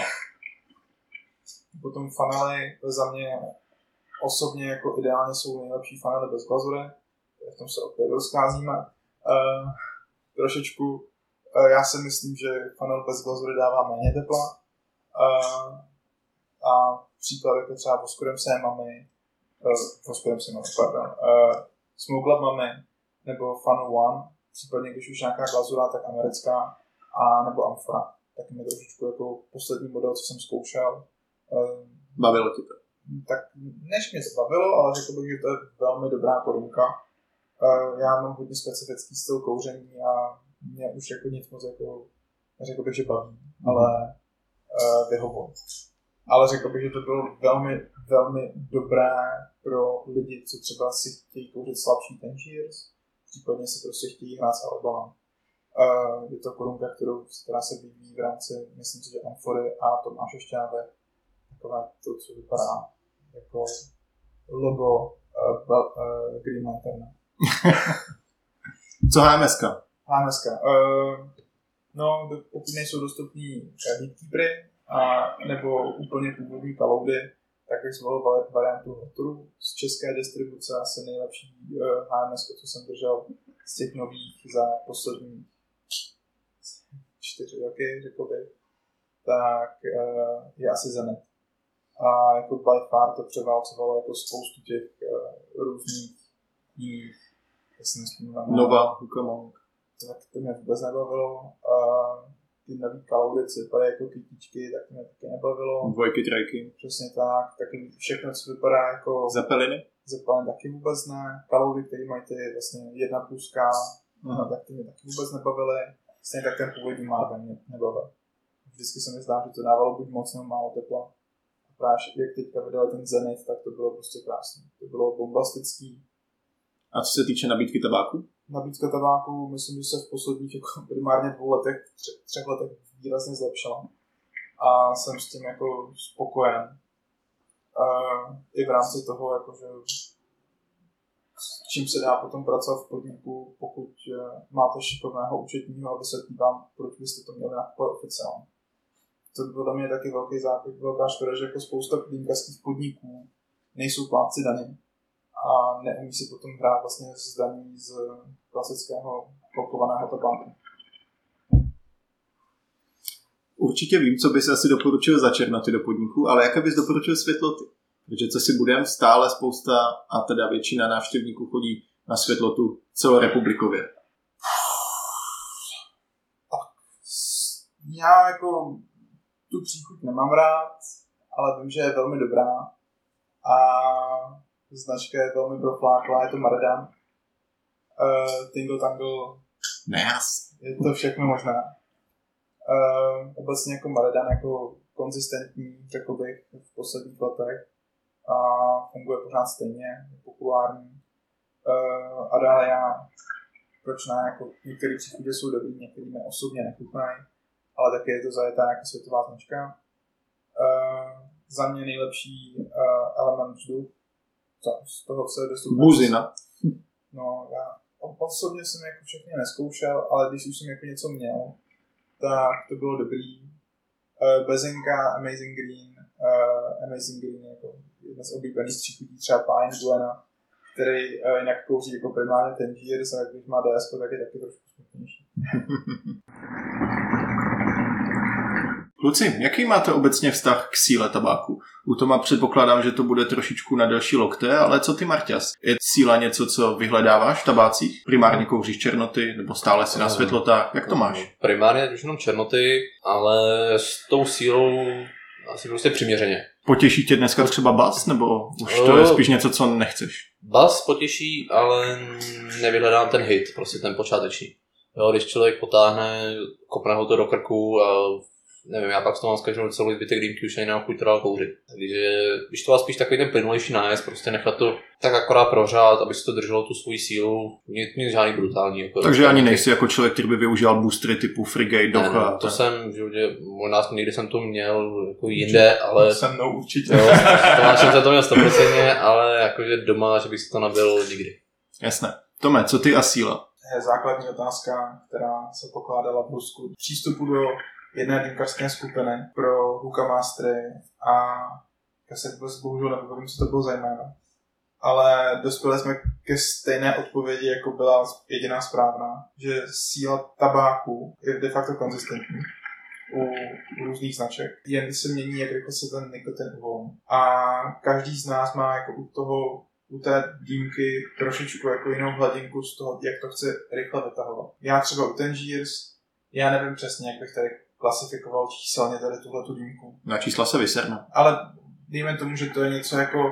Potom fanely za mě osobně jako ideálně jsou nejlepší fanely bez glazury. V tom se opět rozcházíme. Uh, trošičku. Uh, já si myslím, že fanel bez glazury dává méně tepla. Uh, a příklad jako třeba Voskorem se Mami, uh, Voskorem se Mami, pardon, uh, Smoke Lab Mami, nebo Funnel One, případně když už nějaká glazura, tak americká, a nebo Amphora. Taky mi trošičku jako poslední model, co jsem zkoušel. Uh, Bavilo ti to? Tak než mě zbavilo, ale řekl bych, že to je velmi dobrá korunka. Uh, já mám hodně specifický styl kouření a mě už jako nic moc jako, neřekl bych, že baví, mm. ale uh, vyhovuje. Ale řekl bych, že to bylo velmi, velmi dobré pro lidi, co třeba si chtějí kouřit slabší tangiers, případně si prostě chtějí hrát s albama. Uh, je to korunka, kterou, která se vyvíjí v rámci, myslím si, že Amphory a Tomáš Šťávek. Takové to, co vypadá jako logo uh, uh, Green Lantern. Co H M S ka? H M S ka. Uh, no, pokud nejsou dostupný Heatkeepery a nebo úplně původní kaloudy, tak bych zvolil variantu Hotoru z české distribuce, asi nejlepší uh, H M S ka, co jsem držel z těch nových za poslední čtyři roky, řekl bych. Tak uh, je asi Zenith. A jako by far to převálcovalo jako spoustu těch uh, různých jiných, já si nespomínám. Nova, Hukamong. Tak to mě vůbec nebavilo. Uh, ty nový kaloudy, co vypadají jako kytičky, tak to mě taky nebavilo. Dvojky, trojky. Přesně tak. Taky všechno, co vypadá jako... Zepeliny? Zepelin taky vůbec ne. Kaloudy, které mají ty vlastně jedna pluska, uh-huh. tak ty mě taky vůbec nebavily. Stejně tak ten původní Marvel mě nebavil. Vždycky se mi zdá, že to dávalo buď moc nebo málo tepla. Právě jak teďka vydali ten Zenith, tak to bylo prostě krásné. To bylo bombastický. A co se týče nabídky tabáku? Nabídka tabáku, myslím, že se v posledních jako primárně dvou letech, tři, třech letech výrazně zlepšila. A jsem s tím jako spokojen. Uh, I v rámci toho, jakože s čím se dá potom pracovat v podniku, pokud uh, máte šikovného účetního a vysvětlí vám, proč byste to měli nakupovat oficiálně. To bylo mě taky velký základ, velká škoda, že jako spousta dýmkařských podniků nejsou plátci daní a neumí si potom hrát vlastně z daní z klasického kolkovaného tabáku. Určitě vím, co bys asi doporučil za černoty do podniku, ale jaké bys doporučil světloty? Protože co si budem, stále spousta a teda většina návštěvníků chodí na světlotu celorepublikově. Tak, já jako tu příchuť nemám rád, ale vím, že je velmi dobrá a značka je velmi profláklá, je to Maradan. Uh, Tingle Tangle, Nes. je to všechno možné. Uh, obecně jako Maradan jako konzistentní, řekl bych, v posledních letech a funguje pořád stejně, je populární. Uh, a dále já, proč ne, jako některé příchutě jsou dobrý, některé mě osobně nechutnají, ale taky je to zajetá jako světová značka. Uh, za mě nejlepší uh, element vzduch, z toho, co je dostupné. Buzina. No, já osobně jsem jako všechny neskoušel, ale když už jsem jako něco měl, tak to bylo dobrý. Uh, Bezinka, Amazing Green, uh, Amazing Green jako jedna z oblíbených příchutí, třeba Pine Buena, který uh, jinak kouří jako primárně Tangiers, a když má D S, tak je taky trošku smutnější. Kluci, jaký máte obecně vztah k síle tabáku? U Toma předpokládám, že to bude trošičku na delší lokte, ale co ty, Marťas? Je síla něco, co vyhledáváš v tabácích? Primárně kouříš černoty, nebo stále si na světlotách? Jak to máš? Primárně už jenom černoty, ale s tou sílou asi prostě přiměřeně. Potěší tě dneska třeba bas, nebo už to je spíš něco, co nechceš? Bas potěší, ale nevyhledám ten hit, prostě ten počáteční. Jo, když člověk potáhne, kopne ho to do krku a nevím, já pak s toho mám zkažnou celý zbytek dýmky, už ani nemám chuť teda kouřit. Takže když to má spíš takový ten plynulejší nájezd, prostě nechat to tak akorát prohřát, aby se to drželo tu svoji sílu, nic, nic žádný brutální. Jako takže ani nejsi jako člověk, který by využíval boostery typu Frigate, Docha. Ne, to jsem v životě, možná někdy jsem to měl jako jinde, ale... Se mnou určitě. Jo, to jsem to měl sto procent, ale jakože doma, že bych si to nabil nikdy. Jasné. Tome, co ty a síla? Je základní otázka, která se pokládala v Rusku. Přístupu do jedné dýmkařské skupiny pro Hookamastery a já se vůbec bohužel nevím, co to bylo za jméno. Ale dospěli jsme ke stejné odpovědi, jako byla jediná správná, že síla tabáku je de facto konzistentní u, u různých značek. Jen se mění, jak rychle se ten nikotin uvolní. A každý z nás má jako u toho u té dýmky trošičku jako jinou hladinku z toho, jak to chce rychle vytahovat. Já třeba u Tangiers, já nevím přesně, jak bych tady klasifikoval číselně tady tuhletu dýmku. Na čísla se vysernu. Ale dejme tomu, že to je něco jako,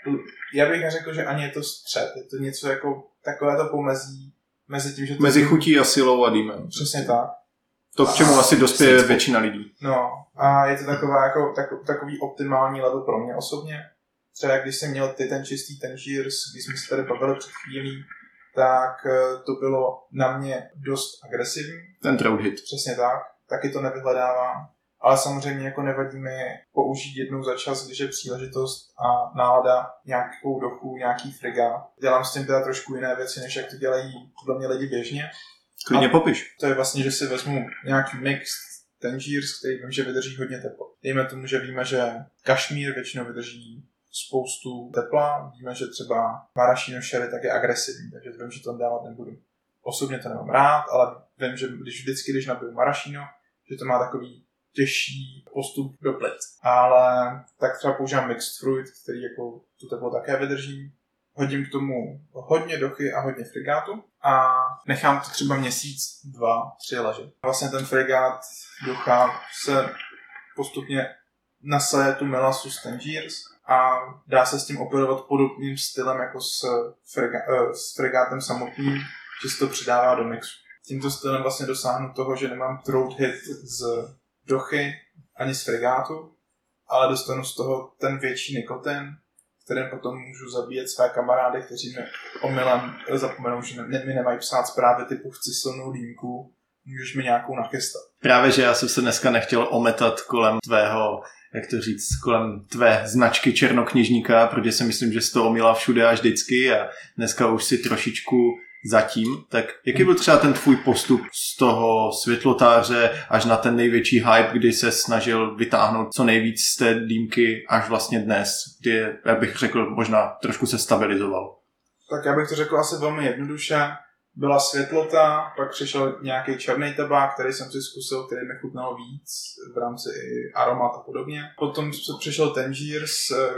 já bych neřekl, že ani je to střed, je to něco jako takové to pomezí mezi tím, že to... Mezi chutí a silou a dýmem. Přesně tak. To, k čemu a asi dospěje většina lidí. No a je to taková jako, tak, takový optimální level pro mě osobně. Třeba když jsem měl ty ten čistý Tangiers, když jsme se tady bavili před chvílí, tak to bylo na mě dost agresivní. Ten throat hit. Přesně tak, taky to nevyhledávám. Ale samozřejmě jako nevadí mi použít jednou za čas, když je příležitost a nálada nějakou dochu, nějaký frigát. Dělám s tím teda trošku jiné věci, než jak to dělají podle mě lidi běžně. Klidně popiš. To je vlastně, že si vezmu nějaký mix Tangiers, který vím, že vydrží hodně teplo. Dejme tomu, že víme, že kašmír většinou vydrží spoustu tepla. Víme, že třeba maraschino sherry tak je agresivní, takže vím, že to tam dávat nebudu. Osobně to nemám rád, ale vím, že když vždycky, když nabiju maraschino, že to má takový těžší postup do plic. Ale tak třeba používám mixed fruit, který jako tu teplo také vydrží. Hodím k tomu hodně dochy a hodně frigátu a nechám to třeba měsíc, dva, tři ležet. Vlastně ten frigát docha se postupně nasaje tu melasu z Tangiers a dá se s tím operovat podobným stylem jako s, friga- s frigátem samotným, že se to přidává do mixu. Tímto stylem vlastně dosáhnu toho, že nemám throat hit z dochy ani z frigátu, ale dostanu z toho ten větší nikotin, kterým potom můžu zabíjet své kamarády, kteří mi omylem zapomenou, že ne, mi nemají psát zprávy typu chci silnou dýmku, můžeš mi nějakou nachystat. Právě, že já jsem se dneska nechtěl ometat kolem tvého, jak to říct, kolem tvé značky černokněžníka, protože si myslím, že jsi to omila všude a vždycky a dneska už si trošičku zatím. Tak jaký byl třeba ten tvůj postup z toho světlotáře až na ten největší hype, kdy se snažil vytáhnout co nejvíc z té dýmky až vlastně dnes, kdy, já bych řekl, možná trošku se stabilizoval? Tak já bych to řekl asi velmi jednoduše. Byla světlota, pak přišel nějaký černý tabák, který jsem si zkusil, který mi chutnal víc v rámci i aromat a podobně. Potom přišel Tangiers,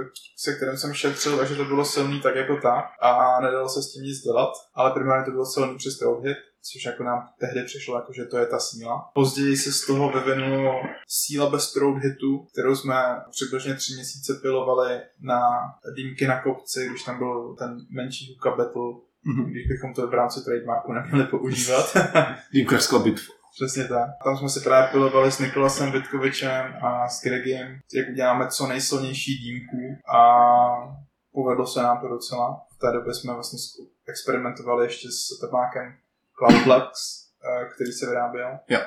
se kterým jsem šetřil, takže to bylo silný tak jako tak a nedalo se s tím nic dělat, ale primárně to bylo silný přes throat hit, což jako nám tehdy přišlo, jako že to je ta síla. Později se z toho vyvinulo síla bez throat hitu, kterou jsme přibližně tři měsíce pilovali na dýmky na kopci, když tam byl ten menší hookah battle, mm-hmm. když bychom to v rámci trademarku neměli používat. Dýmkařská bitva. Přesně tak. Tam jsme si právě pilovali s Nikolasem Vitkovičem a s Grigem, jak uděláme co nejsilnější dýmku a povedlo se nám to docela. V té době jsme vlastně experimentovali ještě s tabákem Cloud Blacks, který se vyráběl. Jo.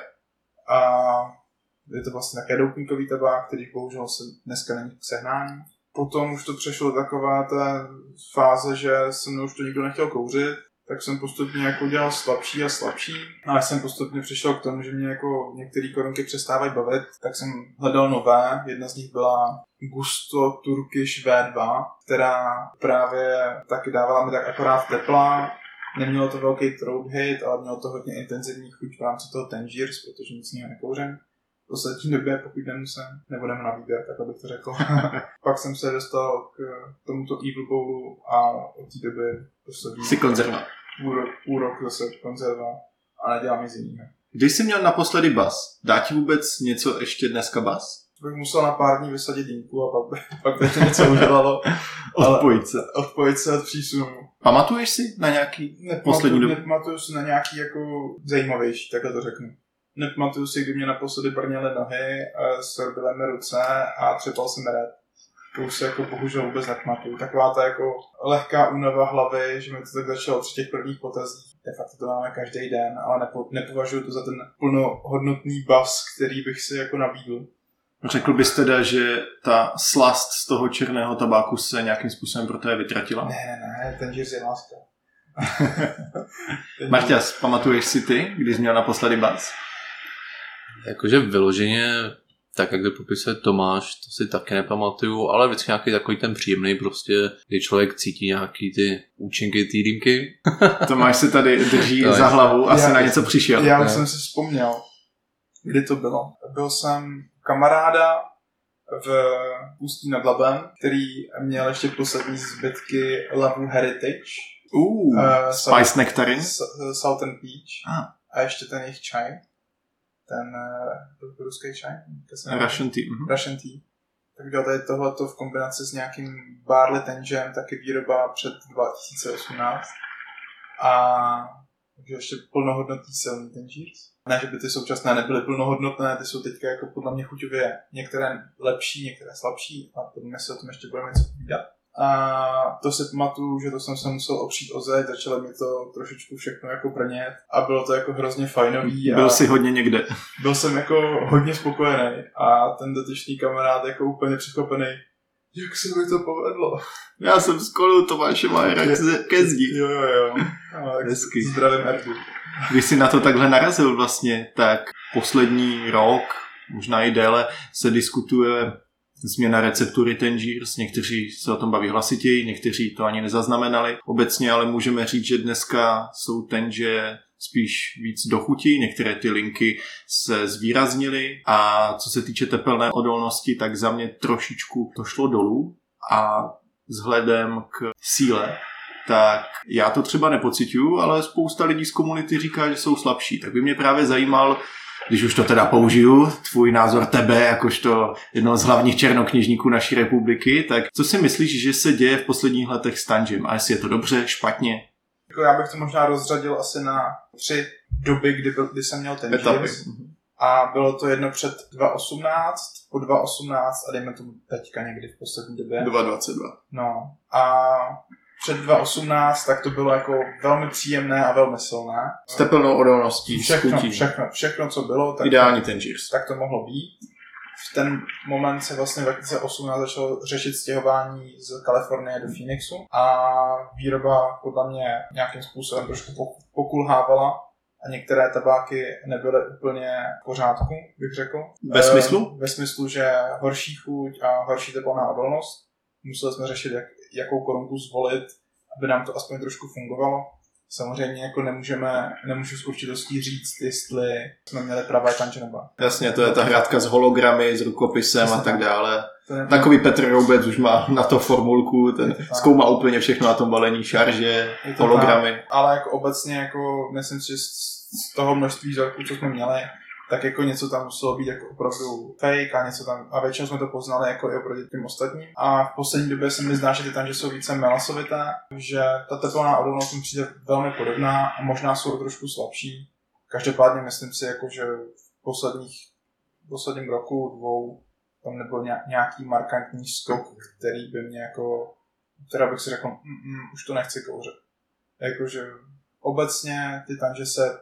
A je to vlastně také doutníkový tabák, který bohužel se dneska není k sehnání. Potom už to přešlo taková ta fáze, že se mnou už to nikdo nechtěl kouřit, tak jsem postupně jako dělal slabší a slabší. A až jsem postupně přišel k tomu, že mě jako některé korunky přestávají bavit, tak jsem hledal nové. Jedna z nich byla Gusto Turkish V dva, která právě taky dávala mi tak akorát tepla. Nemělo to velký throat hit, ale mělo to hodně intenzivní chuť v rámci toho Tangiers, protože nic jiného nekouřím. V poslední době, pokud nemusím, nebo jdeme na výběr, tak abych to řekl. Pak jsem se dostal k tomuto Evil Bowlu a od té doby poslední... Jsi konzerva. Půl rok, půl rok zase konzerva a nedělám nic jiného. Když jsi měl naposledy bas, dá ti vůbec něco ještě dneska bas? Bych musel na pár dní vysadit dýmku a pak, pak by to něco udělalo. Odpojit se. Odpojit se od přísunu. Pamatuješ si na nějaký Nepamatuju, poslední dobu? Nepamatuju si na nějaký jako zajímavější, takhle to řeknu. Nepamatuju si, kdy mě naposledy brněly nohy, srbily mi ruce a třepal jsem red. To už se jako bohužel vůbec nepamatuju. Taková ta jako lehká únava hlavy, že mi to tak začalo při těch prvních potazích. De facto to máme každý den, ale nepo, nepovažuji to za ten plnohodnotný bas, který bych si jako nabídl. Řekl bys teda, že ta slast z toho černého tabáku se nějakým způsobem pro tebe vytratila? Ne, ne, ne, ten žíř je láska. Marťas, pamatuješ si ty, když jsi měl naposledy bas? Jakože vyloženě, tak jak to popisuje Tomáš, to si taky nepamatuju, ale vždycky nějaký takový ten příjemný prostě, kdy člověk cítí nějaký ty účinky té dýmky. Tomáš se tady drží to za hlavu, asi já, na něco přišel. Já už Ne. jsem si vzpomněl, kdy to bylo. Byl jsem kamaráda v Ústí nad Labem, který měl ještě poslední zbytky Lavu Heritage. Uh, uh, Spice Nectarin. S- Southern Peach. Ah. A ještě ten jejich čaj. Ten uh, ruský čaj. Russian tea. Mhm. Russian tea. Tak dělal tady tohleto v kombinaci s nějakým Barley Tangem, taky výroba před dva tisíce osmnáct. A takže ještě plnohodnotný silný Tangiers. Ne, že by ty současné nebyly plnohodnotné, ty jsou teďka jako podle mě chuťově některé lepší, některé slabší a podle se o tom ještě budeme něco povídat. A to si pamatuju, že to jsem se musel opřít o zeď, začalo mi to trošičku všechno jako brnět a bylo to jako hrozně fajnový. Byl a jsi hodně někde. Byl jsem jako hodně spokojený a ten dotyčný kamarád jako úplně překvapený. Jak se mi to povedlo? Já jsem z kolu Tomáše Majera ke zdi. Jo, jo, jo. Hezky. Zdravím Erdu. Když jsi na to takhle narazil vlastně, tak poslední rok, možná i déle, se diskutuje změna receptury Tangiers. Někteří se o tom baví hlasitěji, někteří to ani nezaznamenali. Obecně ale můžeme říct, že dneska jsou Tangie spíš víc do chuti, některé ty linky se zvýraznily a co se týče tepelné odolnosti, tak za mě trošičku to šlo dolů a vzhledem k síle, tak já to třeba nepociťuju, ale spousta lidí z komunity říká, že jsou slabší. Tak by mě právě zajímal, když už to teda použiju, tvůj názor tebe, jakožto jednoho z hlavních černokněžníků naší republiky, tak co si myslíš, že se děje v posledních letech s Tangem? A jestli je to dobře, špatně? Jako já bych to možná rozřadil asi na tři doby, kdy, byl, kdy jsem měl Tangiers. A bylo to jedno před dva osmnáct, po dva osmnáct a dejme tomu teďka někdy v poslední době. dva dvacet dva. No a před dva osmnáct tak to bylo jako velmi příjemné a velmi silné. S tepelnou odolností, Všechno, s chutí. všechno, všechno, co bylo, tak Ideální Tangiers. tak to mohlo být. V ten moment se vlastně v dva tisíce osmnáct začalo řešit stěhování z Kalifornie do Phoenixu a výroba podle mě nějakým způsobem trošku pokulhávala a některé tabáky nebyly úplně v pořádku, bych řekl. Ve smyslu? E, ve smyslu, že horší chuť a horší tepelná odolnost. Museli jsme řešit, jak, jakou korunku zvolit, aby nám to aspoň trošku fungovalo. Samozřejmě jako nemůžeme, nemůžu s určitostí říct, jestli jsme měli pravé Tange nebo. Jasně, to je ta hrátka s hologramy, s rukopisem Přesně a tak dále. Ne, Takový Petr Roubec už má na to formulku, ten zkoumá úplně všechno na tom balení, šarže, hologramy. Tak, ale jako obecně, jako myslím si, že z toho množství vzorků, co jsme měli, tak jako něco tam muselo být jako opravdu fake a něco tam, a většinou jsme to poznali jako i oproti těm ostatním. A v poslední době se mi zdá, že ty Tange jsou více melasovité, že ta teplná odolnost mi přijde velmi podobná a možná jsou trošku slabší. Každopádně myslím si, jako, že v posledních, v posledním roku, dvou, tam nebyl nějaký markantní skok, který by mě jako, teda bych si řekl, mm, mm, už to nechci kouřit. Jakože obecně ty Tange se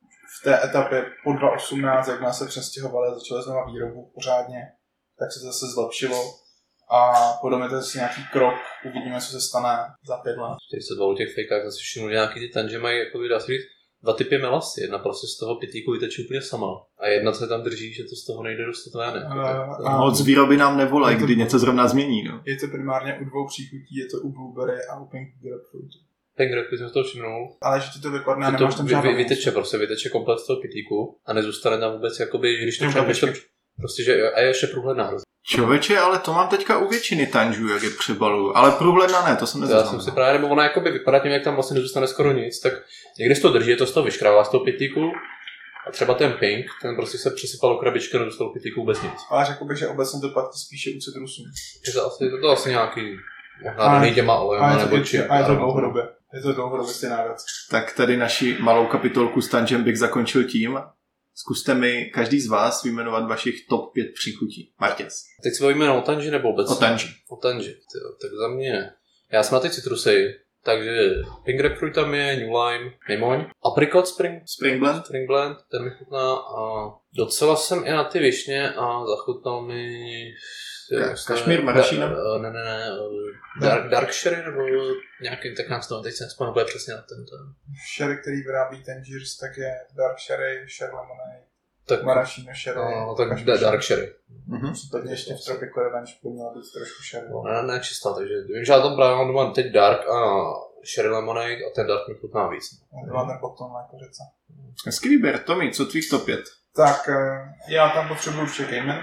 v té etapě po dva osmnáct, jak nás se přestěhovali a začali znova výrobu pořádně, tak se zase zlepšilo A podle mě to je nějaký krok, uvidíme, co se stane za pět let. čtyřicet dva u těch fejkách zase všimnu, že nějaký ty tanže mají, jako dá se říct, dva typy melasy. Jedna prostě z toho pitlíku vytečí úplně sama. A jedna se tam drží, že to z toho nejde dostat ven. Uh, a moc výroby nám nevolají, kdy něco zrovna změní. No. Je to primárně u dvou příchutí, je to u blueberry a u pink grapefruitu. Pink grapefruit jsem to všimnul. Ale že ti to vypadne a že nemáš to tam vy, žádnou. Vy, vyteče, prostě vyteče komplet z toho pitlíku a nezůstane tam vůbec, jakoby, když to přemýšlím, prostě, že a je ještě průhledná. Člověče, ale to mám teďka u většiny tanžů, jak je přebaluju. Ale průhledná ne, to jsem nezaznamenal. Já jsem si právě, nebo ona jakoby vypadá tím, jak tam vlastně nezůstane skoro nic, tak někdy se to drží, je to z toho vyškrává z toho pitlíku a třeba ten pink, ten prostě se přesypal do krabičky a nedostal pitlíku vůbec nic. Ale řekl bych, že obecně to platí spíše u citrusů. Je to asi, to, to asi nějaký, možná daný těma olejema nebo či. A je to dlouhodobě. Je to dlouhodobě stejná věc. Tak tady naši malou kapitolku s tanžem bych zakončil tím. Zkuste mi každý z vás vyjmenovat vašich top pět příchutí. Martěs. Teď si bavíme o tanži nebo obecně? O tanži. O tanži, tyjo. Tak za mě. Já jsem na ty citrusy, takže pink grapefruit tam je, new lime, mimoň. Apricot spring, spring blend. Spring blend, ten mi chutná a docela jsem i na ty višně a zachutnal mi... Ka- Kašmír, marašína? Da, ne, ne, ne, dark, dark sherry nebo nějaký, tak nám to teď se nespomenu úplně přesně na tento. Sherry, který vyrábí Tangiers, tak je dark sherry, sherry lemonade, tak, marašína sherry. No, tak da, dark sherry. Mhm. Případně ještě v Tropical Revenge by měla být trošku sherry. No, ne, ne, čistá, takže vím, že já tam právě mám doma teď dark a sherry lemonade a ten dark mi chutná víc. Dva ten potom jako řece. Hezký výběr, Tomi, co tvých top pět? Tak já tam potřebuji určitě Cayman.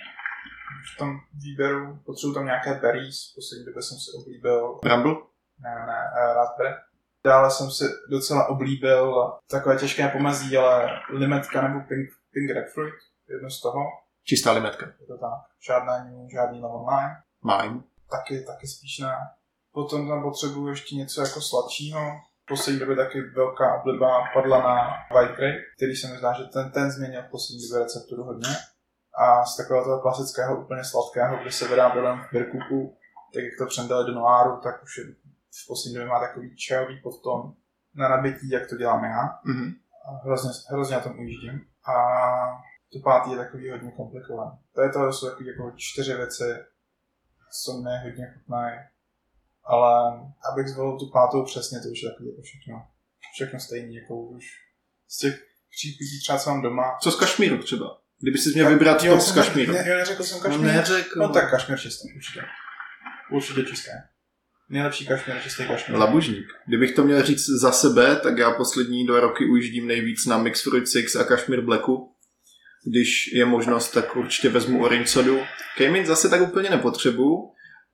V tom výběru potřebuji tam nějaké berries, v poslední době jsem si oblíbil... Bramble? Ne, ne, ne, raspberry. Dále jsem si docela oblíbil takové těžké pomezí, ale limetka nebo pink, pink grapefruit, jedno z toho. Čistá limetka. Je to tak, žádná, žádný lemon lime. Mime. Taky, taky spíš ne. Potom tam potřebuji ještě něco jako sladšího. V poslední době taky velká obliba padla na white grape, který se mi zdá, že ten, ten změnil v poslední době recepturu hodně. A z takového toho klasického, úplně sladkého, kde se vyráběl jen v Birkuku, tak jak to přendali do noáru, tak už je, v poslední době má takový čajový podton na nabití, jak to dělám já. Mm-hmm. A hrozně, hrozně na tom ujíždím. A to pátý je takový hodně komplikovaný. To je to, jsou takový jako čtyři věci, co mě hodně chutnají. Ale abych zvolil tu pátou přesně, to už je takový jako všechno, všechno stejný, jako už z těch příchutí třeba co mám doma. Co z Kašmíru třeba? Kdyby si měl vybrat top z Kašmíru. Ne, jo, neřekl jsem Kašmír. No, neřekl. No tak Kašmír čistý, určitě. Určitě čisté. Nejlepší Kašmír, čistý Kašmír. Labužník. Kdybych to měl říct za sebe, tak já poslední dva roky ujíždím nejvíc na Mixed Fruit Six a Kašmír Blacku. Když je možnost, tak určitě vezmu Orange sodu. Cayman zase tak úplně nepotřebuju,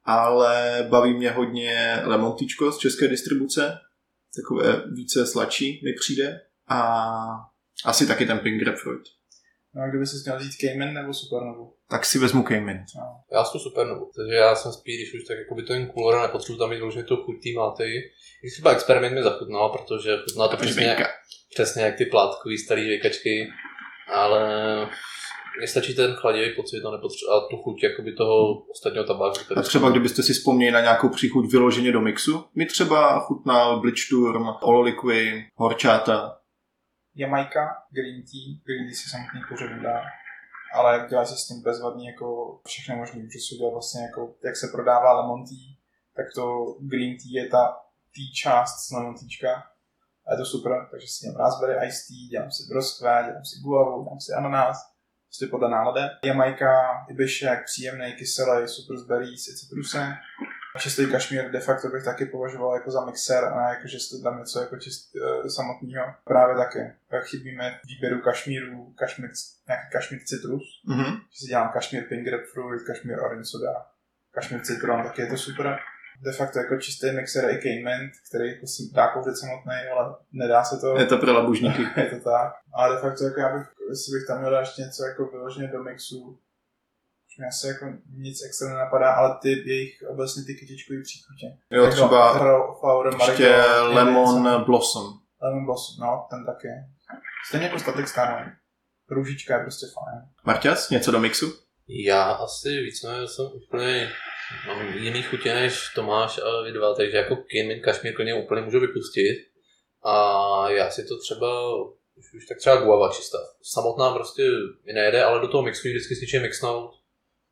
ale baví mě hodně Lemon Teachko z české distribuce. Takové více sladší mi přijde. A asi taky ten Pink Grapefruit. No a kdyby si měl říct Cayman nebo Supernovu? Tak si vezmu Cayman. No. Já jsem Supernovu, takže já jsem spíš, když už tak jakoby to jen cooler a nepotřebuji tam mít vloženě tu chuť tý máty. Když třeba experiment mi zachutnal, protože chutná to přesně jak, přesně jak ty plátkový starý žvejkačky, ale mně stačí ten chladěvý pocit a, nepotře- a tu chuť jakoby toho ostatního tabáku. A třeba kdybyste si vzpomněli na nějakou příchuť vyloženě do mixu, mi třeba chutnal Blitzsturm, Ololiquid, horčáta. Jamajka, green tea, green tea si samotný kořen dá, ale dělá se s tím bezvadně jako všechno možný, může se udělat vlastně jako, jak se prodává lemon tea, tak to green tea je ta tea část z lemon teačka a je to super, takže si dělám raspberry iced tea, dělám si broskve, dělám si guavu, dělám si ananás, prostě podle nálady. Jamajka, ibišek, příjemný, kyselý, super z berries i citrusem. Čistý Kašmír de facto bych taky považoval jako za mixer a ne jako, že jste tam něco jako čist uh, samotného. Právě taky. Chybí mi výběru Kašmíru, kašmír, nějaký Kašmír citrus. Mm-hmm. Že si dělám Kašmír pink grapefruit, Kašmír orange soda, Kašmír citron, taky je to super. De facto jako čistý mixer i Cayman, který jako se dá kouřit samotný, ale nedá se to. Je to pro labužníky. Je to tak. Ale de facto jako já bych, jestli bych tam měl ještě něco jako vyloženě do mixu, mě asi jako nic extra nenapadá, ale ty jejich obecně ty kytičkový příchutě. Jo, jako třeba flower, ještě marigold, Lemon něco. Blossom. Lemon Blossom, no, ten taky. Stejně jako Static Starlight. Růžička je prostě fajn. Marťas, něco do mixu? Já asi víceméně jsem úplně, mám jiný chutě než Tomáš a vy dva, takže jako Cayman Kašmír klidně úplně můžu vypustit. A já si to třeba, už, už tak třeba guava čistá. Samotná prostě mi nejde, ale do toho mixu vždycky s něčím mixnout.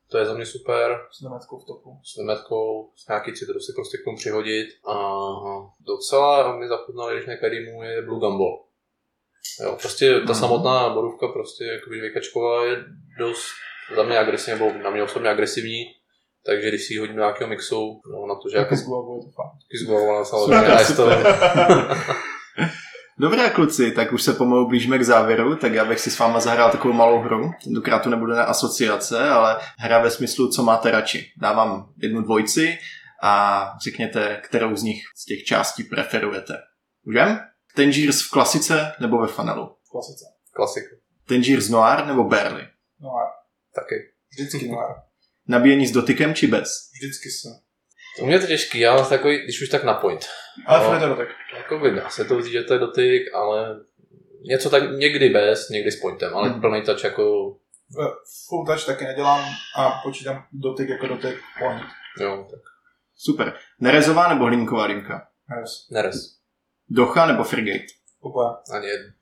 to je za mě super. S nemetkou v topu. S nemetkou, s nějaký citrusy prostě k tomu přihodit. A docela mi zapomněl, když nekadýmu, je Blue Gumball. Jo, prostě ta samotná borůvka prostě jakoby vykačková je dost za mě agresivní, nebo na mě osobně agresivní. Takže když si ji hodím do nějakého mixu, no, na to, že taky jako... z guavou je to fakt. Taky z guavou, samozřejmě. To... Dobrá kluci, tak už se pomalu blížíme k závěru, tak já bych si s váma zahrál takovou malou hru. Tentokrát to nebude na asociace, ale hra ve smyslu, co máte radši. Dávám jednu dvojci a řekněte, kterou z nich z těch částí preferujete. Můžem? Tangiers v klasice nebo ve funnelu? V klasice. Klasika. Tangiers noir nebo barley? Noir. Taky. Vždycky noir. Nabíjení s dotykem či bez? Vždycky se. U mě je to těžký, já mám takový, když už tak na point. Ale furt je to dotyk. Jako vydá se to vzít, že to je dotyk, ale něco tak někdy bez, někdy s pointem, ale Hmm. plný touch jako... Full touch taky nedělám a počítám dotyk jako dotyk point. Jo, tak. Super. Nerezová nebo hlinková rýmka? Yes. Nerez. Docha nebo frigate? Úplně. Ani jedno.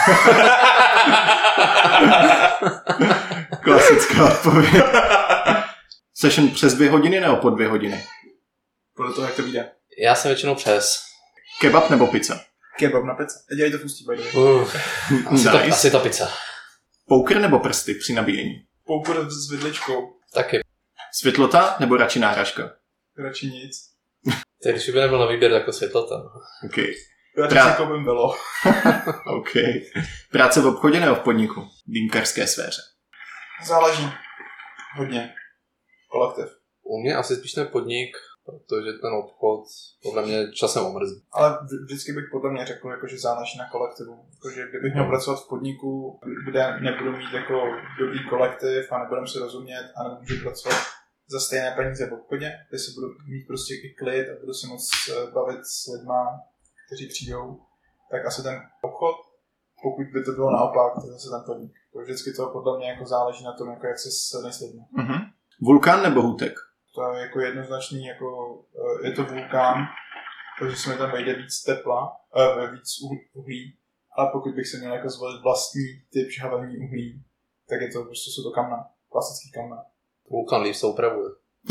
Klasická odpověď. Session přes dvě hodiny nebo po dvě hodiny? Podle toho, jak to vyjde. Já jsem většinou přes. Kebab nebo pizza? Kebab na pizza. Dělají to v Ústí, by the way. Uh, asi, to, Nice. asi ta pizza. Poker nebo prsty při nabíjení? Poker s vidličkou. Taky. Světlota nebo radši náhražka? Radši nic. Tak když by nebyl na výběr, tak to světlota. OK. Radši Pra- si koupím bylo. OK. Práce v obchodě nebo v podniku? V dýmkarské sféře. Záleží. Hodně. Kolektiv. U mě asi spíš ten podnik, protože ten obchod podle mě časem omrzí. Ale vž- vždycky bych podle mě řekl, jako, že záleží na kolektivu. Jakože kdybych měl pracovat v podniku, kde nebudu mít jako dobrý kolektiv a nebudem si rozumět a nemůžu pracovat za stejné peníze v obchodě, kde si budu mít prostě i klid a budu si moc eh, bavit s lidma, kteří přijdou, tak asi ten obchod. Pokud by to bylo naopak, tak zase ten podnik. To vždycky to podle mě jako záleží na tom, jako jak se s lidmi. Mhm. Vulkán nebo Hutek? To je jako jednoznačný, jako eh, je to vulkán, protože se mi tam vejde víc tepla, uh, víc uhlí, ale pokud bych se měl jako zvolit vlastní typ žhavení uhlí, tak je to prostě jsou to kamna, klasický kamna. Vulkan Leaf se upravuje.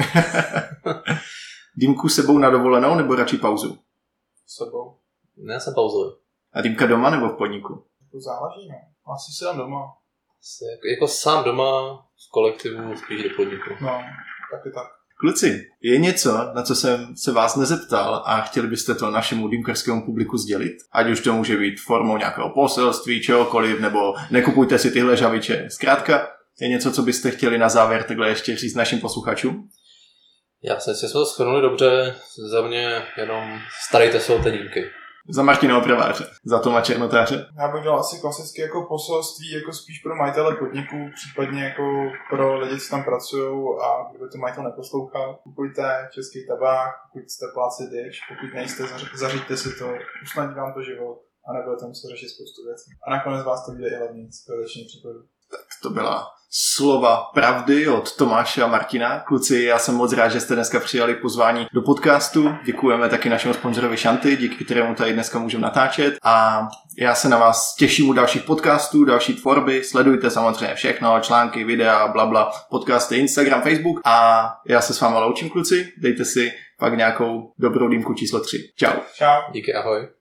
Dýmku s sebou na dovolenou nebo radši pauzu? S sebou. Ne, já jsem pauzuju. A dýmka doma nebo v podniku? To záleží, no. Asi si dám doma. Asi Jako, jako sám doma v kolektivu spíš do podniku. No, taky tak. Kluci, je něco, na co jsem se vás nezeptal a chtěli byste to našemu dýmkarskému publiku sdělit? Ať už to může být formou nějakého poselství, čehokoliv, nebo nekupujte si tyhle žaviče. Zkrátka, je něco, co byste chtěli na závěr takhle ještě říct našim posluchačům? Já si myslím, že jsme to shrnuli dobře. Za mě jenom starejte se o ty dýmky. Za Martina Opraváře, za Toma Černotáře. Já bych dal asi klasicky jako poselství, jako spíš pro majitele podniků, případně jako pro lidi, co tam pracují a kdyby to majitel neposlouchal. Kupujte český tabák, pokud jste pláci dyč, pokud nejste, zař- zařiďte si to, usnadní vám to život a nebudete muset řešit spoustu věcí. A nakonec vás to vyjde i levnějc, ve většině případů. To byla slova pravdy od Tomáše a Martina. Kluci, já jsem moc rád, že jste dneska přijali pozvání do podcastu. Děkujeme taky našemu sponzorovi Šanty, díky kterému tady dneska můžeme natáčet. A já se na vás těším u dalších podcastů, další tvorby. Sledujte samozřejmě všechno, články, videa, blabla, podcasty, Instagram, Facebook. A já se s váma loučím, kluci. Dejte si pak nějakou dobrou dýmku číslo tři. Čau. Čau. Díky, ahoj.